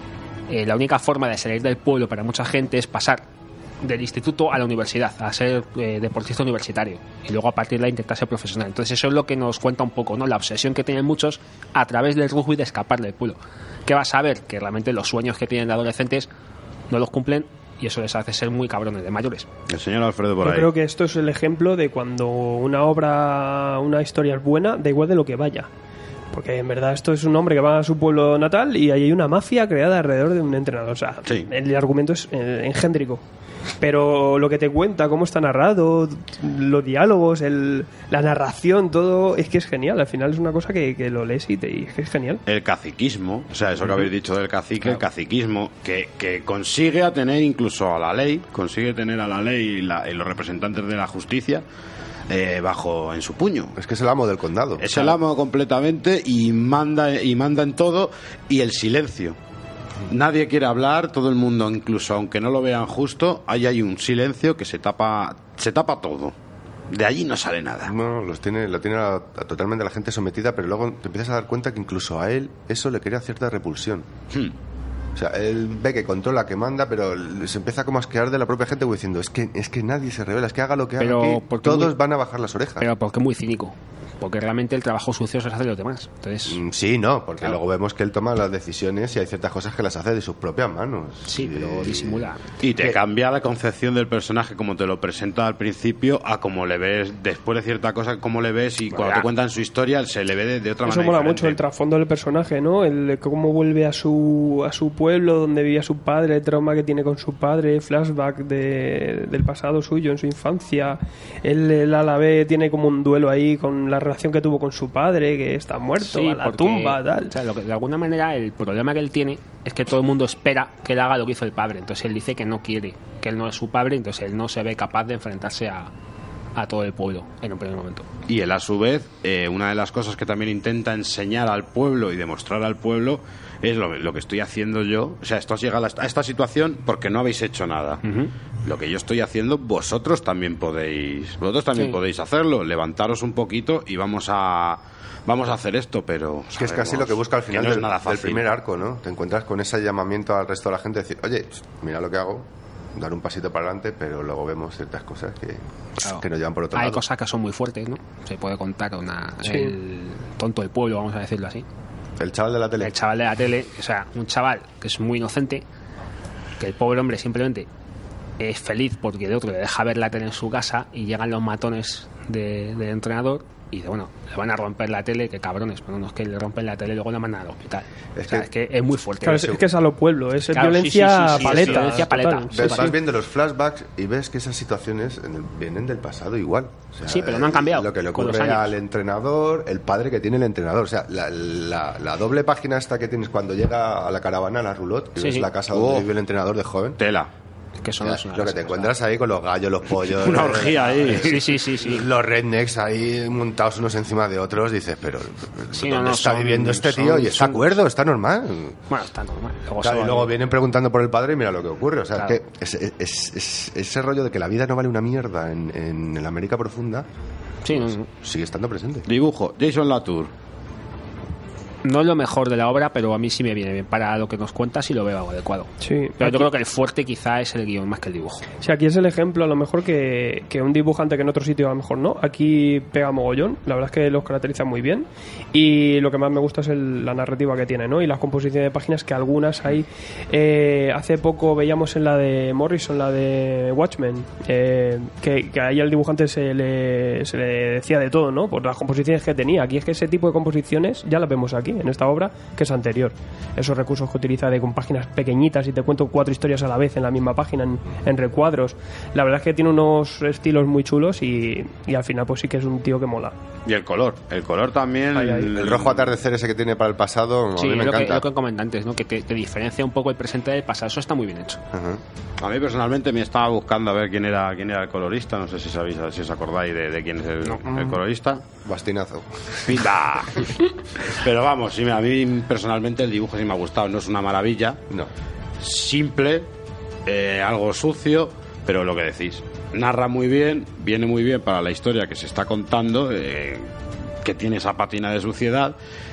eh, la única forma de salir del pueblo para mucha gente es pasar del instituto a la universidad, a ser eh, deportista universitario y luego a partir de ahí intentar ser profesional. Entonces eso es lo que nos cuenta un poco, ¿no? La obsesión que tienen muchos a través del rugby de escapar del pueblo. ¿Qué vas a ver? Que realmente los sueños que tienen de adolescentes no los cumplen y eso les hace ser muy cabrones de mayores.
El señor Alfredo por
Yo
ahí.
creo que esto es el ejemplo de cuando una obra, una historia es buena, da igual de lo que vaya. Porque en verdad esto es un hombre que va a su pueblo natal y ahí hay una mafia creada alrededor de un entrenador. O sea,
sí.
El argumento es eh, engéndrico. Pero lo que te cuenta, cómo está narrado, los diálogos, el, la narración, todo, es que es genial. Al final es una cosa que, que lo lees y, te, y es que es genial.
El caciquismo, o sea, eso que habéis dicho del cacique, claro. El caciquismo, que, que consigue a tener incluso a la ley, consigue tener a la ley y, la, y los representantes de la justicia Eh, bajo en su puño.
Es que es el amo del condado.
Es
claro.
el amo completamente y manda y manda en todo. Y el silencio. Nadie quiere hablar, todo el mundo, incluso aunque no lo vean justo, ahí hay un silencio que se tapa se tapa todo. De allí no sale nada.
No, los tiene, lo tiene a, a totalmente la gente sometida, pero luego te empiezas a dar cuenta que incluso a él eso le crea cierta repulsión. Hmm. O sea, él ve que controla, que manda, pero se empieza como a asquear de la propia gente diciendo, es que es que nadie se revela, es que haga lo que haga
pero
aquí, todos
muy,
van a bajar las orejas.
Pero porque es muy cínico. Porque realmente el trabajo sucio se hace de los demás. Entonces,
mm, sí, no, porque
claro.
luego vemos que él toma las decisiones y hay ciertas cosas que las hace de sus propias manos.
Sí, y, pero disimula.
Y te
¿Qué?
Cambia la concepción del personaje como te lo presenta al principio a como le ves después de cierta cosa, como le ves y bueno, cuando ya. te cuentan su historia se le ve de, de otra
Eso
manera.
Eso mola
diferente.
mucho, el trasfondo del personaje, ¿no? El cómo vuelve a su a su pueblo donde vivía su padre, el trauma que tiene con su padre, flashback de, del pasado suyo en su infancia. Él, el Alavés tiene como un duelo ahí con la relación que tuvo con su padre, que está muerto,
sí,
a la
porque,
tumba, tal.
O sea, lo que, de alguna manera el problema que él tiene es que todo el mundo espera que él haga lo que hizo el padre. Entonces él dice que no quiere, que él no es su padre, entonces él no se ve capaz de enfrentarse a, a todo el pueblo en un primer momento.
Y él a su vez, eh, una de las cosas que también intenta enseñar al pueblo y demostrar al pueblo es lo, lo que estoy haciendo yo. O sea, esto has llegado a esta, a esta situación porque no habéis hecho nada. Uh-huh. Lo que yo estoy haciendo, vosotros también podéis, vosotros también sí. podéis hacerlo. Levantaros un poquito y vamos a vamos a hacer esto, pero
es que es casi lo que busca al final
no
del,
nada
del primer arco, ¿no? Te encuentras con ese llamamiento al resto de la gente, decir, oye, mira lo que hago, dar un pasito para adelante, pero luego vemos ciertas cosas que,
claro.
que nos llevan por otro
Hay
lado.
Hay cosas que son muy fuertes, ¿no? Se puede contar una, sí. el tonto del pueblo, vamos a decirlo así.
El chaval de la tele.
El chaval de la tele, o sea, un chaval que es muy inocente, que el pobre hombre simplemente es feliz porque el otro le deja ver la tele en su casa y llegan los matones de, del entrenador y dice, bueno, le van a romper la tele, que cabrones, pero no es que le rompen la tele y luego la mandan al hospital. Es, o sea, que, es que es muy fuerte.
Claro, es, es que es a lo pueblo, es
claro,
violencia,
sí, sí, sí, sí,
paleta,
sí, violencia paleta.
Ves, vas viendo los flashbacks y ves que esas situaciones vienen del pasado igual. O sea,
sí, pero no han cambiado.
Lo que le ocurre al entrenador, el padre que tiene el entrenador. O sea, la, la, la doble página esta que tienes cuando llega a la caravana, a la roulotte, que sí, ves sí. la casa donde
oh.
vive el entrenador de joven.
Tela.
Que son
o sea, lo que te encuentras ahí con los gallos, los pollos,
una orgía ahí,
sí, sí, sí, sí.
los rednecks ahí montados unos encima de otros, dices, pero
sí,
¿dónde
no, no,
está
son,
viviendo este
son,
tío? Y está
son,
acuerdo, está normal.
Bueno, está normal.
Luego, claro, y luego vienen preguntando por el padre y mira lo que ocurre. O sea, claro. es que es, es, es, ese rollo de que la vida no vale una mierda en, en, en la América profunda,
sí,
pues,
no, no.
sigue estando presente.
Dibujo, Jason Latour.
No es lo mejor de la obra, pero a mí sí me viene bien. Para lo que nos cuentas y lo veo adecuado.
Sí,
pero
aquí,
yo creo que el fuerte quizá es el guión más que el dibujo.
Sí, aquí es el ejemplo a lo mejor que, que un dibujante que en otro sitio a lo mejor no. Aquí pega mogollón. La verdad es que los caracteriza muy bien. Y lo que más me gusta es el, la narrativa que tiene, ¿no? Y las composiciones de páginas, que algunas hay. Eh, hace poco veíamos en la de Morrison, la de Watchmen, eh, que, que ahí al dibujante se le, se le decía de todo, ¿no? Por las composiciones que tenía. Aquí es que ese tipo de composiciones ya las vemos aquí, en esta obra, que es anterior. Esos recursos que utiliza de con páginas pequeñitas y te cuento cuatro historias a la vez en la misma página, en, en recuadros. La verdad es que tiene unos estilos muy chulos y, y al final pues sí que es un tío que mola.
Y el color, el color también.
Ay, ay. El, el rojo atardecer ese que tiene para el pasado,
sí,
a mí me
lo
encanta.
Que, lo que comenté antes, ¿no? Que te, te diferencia un poco el presente del pasado. Eso está muy bien hecho.
Uh-huh. A mí personalmente me estaba buscando a ver quién era quién era el colorista. No sé si sabéis, si os acordáis de, de quién es el, no. el colorista.
Bastinazo.
Pinta. Pero vamos, sí, a mí personalmente el dibujo sí me ha gustado. No es una maravilla.
No.
Simple, eh, algo sucio, pero lo que decís. Narra muy bien, viene muy bien para la historia que se está contando, eh, que tiene esa patina de suciedad.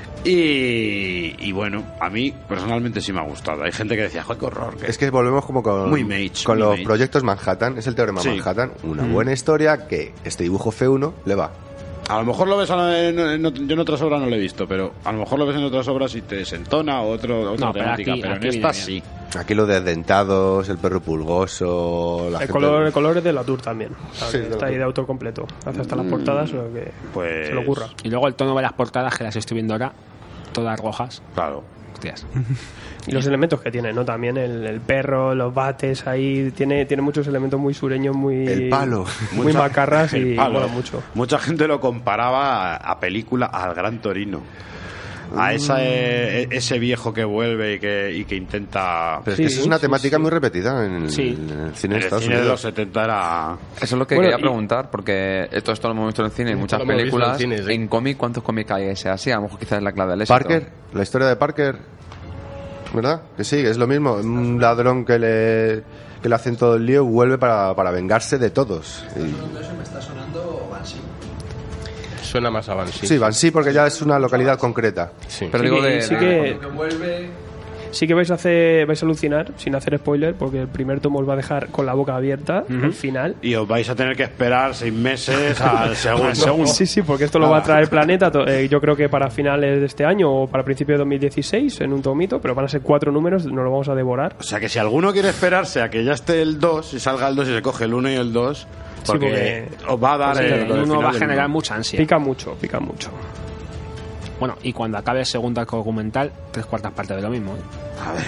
Y, y bueno, a mí personalmente sí me ha gustado. Hay gente que decía, joder, qué horror. Que
es que volvemos como con,
muy mage,
con
muy
los
mage.
proyectos Manhattan. Es el teorema
sí.
Manhattan. Una
mm.
buena historia que este dibujo F uno le va.
A lo mejor lo ves en, en, en, yo en otras obras no lo he visto, pero a lo mejor lo ves en otras obras y te desentona otro, otra
no,
temática,
pero, aquí,
pero
aquí
en esta sí.
Aquí lo de dentados, el perro pulgoso, la
el,
gente...
color, el color es de Latour también,
sí,
está ahí de autor completo, hace hasta las portadas, o que
pues...
se lo ocurra.
Y luego el tono de las portadas, que las estoy viendo ahora, todas rojas.
Claro.
Hostias.
Y los elementos que tiene, ¿no? También el, el perro, los bates ahí, tiene, tiene muchos elementos muy sureños, muy...
El palo.
Muy Mucha, macarras y mola mucho.
Mucha gente lo comparaba a, a película al Gran Torino. A esa, eh, ese viejo que vuelve y que, y que intenta...
Pero es
sí,
que esa es una
sí,
temática
sí.
muy repetida en el,
sí.
en el cine de
el
Estados
cine
Unidos.
de los setenta era...
Eso es lo que
bueno,
quería
y...
preguntar, porque todo esto lo hemos visto en el cine, en muchas películas. En, sí. en cómic, ¿cuántos cómics hay ese así? A lo mejor quizás es la clave del éxito.
Parker, la historia de Parker, ¿verdad? Que sí, es lo mismo. Un ladrón que le, que le hacen todo el lío vuelve para, para vengarse de todos. Y...
me está sonando Banshee.
Suena más a Banshee.
Sí, Banshee porque ya es una localidad concreta.
Sí. Pero sí digo
que,
de...
Sí
de...
que...
que vuelve...
Sí que vais a hacer, vais a alucinar, sin hacer spoiler, porque el primer tomo os va a dejar con la boca abierta uh-huh. al final.
Y os vais a tener que esperar seis meses al segundo.
Sí, sí, porque esto lo va a traer Planeta, eh, yo creo que para finales de este año o para principios de dos mil dieciséis, en un tomito, pero van a ser cuatro números, nos lo vamos a devorar.
O sea que si alguno quiere esperarse a que ya esté el dos y salga el dos y se coge el uno y el dos, porque, sí, porque os va a dar...
Pues
el,
el uno va a generar
uno.
mucha ansia.
Pica mucho, pica mucho.
Bueno, y cuando acabe el segundo arco documental, tres cuartas partes de lo mismo. ¿eh?
A ver...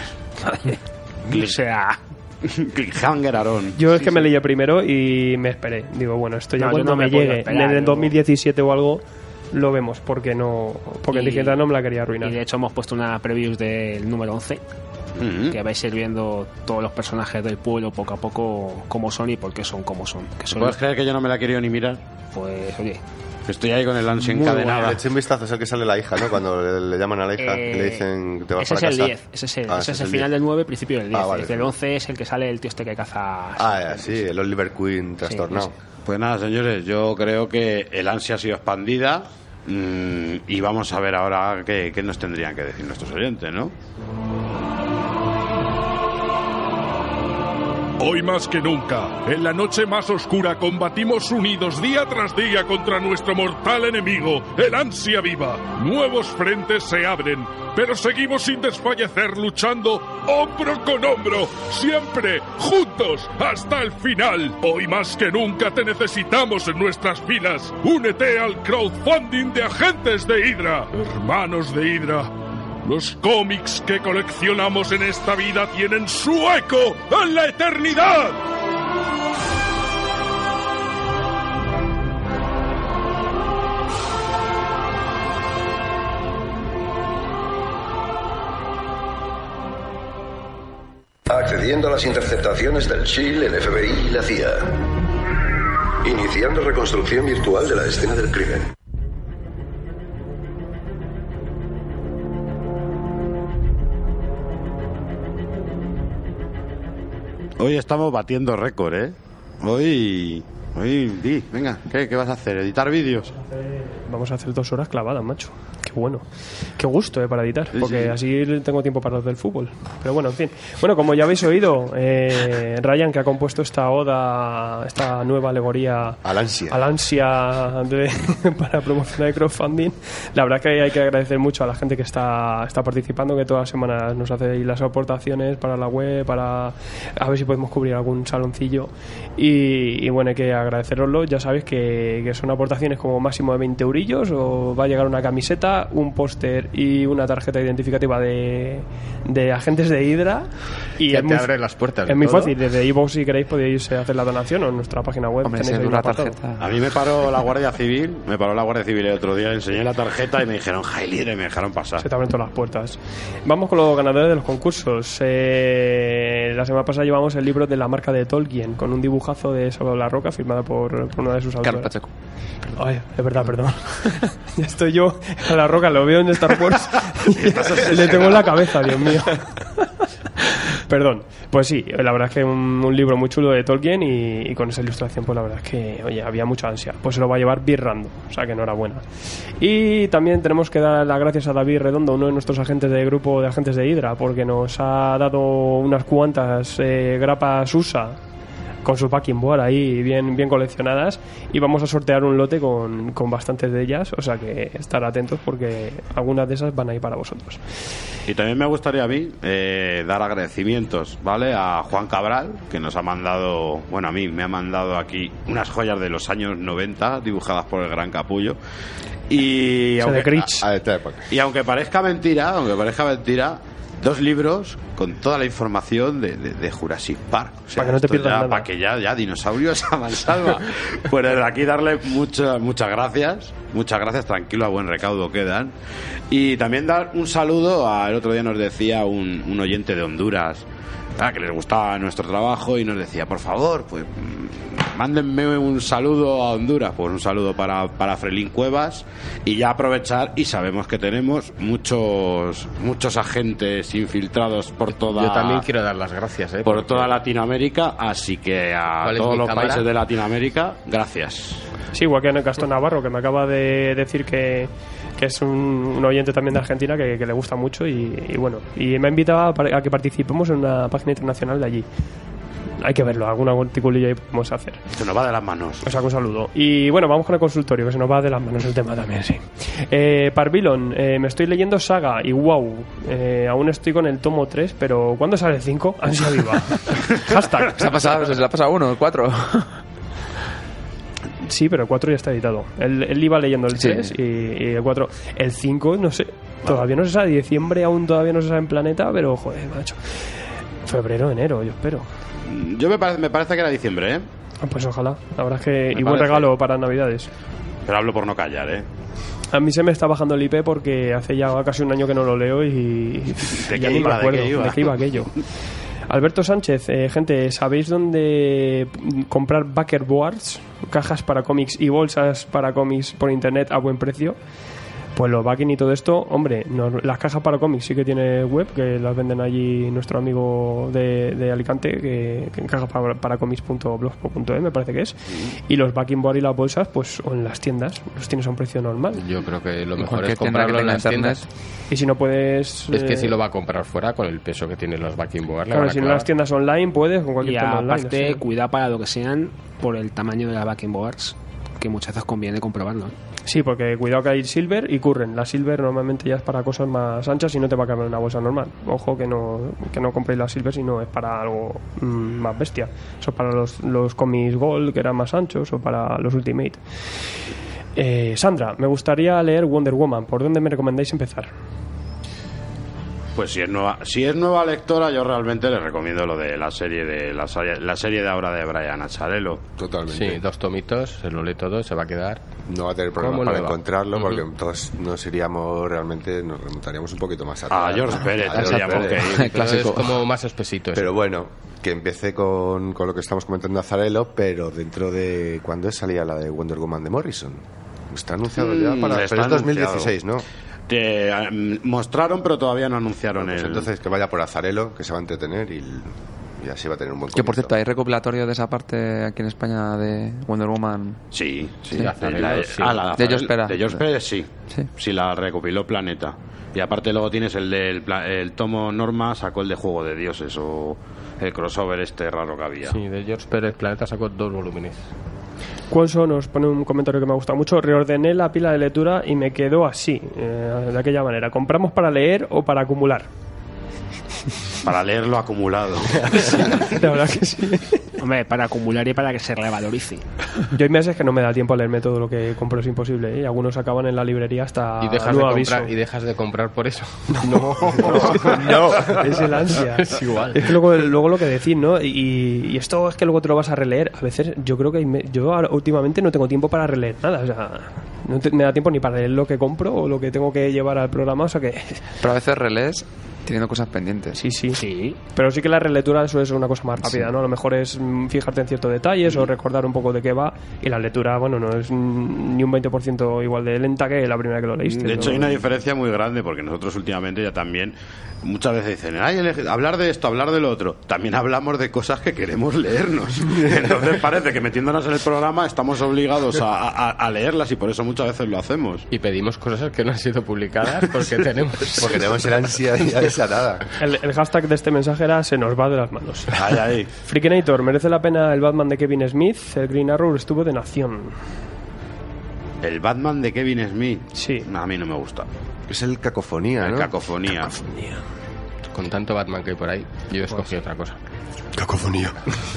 O sea...
Cliffhanger Aaron.
Yo es
sí,
que
sí.
me leí primero y me esperé. Digo, bueno, esto ya
no,
cuando
no me,
me llegue
esperar,
en el
no.
dos mil diecisiete o algo lo vemos, porque no porque
y,
en digital no me la quería arruinar.
Y de hecho hemos puesto una preview del número once, uh-huh. que vais a ir viendo todos los personajes del pueblo poco a poco cómo son y por qué son como son. Que son
¿Puedes creer que yo no me la he querido ni mirar?
Pues, oye...
Estoy ahí con el ansia
Muy
encadenada.
Bueno. Le eché un vistazo, es el que sale la hija, ¿no? Cuando le, le llaman a la hija
eh,
y le dicen te vas
ese
para
es
casa.
El diez, ese es el,
ah,
ese
ese
es el,
el
final
diez.
del nueve, principio del diez.
Ah, vale.
El once es el que sale el tío este que caza...
Ah, sí, el Oliver Queen trastornado.
Sí,
pues nada, señores, yo creo que el ansia ha sido expandida mmm, y vamos a ver ahora qué, qué nos tendrían que decir nuestros oyentes, ¿no?
Hoy más que nunca, en la noche más oscura, combatimos unidos día tras día contra nuestro mortal enemigo, el ansia viva. Nuevos frentes se abren, pero seguimos sin desfallecer luchando hombro con hombro, siempre juntos hasta el final. Hoy más que nunca te necesitamos en nuestras filas. Únete al crowdfunding de agentes de Hydra, hermanos de Hydra. Los cómics que coleccionamos en esta vida tienen su eco en la eternidad.
Accediendo a las interceptaciones del S H I E L D, el F B I y la C I A. Iniciando reconstrucción virtual de la escena del crimen.
Hoy estamos batiendo récord, ¿eh? Hoy... Hoy, di, venga, ¿qué, ¿qué vas a hacer? ¿Editar vídeos?
Vamos a hacer dos horas clavadas, macho. Qué bueno. Qué gusto, ¿eh? Para editar, porque sí. Así tengo tiempo para los del fútbol. Pero bueno, en fin. Bueno, como ya habéis oído, eh, Ryan, que ha compuesto esta oda, esta nueva alegoría
al ansia,
al ansia de, para promocionar el crowdfunding, la verdad que hay que agradecer mucho a la gente que está, está participando, que todas las semanas nos hace las aportaciones para la web, para a ver si podemos cubrir algún saloncillo. Y, y bueno, hay que agradeceroslo. Ya sabéis que, que son aportaciones como máximo de veinte eurillos, o va a llegar una camiseta, un póster y una tarjeta identificativa de, de agentes de Hydra. Y
ya
es
te
muy,
abre las puertas.
Es muy todo. Fácil. Desde iVoox, si queréis, podéis hacer la donación, o en nuestra página web.
Hombre, tenéis una tarjeta.
A mí me paró la Guardia Civil, me paró la Guardia Civil el otro día, enseñé la tarjeta y me dijeron Jaili, y me dejaron pasar.
Se te abren todas las puertas. Vamos con los ganadores de los concursos. Eh, la semana pasada llevamos el libro de La marca de Tolkien, con un dibujazo de Salvador La Roca, firmado por, por una de sus autores.
Carlos Pacheco.
Ay, es verdad, perdón. Ya estoy yo a La Roca, lo veo en Star Wars y le tengo en la cabeza, Dios mío. Perdón. Pues sí, la verdad es que un, un libro muy chulo de Tolkien, y, y con esa ilustración pues la verdad es que, oye, había mucha ansia. Pues se lo va a llevar Birrando, o sea que enhorabuena. Y también tenemos que dar las gracias a David Redondo, uno de nuestros agentes del grupo de agentes de Hydra, porque nos ha dado unas cuantas eh, grapas U S A con su packing board ahí bien, bien coleccionadas, y vamos a sortear un lote con, con bastantes de ellas, o sea que estar atentos porque algunas de esas van a ir para vosotros.
Y también me gustaría a mí eh, dar agradecimientos, ¿vale? A Juan Cabral, que nos ha mandado, bueno, a mí me ha mandado aquí unas joyas de los años noventa dibujadas por el Gran Capullo. Y aunque, a, a, y aunque parezca mentira, aunque parezca mentira, dos libros con toda la información de, de, de Jurassic Park. O sea,
para que no te pierdas
ya,
nada.
Para que ya, ya dinosaurios a mansalva. Pues desde aquí darle muchas muchas gracias. Muchas gracias, tranquilo, a buen recaudo quedan. Y también dar un saludo a, el otro día nos decía un, un oyente de Honduras, ah, que les gustaba nuestro trabajo, y nos decía, por favor, pues mándenme un saludo a Honduras. Pues un saludo para, para Frelín Cuevas, y ya aprovechar, y sabemos que tenemos muchos muchos agentes infiltrados por toda,
yo también quiero dar las gracias, ¿eh?
por
porque...
toda Latinoamérica, así que a todos los cámara? países de Latinoamérica, gracias.
Sí, igual que en el Gastón Navarro, que me acaba de decir que, que es un, un oyente también de Argentina que, que le gusta mucho, y, y bueno, y me ha invitado a, a que participemos en una página internacional de allí. Hay que verlo, algún articulillo ahí podemos hacer.
Se nos va de las manos.
O sea, un saludo. Y bueno, vamos con el consultorio, que se nos va de las manos el tema también, sí. Eh, Parvilon, eh, me estoy leyendo Saga y wow, eh, aún estoy con el tomo tres, pero ¿cuándo sale el cinco? Ansia viva. Hashtag.
¿Se ha pasado, se le ha pasado uno, el cuatro?
Sí, pero el cuatro ya está editado. Él, él iba leyendo el tres, sí. y, y el cuatro. El cinco, no sé, todavía no se sabe. Diciembre aún todavía no se sabe en Planeta, pero joder, macho. Febrero, enero, yo espero.
Yo me parece, me parece que era diciembre, ¿eh?
Ah, pues ojalá. La verdad es que...
Me
y buen regalo para Navidades.
Pero hablo por no callar, ¿eh?
A mí se me está bajando el I P porque hace ya casi un año que no lo leo y...
¿De
ya
qué
ni
iba,
me acuerdo
de qué iba?
de qué iba aquello. Alberto Sánchez, eh, gente, ¿sabéis dónde comprar backer boards? Cajas para cómics y bolsas para cómics por internet a buen precio. Pues los backing y todo esto, hombre, no, las cajas para cómics sí que tiene web, que las venden allí nuestro amigo de, de Alicante, que, que en cajas para, para cómics punto blogspot punto e me parece que es. Y los backing board y las bolsas, pues o en las tiendas, los tienes a un precio normal.
Yo creo que lo mejor es comprarlo en las tiendas.
Y si no puedes...
Es que
eh,
si lo va a comprar fuera, con el peso que tienen los backing board,
claro, si no en las tiendas online puedes, con cualquier
y
tienda online.
aparte,
¿sí?
Cuidado para lo que sean por el tamaño de las backing boards, que muchas veces conviene comprobarlo.
Sí, porque cuidado que hay silver y curren. La silver normalmente ya es para cosas más anchas y no te va a caber una bolsa normal. Ojo que no, que no compréis la silver si no es para algo mmm, más bestia. Eso es para los, los cómics Gold, que eran más anchos, o para los Ultimate. Eh, Sandra, me gustaría leer Wonder Woman. ¿Por dónde me recomendáis empezar?
Pues si es nueva, si es nueva lectora, yo realmente les recomiendo lo de la serie de la, la serie de ahora de Brian Azzarello.
Totalmente.
Sí, dos tomitos, se lo lee todo, se va a quedar.
No va a tener problemas para
nueva.
encontrarlo, porque
Uh-huh.
todos nos iríamos realmente, nos remontaríamos un poquito más atrás.
A George Pérez,
a George Pérez.
Pero es como más espesito.
Pero bueno, que empiece con, con lo que estamos comentando Azzarello, pero dentro de... ¿Cuándo salía la de Wonder Woman de Morrison? Está anunciado mm, ya para... Pero es dos mil dieciséis, ¿no?
Que um, mostraron, pero todavía no anunciaron
pues
el...
Entonces que vaya por Azzarello, que se va a entretener y... y así va a tener un buen
Que por
comienzo.
cierto, ¿hay recopilatorio de esa parte aquí en España de Wonder Woman?
Sí, sí.
Sí.
La- la-
Sí.
ah, la-
De George Pérez.
De George Pérez, sí. sí. la recopiló Planeta. Y aparte luego tienes el del pla- el tomo Norma, sacó el de Juego de Dioses o el crossover este raro que había.
Sí, de George Pérez Planeta sacó dos volúmenes.
Cuonso nos pone un comentario que me ha gustado mucho. Reordené la pila de lectura y me quedó así, eh, de aquella manera. ¿Compramos para leer o para acumular?
Para leerlo acumulado.
La verdad que sí.
Hombre, para acumular y para que se revalorice.
Yo hay meses que no me da tiempo a leerme todo lo que compro, es imposible, ¿eh? Y algunos acaban en la librería hasta
¿Y dejas, de
nuevo
comprar,
aviso.
¿Y dejas de comprar por eso?
No, no, es el ansia.
Es igual.
Es que luego, luego lo que decís, ¿no? Y, y esto es que luego te lo vas a releer. A veces yo creo que hay me- yo ahora, últimamente no tengo tiempo para releer nada. O sea, no te- me da tiempo ni para leer lo que compro o lo que tengo que llevar al programa. O sea que...
Pero a veces relés teniendo cosas pendientes.
Sí, sí. sí. Pero sí que la relectura suele ser una cosa más rápida,
Sí.
¿no? A lo mejor es mm, fijarte en ciertos detalles o recordar un poco de qué va. Y la lectura, bueno, no es mm, ni un veinte por ciento igual de lenta que la primera que lo leíste.
De hecho,
¿no?
hay una diferencia muy grande porque nosotros últimamente ya también muchas veces dicen, ay, ele- hablar de esto, hablar de lo otro. También hablamos de cosas que queremos leernos. Entonces parece que metiéndonos en el programa estamos obligados a, a- a leerlas y por eso muchas veces lo hacemos.
Y pedimos cosas que no han sido publicadas porque tenemos...
Porque tenemos el ansia ya desatada.
El, el hashtag de este mensaje era se nos va de las manos.
Ay, ay.
Freakinator, ¿merece la pena el Batman de Kevin Smith? El Green Arrow estuvo de nación.
El Batman de Kevin Smith.
Sí.
A mí no me gusta.
Es el cacofonía,
El
¿no?
cacofonía.
Con tanto Batman que hay por ahí, yo escogí otra cosa.
Cacofonía.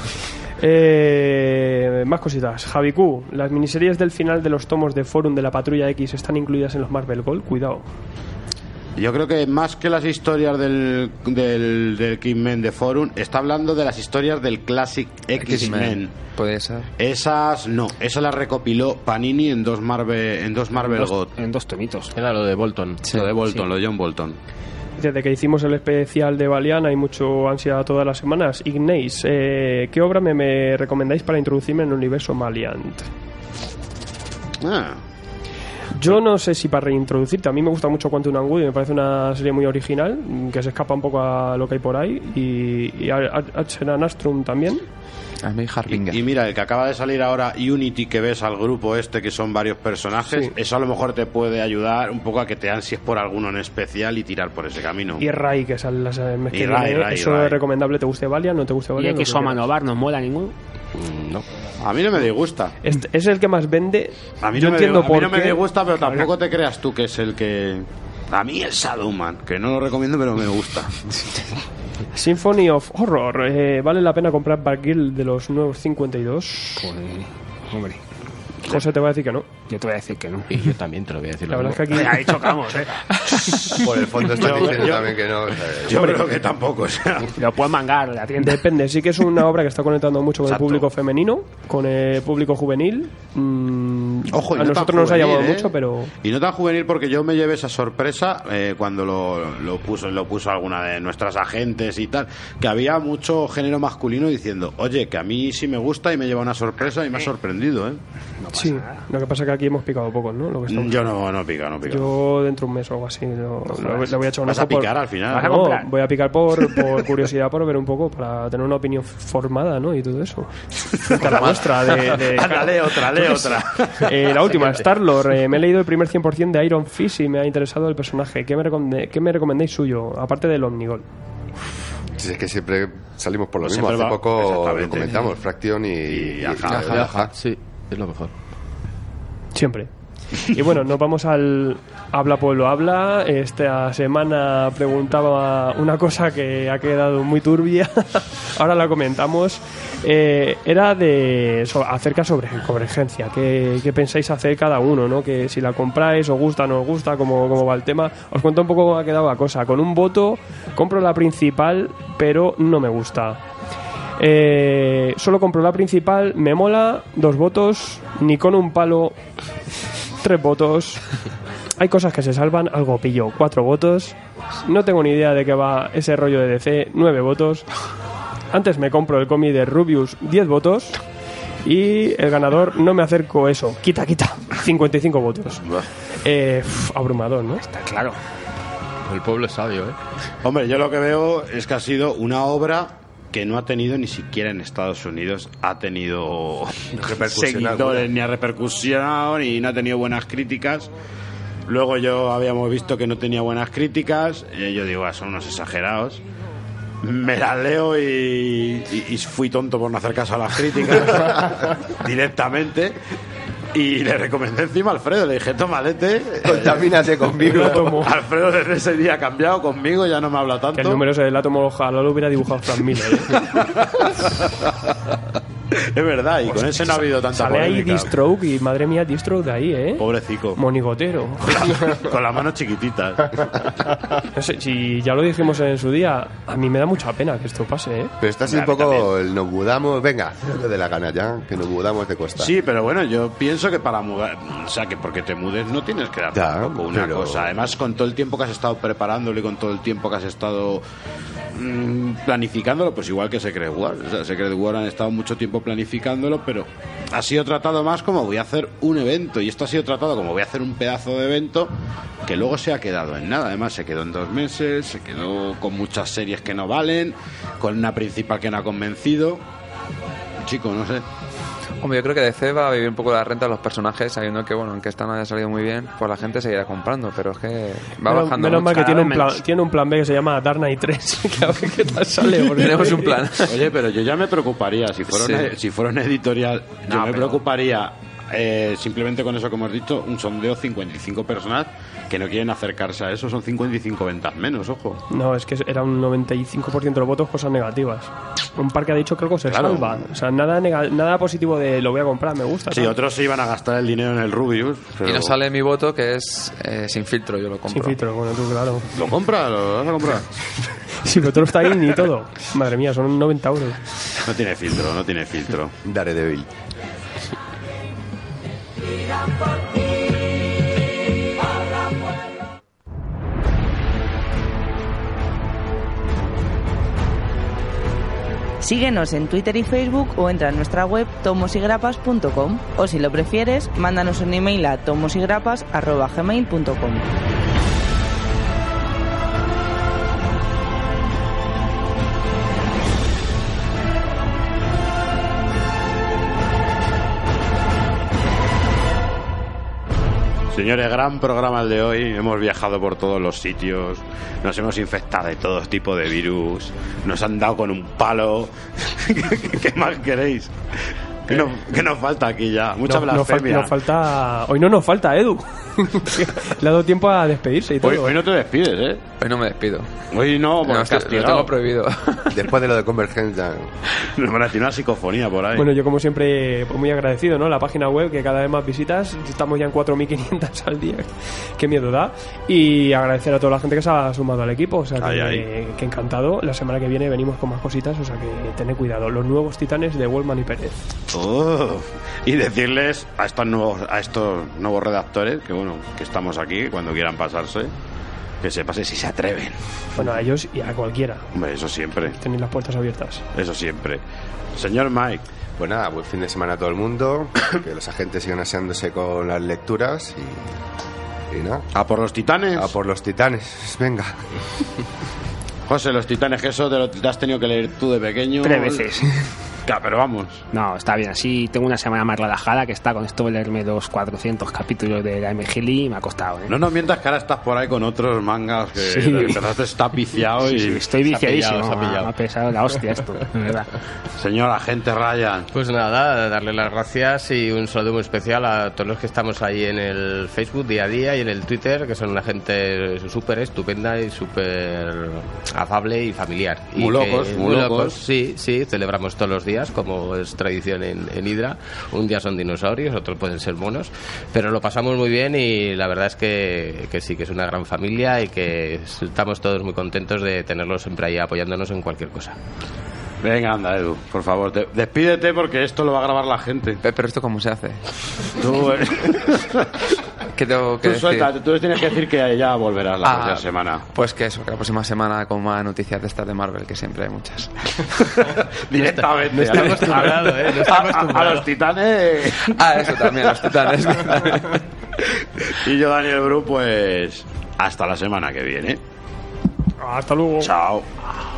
Eh, más cositas. Javi Q, las miniseries del final de los tomos de Forum de la Patrulla X están incluidas en los Marvel Gold. Cuidado.
Yo creo que más que las historias del, del, del X-Men de Forum, está hablando de las historias del Classic X-Men.
Puede ser.
Esas no, esas las recopiló Panini en dos Marvel, en dos Marvel
En dos,
God.
en dos tomitos.
Era lo de Bolton.
Lo de Bolton,
sí.
lo de John Bolton.
Desde que hicimos el especial de Valiant hay mucho ansia todas las semanas. Ignace, eh, ¿qué obra me, me recomendáis para introducirme en el universo Valiant?
Ah,
Yo no sé si para reintroducirte. A mí me gusta mucho Quantum and Woody, me parece una serie muy original, que se escapa un poco a lo que hay por ahí. Y, y Archer Astrum también.
A mí Harbinger.
y, y mira, el que acaba de salir ahora, Unity, que ves al grupo este, que son varios personajes,
Sí.
eso a lo mejor te puede ayudar un poco a que te ansies por alguno en especial y tirar por ese camino.
Y Rai, que sale las el mes
Y
que
Rai,
viene.
Rai,
Eso
Rai.
es recomendable, te guste Valiant, no te guste
Y
Valiant.
X
lo que
o
quieras.
Manovar no mola ninguno.
Mm, No.
A mí no me disgusta.
Este es el que más vende.
A mí
Yo
no, me,
entiendo
digu- a
por
mí no me
qué.
disgusta, pero tampoco te creas tú que es el que... A mí el Shadowman, que no lo recomiendo, pero me gusta.
Symphony of Horror. eh, ¿Vale la pena comprar Batgirl de los nuevos cincuenta y dos?
Joder, hombre.
José te va a decir que no.
Yo te voy a decir que no.
Y yo también te lo voy a decir.
La
lo
verdad es que
mismo.
aquí...
Ahí chocamos, ¿eh?
Por el fondo están
Yo-
diciendo
yo-
también que no. o sea,
Yo creo que tampoco, o sea...
Lo puedes mangar, la tienda.
Depende, sí que es una obra que está conectando mucho con
Exacto.
el público femenino, con el público juvenil. Mm,
Ojo, y
a
no tan
nosotros nos ha
juvenil,
llamado
¿eh?
mucho, pero
Y no tan juvenil porque yo me llevé esa sorpresa eh, cuando lo, lo puso lo puso alguna de nuestras agentes y tal, que había mucho género masculino diciendo, oye, que a mí sí me gusta y me lleva una sorpresa y me ha sorprendido, ¿eh?
sí. Lo que pasa es que aquí hemos picado poco, ¿no? Lo que estamos-
Yo no, no pica, no pica.
Yo dentro de un mes o algo así lo, lo- le voy a echar un
Vas
ojo
a picar
por-
al final.
Vas a
No,
comprar.
voy a picar por, por curiosidad, por ver un poco, para tener una opinión formada, ¿no? Y todo eso. Frente a la vuestra de... de-
Anda, lee otra, lee otra.
Eh, la última, Star-Lord. Eh, me he leído el primer cien por ciento de Iron Fist y me ha interesado el personaje. ¿Qué me, recomendé- qué me recomendáis suyo? Aparte del Omnigol.
Si es que siempre salimos por lo mismo.
Siempre
Hace
va-
poco
exactamente.
lo comentamos, Fraction y,
Y
y-
Aja.
y Aja.
Sí, es lo mejor.
Siempre. Y bueno, nos vamos al Habla Pueblo Habla. Esta semana preguntaba una cosa que ha quedado muy turbia. Ahora la comentamos. Eh, era de so- acerca sobre convergencia. ¿Qué, qué pensáis hacer cada uno? ¿No? Que si la compráis, os gusta, no os gusta, cómo, cómo va el tema. Os cuento un poco cómo ha quedado la cosa. Con un voto compro la principal, pero no me gusta. Eh, solo compro la principal, me mola, dos votos, ni con un palo, tres votos. Hay cosas que se salvan, algo pillo, cuatro votos. No tengo ni idea de qué va ese rollo de D C, nueve votos. Antes me compro el cómic de Rubius, diez votos. Y el ganador, no me acerco eso, quita, quita, cincuenta y cinco votos. Eh, uf, abrumador, ¿no?
Está claro.
El pueblo es sabio, ¿eh?
Hombre, yo lo que veo es que ha sido una obra que no ha tenido ni siquiera en Estados Unidos, ha tenido
Repercusión alguna.
seguidores, ni ha repercusionado, ni no ha tenido buenas críticas. Luego yo habíamos visto que no tenía buenas críticas, y yo digo, ah, son unos exagerados. Me las leo y, y, y fui tonto por no hacer caso a las críticas directamente. Y le recomendé encima a Alfredo, le dije, toma, lete,
contamínate conmigo.
Alfredo desde ese día ha cambiado conmigo, ya no me habla tanto.
Que el número ese del átomo ojalá lo hubiera dibujado Frank Miller, ¿eh?
Es verdad, y con ese no ha habido tanta
Sale ahí
polémica.
D-Stroke y madre mía, D-Stroke de ahí, ¿eh?
Pobrecito.
Monigotero.
Con las manos chiquititas.
No sé, si ya lo dijimos en su día, a mí me da mucha pena que esto pase, ¿eh?
Pero está así un poco el nos mudamos. Venga, lo de la gana ya, que nos mudamos te cuesta.
Sí, pero bueno, yo pienso que para mudar, o sea, que porque te mudes no tienes que dar
Ya,
tampoco una
pero-
cosa. Además, con todo el tiempo que has estado preparándolo y con todo el tiempo que has estado mm, planificándolo, pues igual que Secret War. O sea, Secret War han estado mucho tiempo planificándolo, pero ha sido tratado más como voy a hacer un evento, y esto ha sido tratado como voy a hacer un pedazo de evento que luego se ha quedado en nada. Además, se quedó en dos meses, se quedó con muchas series que no valen, con una principal que no ha convencido. Chico, no sé.
Hombre, yo creo que D C va a vivir un poco la renta de los personajes, sabiendo que, bueno, aunque esta no haya salido muy bien, pues la gente seguirá comprando, pero es que va
Menos,
bajando
menos mal
mucho.
que tiene un,
Cada vez
plan, tiene un plan B que se llama Dark Knight tres. Que a ver qué tal sale. porque-
Tenemos un plan.
Oye, pero yo ya me preocuparía, si fuera,
Sí.
una, si fuera una editorial, yo
No,
me
pero-
preocuparía eh, simplemente con eso que hemos dicho, un sondeo cincuenta y cinco personas que no quieren acercarse a eso, son cincuenta y cinco ventas menos, ojo.
No, es que era un noventa y cinco por ciento de los votos cosas negativas. Un par que ha dicho que algo se
Claro.
salva. O sea, nada, nega- nada positivo de lo voy a comprar, me gusta.
Sí,
tal.
otros se iban a gastar el dinero en el Rubius. Pero...
Y nos sale mi voto, que es eh, sin filtro, yo lo compro.
Sin filtro, bueno, tú, claro.
¿Lo compras? ¿Lo vas a comprar?
Sí, pero todo está ahí ni todo. Madre mía, son noventa euros.
No tiene filtro, no tiene filtro.
Daredevil.
Síguenos en Twitter y Facebook o entra en nuestra web tomosigrapas punto com, o si lo prefieres, mándanos un email a tomosigrapas arroba gmail punto com.
Señores, gran programa el de hoy. Hemos viajado por todos los sitios, nos hemos infectado de todo tipo de virus, nos han dado con un palo. ¿Qué más queréis? ¿Qué nos, qué nos falta aquí ya? Mucha
No- no fal-
blasfemia.
nos falta... Hoy no nos falta Edu. Le ha dado tiempo a despedirse y todo.
Hoy, hoy no te despides, ¿eh?
Hoy no me despido.
Hoy no, porque
No,
estás
es que lo
tirado.
tengo prohibido.
Después de lo de Convergencia.
Nos van a tirar una psicofonía por ahí.
Bueno, yo como siempre, pues muy agradecido, ¿no? La página web, que cada vez más visitas, estamos ya en cuatro mil quinientas al día. Qué miedo da. Y agradecer a toda la gente que se ha sumado al equipo, o sea, que,
Ay, ay.
que encantado. La semana que viene venimos con más cositas, o sea, que tened cuidado. Los nuevos titanes de Wellman y Pérez.
Oh. Y decirles a estos nuevos a estos nuevos redactores que bueno, que estamos aquí cuando quieran pasarse, que se pase si se atreven.
Bueno, a ellos y a cualquiera.
Hombre, eso siempre,
Tenéis las puertas abiertas.
eso siempre. Señor Mike,
Pues nada, buen fin de semana a todo el mundo. Que los agentes sigan aseándose con las lecturas. Y, y nada.
a por los titanes.
A por los titanes. Venga.
José, los titanes, que eso te lo te has tenido que leer tú de pequeño.
Tres veces.
Claro, pero vamos.
No, está bien. Así tengo una semana más relajada que está con esto de leerme los cuatrocientos capítulos de la M G L y me ha costado, ¿eh?
No nos mientas que ahora estás por ahí con otros mangas que
Sí.
desde que empezaste está viciado y
Sí, sí, estoy
se ha pillado,
viciadísimo.
se ha
Me
pillado.
ha pesado la hostia esto, de verdad.
Señor agente Ryan.
Pues nada, darle las gracias y un saludo muy especial a todos los que estamos ahí en el Facebook día a día y en el Twitter, que son una gente súper estupenda y súper afable y familiar. Y
Muy
que-
locos, muy locos.
Sí, sí, celebramos todos los días, como es tradición en, en Hydra. Un día son dinosaurios, otros pueden ser monos, pero lo pasamos muy bien y la verdad es que, que sí, que es una gran familia y que estamos todos muy contentos de tenerlos siempre ahí apoyándonos en cualquier cosa.
Venga, anda, Edu, por favor, te- despídete porque esto lo va a grabar la gente.
Pero esto cómo se hace.
Tú, eh,
¿Qué tengo que
tú
decir?
suelta, tú tienes que decir que ya volverás la
Ah,
próxima semana.
Pues que eso, que la próxima semana con más noticias de estas de Marvel, que siempre hay muchas.
Directamente.
no está
a-
acostumbrado, ¿eh? No está
a- a-
acostumbrado.
A los titanes.
Ah, eso también, los titanes.
Y yo, Daniel Bru, pues hasta la semana que viene.
Hasta luego.
Chao.